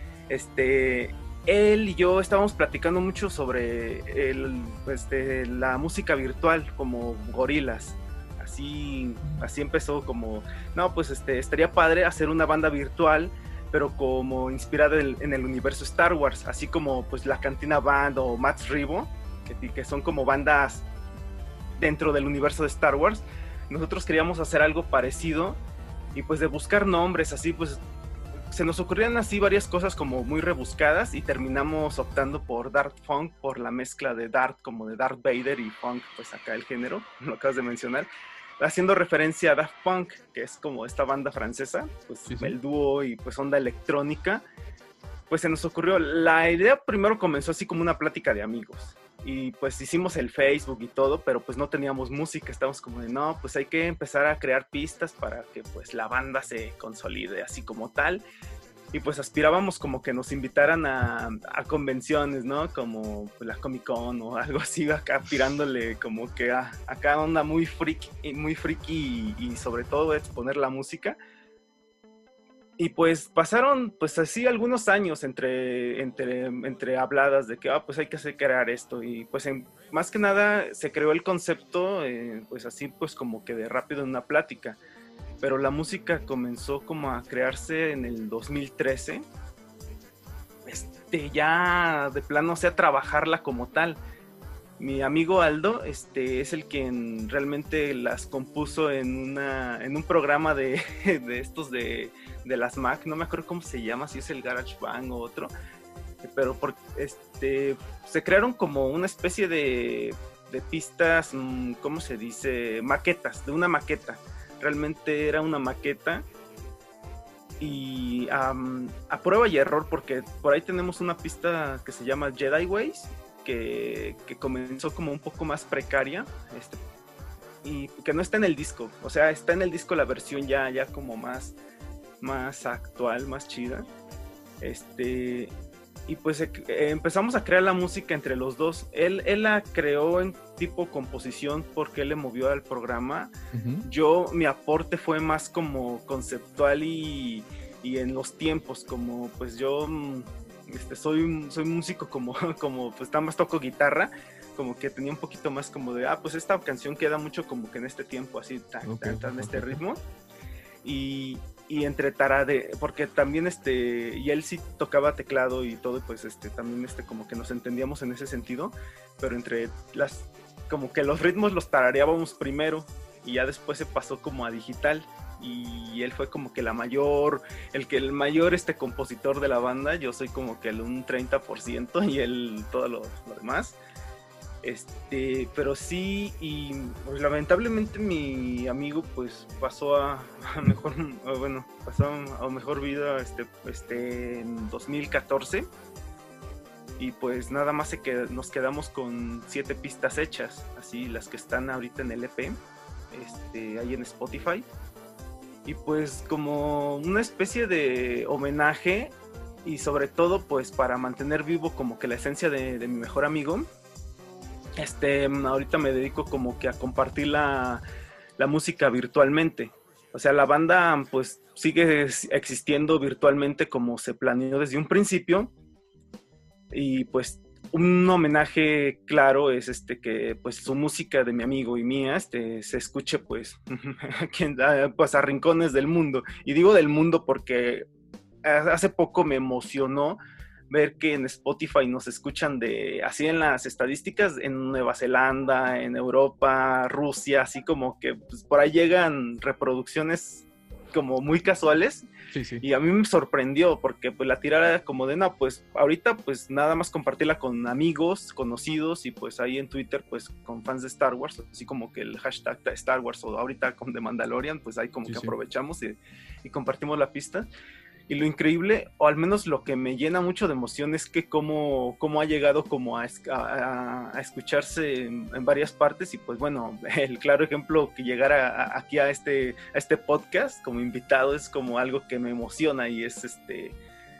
Este, él y yo estábamos platicando mucho sobre el, pues, de la música virtual como gorilas. Así, así empezó como, no, pues este, estaría padre hacer una banda virtual, pero como inspirada en, en el universo Star Wars, así como pues la Cantina Band o Matt's Ribo, que, que son como bandas dentro del universo de Star Wars. Nosotros queríamos hacer algo parecido. Y pues de buscar nombres, así pues se nos ocurrían así varias cosas como muy rebuscadas y terminamos optando por Dart Funk, por la mezcla de Dart como de Darth Vader y Funk, pues acá el género, lo acabas de mencionar, haciendo referencia a Daft Punk, que es como esta banda francesa, pues Sí, sí. el dúo y pues onda electrónica. Pues se nos ocurrió, la idea primero comenzó así como una plática de amigos. Y pues hicimos el Facebook y todo, pero pues no teníamos música, estábamos como de no, pues hay que empezar a crear pistas para que pues la banda se consolide así como tal. Y pues aspirábamos como que nos invitaran a, a convenciones, ¿no? Como pues, la Comic Con o algo así, acá tirándole como que a, acá onda muy friki, muy friki y, y sobre todo exponer la música. Y pues pasaron pues así algunos años entre, entre, entre habladas de que ah, pues hay que hacer crear esto y pues en, más que nada se creó el concepto eh, pues así pues como que de rápido en una plática, pero la música comenzó como a crearse en el dos mil trece, este, ya de plano, o sea, trabajarla como tal. Mi amigo Aldo este, es el quien realmente las compuso en, una, en un programa de, de estos de, de las Mac, no me acuerdo cómo se llama, si es el GarageBand o otro, pero por, este, se crearon como una especie de, de pistas, ¿cómo se dice? Maquetas, de una maqueta, realmente era una maqueta y um, a prueba y error, porque por ahí tenemos una pista que se llama Jedi Ways, que, que comenzó como un poco más precaria, este, y que no está en el disco, o sea, está en el disco la versión ya, ya como más, más actual, más chida, este, y pues eh, empezamos a crear la música entre los dos. Él, él la creó en tipo composición porque él le movió al programa. Uh-huh. Yo, mi aporte fue más como conceptual y, y en los tiempos, como pues yo este, soy, soy músico como, como pues nada más toco guitarra, como que tenía un poquito más como de, ah, pues esta canción queda mucho como que en este tiempo, así, tan, okay, tan, tan, okay. este ritmo. Y, y entre tarade, porque también este, y él sí tocaba teclado y todo, pues este, también este, como que nos entendíamos en ese sentido, pero entre las, como que los ritmos los tarareábamos primero y ya después se pasó como a digital. Y él fue como que la mayor, el que el mayor este compositor de la banda, yo soy como que el un treinta por ciento y él todo lo, lo demás. Este, pero sí, y pues, lamentablemente mi amigo pues pasó a, a mejor, bueno, pasó a mejor vida este, este, en dos mil catorce y pues nada más se qued, nos quedamos con siete pistas hechas, así las que están ahorita en el E P, este, ahí en Spotify, y pues como una especie de homenaje y sobre todo pues para mantener vivo como que la esencia de, de mi mejor amigo. Este, ahorita me dedico como que a compartir la, la música virtualmente. O sea, la banda pues sigue existiendo virtualmente como se planeó desde un principio. Y pues un homenaje claro es este que pues su música de mi amigo y mía este, se escuche pues, pues a rincones del mundo. Y digo del mundo porque hace poco me emocionó ver que en Spotify nos escuchan de, así en las estadísticas, en Nueva Zelanda, en Europa, Rusia, así como que pues, por ahí llegan reproducciones como muy casuales. Sí, sí. Y a mí me sorprendió porque pues la tirada como de, no, pues ahorita pues nada más compartirla con amigos, conocidos y pues ahí en Twitter pues con fans de Star Wars, así como que el hashtag Star Wars o ahorita con The Mandalorian, pues ahí como sí, que sí. aprovechamos y, y compartimos la pista. Y lo increíble, o al menos lo que me llena mucho de emoción, es que cómo, cómo ha llegado como a, a, a escucharse en, en varias partes. Y pues bueno, el claro ejemplo que llegara a, aquí a este, a este podcast como invitado es como algo que me emociona y es este,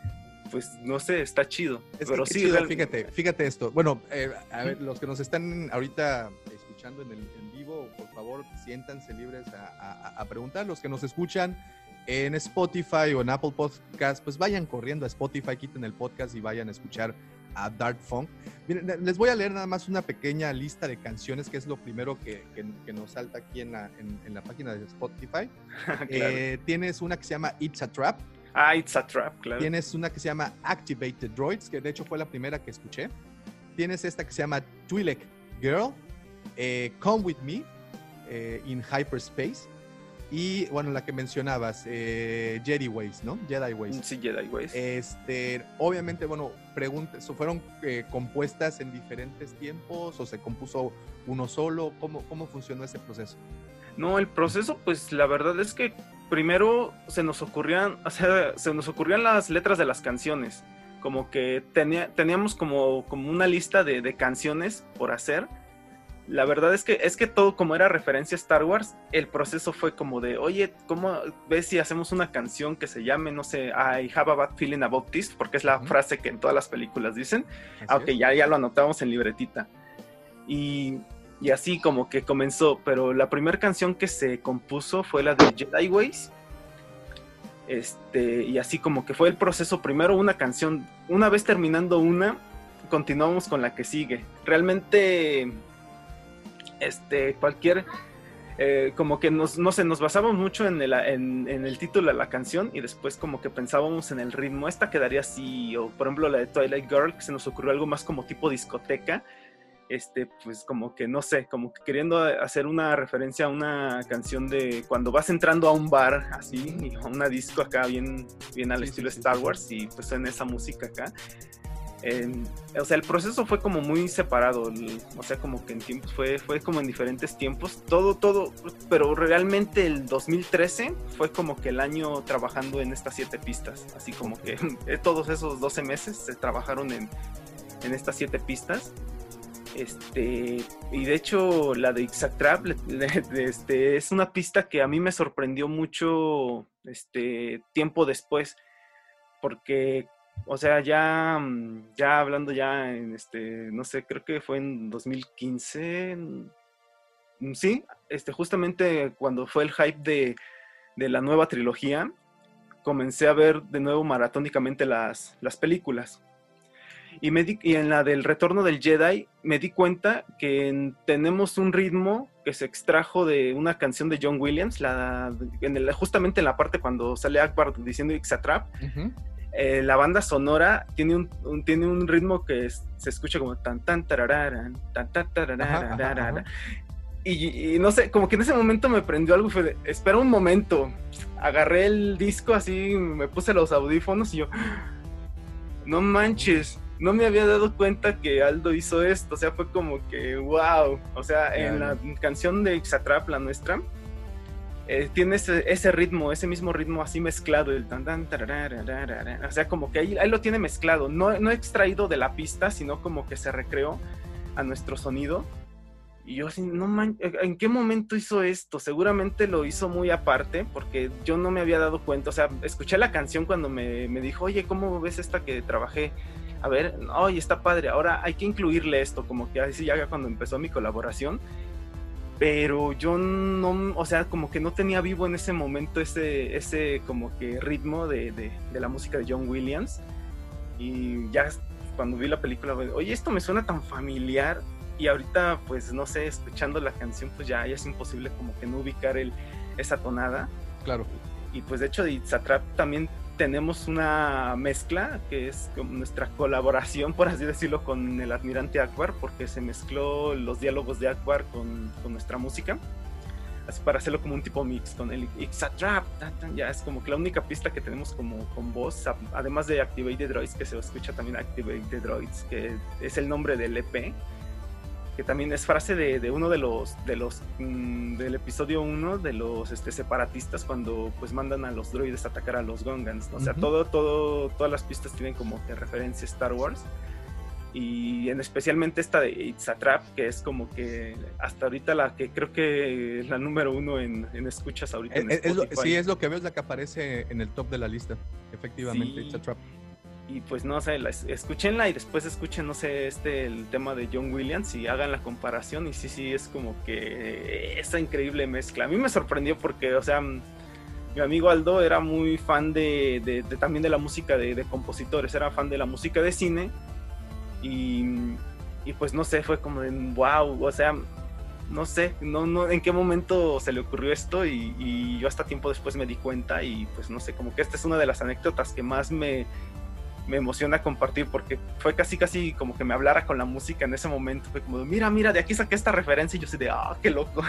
pues no sé, está chido. Es pero que sí, chido, real... fíjate, fíjate esto. Bueno, eh, a ver, los que nos están ahorita escuchando en el en vivo, por favor, siéntanse libres a, a, a preguntar. Los que nos escuchan en Spotify o en Apple Podcast, pues vayan corriendo a Spotify, quiten el podcast y vayan a escuchar a Dark Funk. Miren, les voy a leer nada más una pequeña lista de canciones, que es lo primero que, que, que nos salta aquí en la, en, en la página de Spotify. Claro. eh, tienes una que se llama It's a Trap. Ah, It's a Trap, claro. Tienes una que se llama Activated Droids, que de hecho fue la primera que escuché. Tienes esta que se llama Twi'lek Girl, eh, Come With Me, eh, in Hyperspace. Y bueno, la que mencionabas, eh, Jedi Ways, ¿no? Jedi Ways. Sí, Jedi Ways. Este, obviamente, bueno, preguntas, ¿fueron eh, compuestas en diferentes tiempos o se compuso uno solo? ¿Cómo, cómo funcionó ese proceso? No, el proceso, pues la verdad es que primero se nos ocurrían, o sea, se nos ocurrían las letras de las canciones. Como que tenía, teníamos como, como una lista de, de canciones por hacer. La verdad es que es que todo como era referencia a Star Wars, el proceso fue como de, oye, ¿cómo ves si hacemos una canción que se llame, no sé, I have a bad feeling about this? Porque es la uh-huh. frase que en todas las películas dicen. Aunque okay, ya, ya lo anotamos en libretita. Y, y así como que comenzó, pero la primera canción que se compuso fue la de Jedi Ways. Este, y así como que fue el proceso, primero una canción, una vez terminando una, continuamos con la que sigue. Realmente... Este, cualquier, eh, como que nos, no sé, nos basamos mucho en el, en, en el título de la canción y después como que pensábamos en el ritmo, esta quedaría así, o por ejemplo la de Twilight Girl, que se nos ocurrió algo más como tipo discoteca, este, pues como que no sé, como que queriendo hacer una referencia a una canción de cuando vas entrando a un bar, así, a una disco acá bien, bien al sí, estilo sí, Star sí, Wars sí. Y pues en esa música acá. Eh, o sea, el proceso fue como muy separado, o sea, como que en tiempos fue, fue como en diferentes tiempos, todo, todo, pero realmente el dos mil trece fue como que el año trabajando en estas siete pistas, así como que todos esos doce meses se trabajaron en, en estas siete pistas. Este, y de hecho la de Ixatrap este, es una pista que a mí me sorprendió mucho este, tiempo después, porque, o sea, ya, ya hablando ya en este, no sé, creo que fue en dos mil quince, sí, este, justamente cuando fue el hype de, de la nueva trilogía, comencé a ver de nuevo maratónicamente las, las películas. Y, me di, y en la del Retorno del Jedi me di cuenta que en, tenemos un ritmo que se extrajo de una canción de John Williams, la, en el, justamente en la parte cuando sale Ackbar diciendo Ixatrap. Uh-huh. eh, la banda sonora tiene un, un, tiene un ritmo que es, se escucha como tan tan tarararan, tan tan tarararan. Y, y no sé, como que en ese momento me prendió algo y fue de, espera un momento. Agarré el disco así, me puse los audífonos y yo, no manches. No me había dado cuenta que Aldo hizo esto, o sea, fue como que wow, o sea, yeah, en la yeah. canción de Ixatrap, la nuestra, eh, tiene ese, ese ritmo, ese mismo ritmo así mezclado, el tan tan tararararara, o sea, como que ahí, ahí lo tiene mezclado, no, no extraído de la pista, sino como que se recreó a nuestro sonido, y yo así, no man, ¿en qué momento hizo esto? Seguramente lo hizo muy aparte, porque yo no me había dado cuenta, o sea, escuché la canción cuando me, me dijo, oye, ¿cómo ves esta que trabajé? A ver, oye, está padre, ahora hay que incluirle esto, como que así ya cuando empezó mi colaboración, pero yo no, o sea, como que no tenía vivo en ese momento ese, ese como que ritmo de, de, de la música de John Williams, y ya cuando vi la película, oye, esto me suena tan familiar, y ahorita, pues, no sé, escuchando la canción, pues ya, ya es imposible como que no ubicar el, esa tonada. Claro. Y pues de hecho de Ixatrap también tenemos una mezcla que es como nuestra colaboración, por así decirlo, con el Admirante Ackbar, porque se mezcló los diálogos de Ackbar con, con nuestra música, así para hacerlo como un tipo mix con el Ixatrap. Ya es como que la única pista que tenemos como con voz, además de Activate the Droids, que se escucha también Activate the Droids, que es el nombre del E P, que también es frase de, de uno de los, de los mmm, del episodio uno de los este, separatistas, cuando pues mandan a los droides a atacar a los Gungans, ¿no? O sea, uh-huh. todo, todo, todas las pistas tienen como que referencia a Star Wars, y en especialmente esta de Ixatrap, que es como que hasta ahorita la que creo que es la número uno en, en escuchas ahorita es, en es Spotify. Lo, sí, es lo que veo, es la que aparece en el top de la lista, efectivamente, sí. Ixatrap. Y pues no sé, la, escúchenla y después escuchen, no sé, este, el tema de John Williams y hagan la comparación, y sí, sí, es como que esa increíble mezcla. A mí me sorprendió porque, o sea, mi amigo Aldo era muy fan de, de, de también de la música de, de compositores, era fan de la música de cine, y, y pues no sé, fue como de wow, o sea, no sé, no, no, en qué momento se le ocurrió esto, y, y yo hasta tiempo después me di cuenta, y pues no sé, como que esta es una de las anécdotas que más me... me emociona compartir, porque fue casi casi como que me hablara con la música en ese momento, fue como, mira, mira, de aquí saqué esta referencia, y yo soy de, ah, qué loco,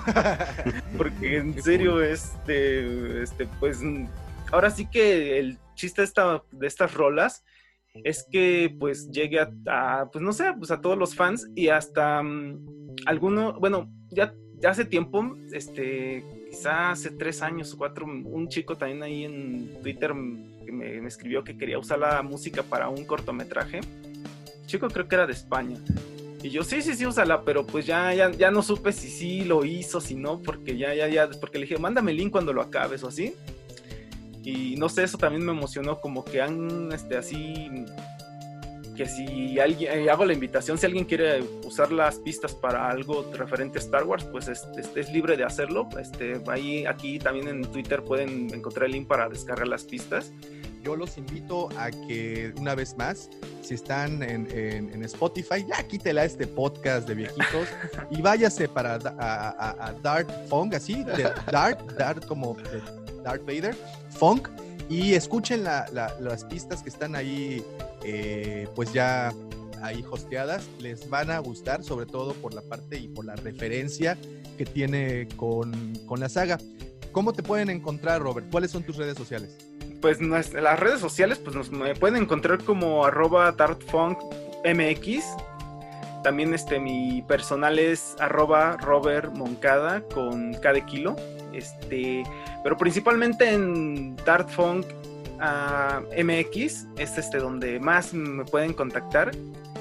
porque en serio, este, este, pues, ahora sí que el chiste de, esta, de estas rolas es que, pues, llegue a, a, pues, no sé, pues, a todos los fans, y hasta um, alguno, bueno, ya, ya hace tiempo, este, quizá hace tres años o cuatro, un chico también ahí en Twitter que me, me escribió que quería usar la música para un cortometraje. El chico creo que era de España. Y yo, sí, sí, sí, úsala, pero pues ya, ya, ya no supe si sí lo hizo, si no, porque ya, ya, ya, porque le dije, mándame el link cuando lo acabes o así. Y no sé, eso también me emocionó, como que han, este, así, que si alguien, eh, hago la invitación, si alguien quiere usar las pistas para algo referente a Star Wars, pues es, es, es libre de hacerlo. Este, ahí, aquí también en Twitter pueden encontrar el link para descargar las pistas. Yo los invito a que, una vez más, si están en, en, en Spotify, ya quítela este podcast de viejitos y váyase para a, a, a Darth Funk, así, de Darth, Darth como de Darth Vader, Funk, y escuchen la, la, las pistas que están ahí, eh, pues ya ahí hosteadas. Les van a gustar, sobre todo por la parte y por la referencia que tiene con, con la saga. ¿Cómo te pueden encontrar, Robert? ¿Cuáles son tus redes sociales? Pues las redes sociales, pues nos me pueden encontrar como arroba dartfunkmx. También este, mi personal es arroba Robert Moncada con K de kilo. Este, pero principalmente en Dartfunk uh, M X es este donde más me pueden contactar.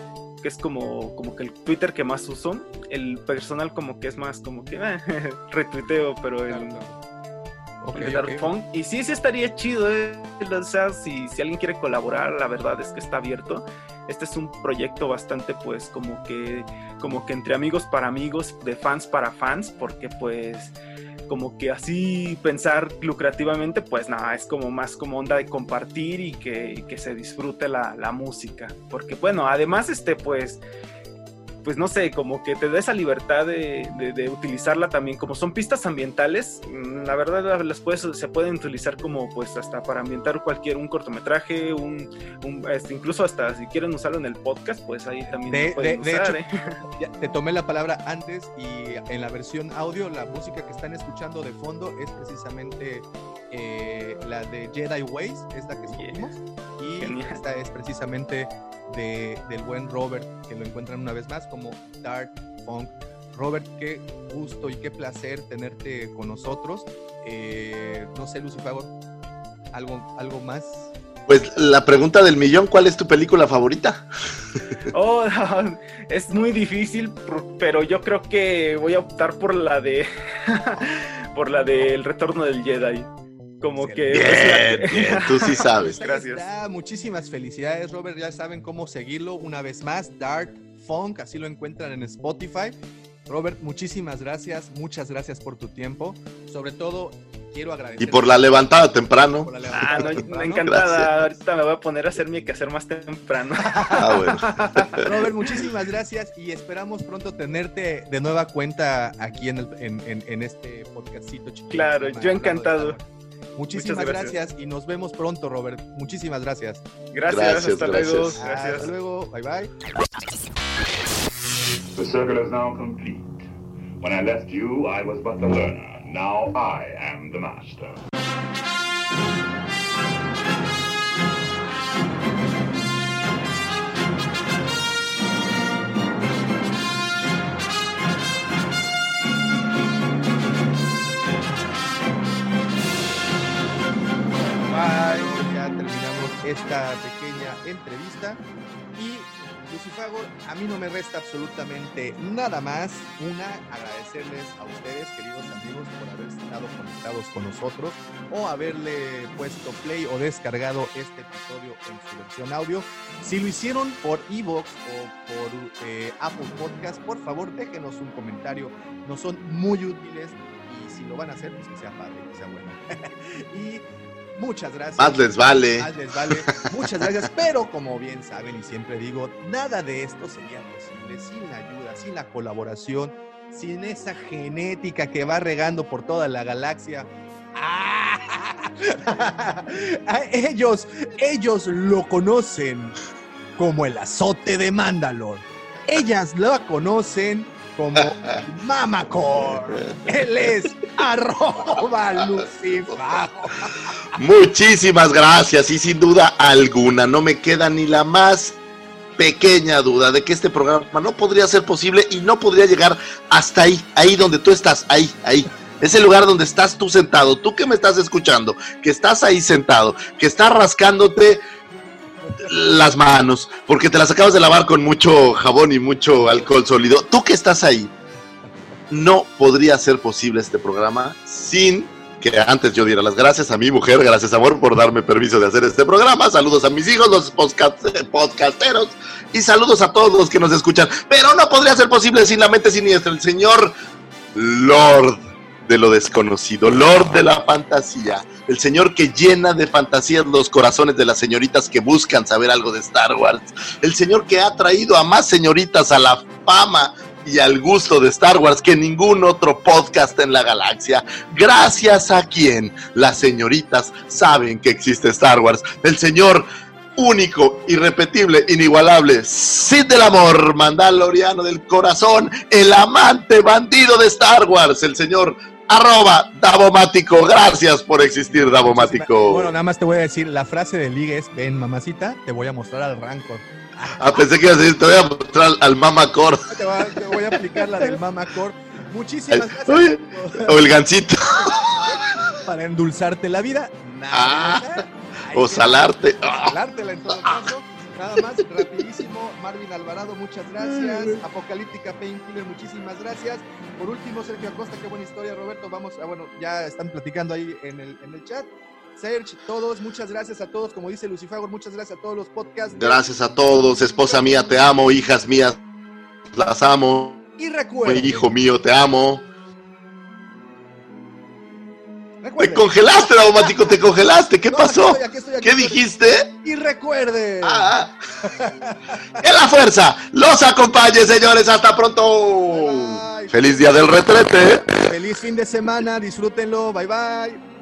que es como, como que el Twitter que más uso. El personal como que es más como que eh, retuiteo, pero el, Claro, claro. Ok, el Dark ok. Funk. Y sí, sí estaría chido, eh. O sea, si, si alguien quiere colaborar, la verdad es que está abierto. Este es un proyecto bastante, pues, como que, como que entre amigos para amigos, de fans para fans, porque pues, como que así pensar lucrativamente, pues nada, es como más como onda de compartir y que, y que se disfrute la, la música. Porque bueno, además, este, pues, pues no sé, como que te da esa libertad de, de, de utilizarla también, como son pistas ambientales, la verdad las puedes, se pueden utilizar como pues hasta para ambientar cualquier, un cortometraje, un, un este, incluso hasta si quieren usarlo en el podcast, pues ahí también De, lo pueden de- de usar, hecho, ¿eh? ya te tomé la palabra antes y en la versión audio, la música que están escuchando de fondo es precisamente eh, la de Jedi Ways, es la que escogimos. Y Genial. esta es precisamente de, del buen Robert, que lo encuentran una vez más como Dark Funk. Robert, qué gusto y qué placer tenerte con nosotros. Eh, no sé, Lucifer, ¿algo, algo más? Pues la pregunta del millón, ¿cuál es tu película favorita? Oh, es muy difícil, pero yo creo que voy a optar por la de por la de El Retorno del Jedi. Como que Bien, bien, tú sí sabes. Ahí Gracias. está. Muchísimas felicidades, Robert. Ya saben cómo seguirlo una vez más. Dark Funk, así lo encuentran en Spotify. Robert, muchísimas gracias. Muchas gracias por tu tiempo. Sobre todo, quiero agradecer. Y por la levantada temprano. por la Ah, no, levantada no, temprano. encantada. Gracias. Ahorita me voy a poner a hacer mi quehacer más temprano. Ah, bueno. Robert, muchísimas gracias y esperamos pronto tenerte de nueva cuenta aquí en, el, en, en, en este podcastito chiquito. Claro, yo encantado. Muchísimas Muchas gracias. gracias y nos vemos pronto, Robert. Muchísimas gracias. Gracias, Gracias, hasta luego. gracias. Gracias. Hasta luego. Bye bye. The circle is now complete. When I left you, I was but the learner. Now I am the master. Bye. Ya terminamos esta pequeña entrevista. Y Lucifagor, a mí no me resta absolutamente nada más. Una, agradecerles a ustedes, queridos amigos, por haber estado conectados con nosotros o haberle puesto play o descargado este episodio en su versión audio. Si lo hicieron por iVoox o por eh, Apple Podcast, por favor déjenos un comentario. Nos son muy útiles y si lo van a hacer, pues que sea padre, que sea bueno. Y muchas gracias. Más les vale. Más les vale. Muchas gracias. Pero como bien saben y siempre digo, nada de esto sería posible sin la ayuda, sin la colaboración, sin esa genética que va regando por toda la galaxia. ¡Ah! ellos, ellos lo conocen como el azote de Mandalor. Ellas lo conocen como Mamacor. Él es arroba Lucifago. Muchísimas gracias y sin duda alguna no me queda ni la más pequeña duda de que este programa no podría ser posible y no podría llegar hasta ahí, ahí donde tú estás, ahí, ahí. Ese lugar donde estás tú sentado, tú que me estás escuchando, que estás ahí sentado, que estás rascándote las manos, porque te las acabas de lavar con mucho jabón y mucho alcohol sólido. Tú que estás ahí, no podría ser posible este programa sin que antes yo diera las gracias a mi mujer, gracias amor por darme permiso de hacer este programa, saludos a mis hijos, los podcast, podcasteros, y saludos a todos los que nos escuchan, pero no podría ser posible sin la mente siniestra, el señor Lord de lo desconocido, Lord de la fantasía, el señor que llena de fantasías los corazones de las señoritas que buscan saber algo de Star Wars, el señor que ha traído a más señoritas a la fama y al gusto de Star Wars que ningún otro podcast en la galaxia, gracias a quien las señoritas saben que existe Star Wars, el señor único, irrepetible, inigualable, Sith del amor, mandaloriano del corazón, el amante bandido de Star Wars, el señor arroba Davomático. Gracias por existir, Davomático. Bueno, nada más te voy a decir, la frase de liga es, ven mamacita, te voy a mostrar al Rancor. Ah, pensé que ibas a decir, te voy a mostrar al Mamacor. Te voy, a, te voy a aplicar la del Mamacor. Muchísimas gracias. Oye, o el gancito. Para endulzarte la vida. Nada. Ah, Hay o que- salarte. Salártela en todo caso. Nada más, rapidísimo, Marvin Alvarado, muchas gracias. Apocalíptica Painkiller, muchísimas gracias. Por último, Sergio Acosta, qué buena historia, Roberto. Vamos, a, bueno, ya están platicando ahí en el, en el chat. Serge, todos, muchas gracias a todos. Como dice Lucifagor, muchas gracias a todos los podcasts. Gracias a todos, esposa mía, te amo, hijas mías, las amo. Y recuerden, hijo mío, te amo. Recuerden. Te congelaste, Daumático, te congelaste. ¿Qué no, pasó? Aquí estoy, aquí estoy, aquí ¿Qué estoy. dijiste? Y recuerden. Ah, que la fuerza los acompañe, señores. Hasta pronto. Bye, bye. Feliz día del retrete. Feliz fin de semana. Disfrútenlo. Bye, bye.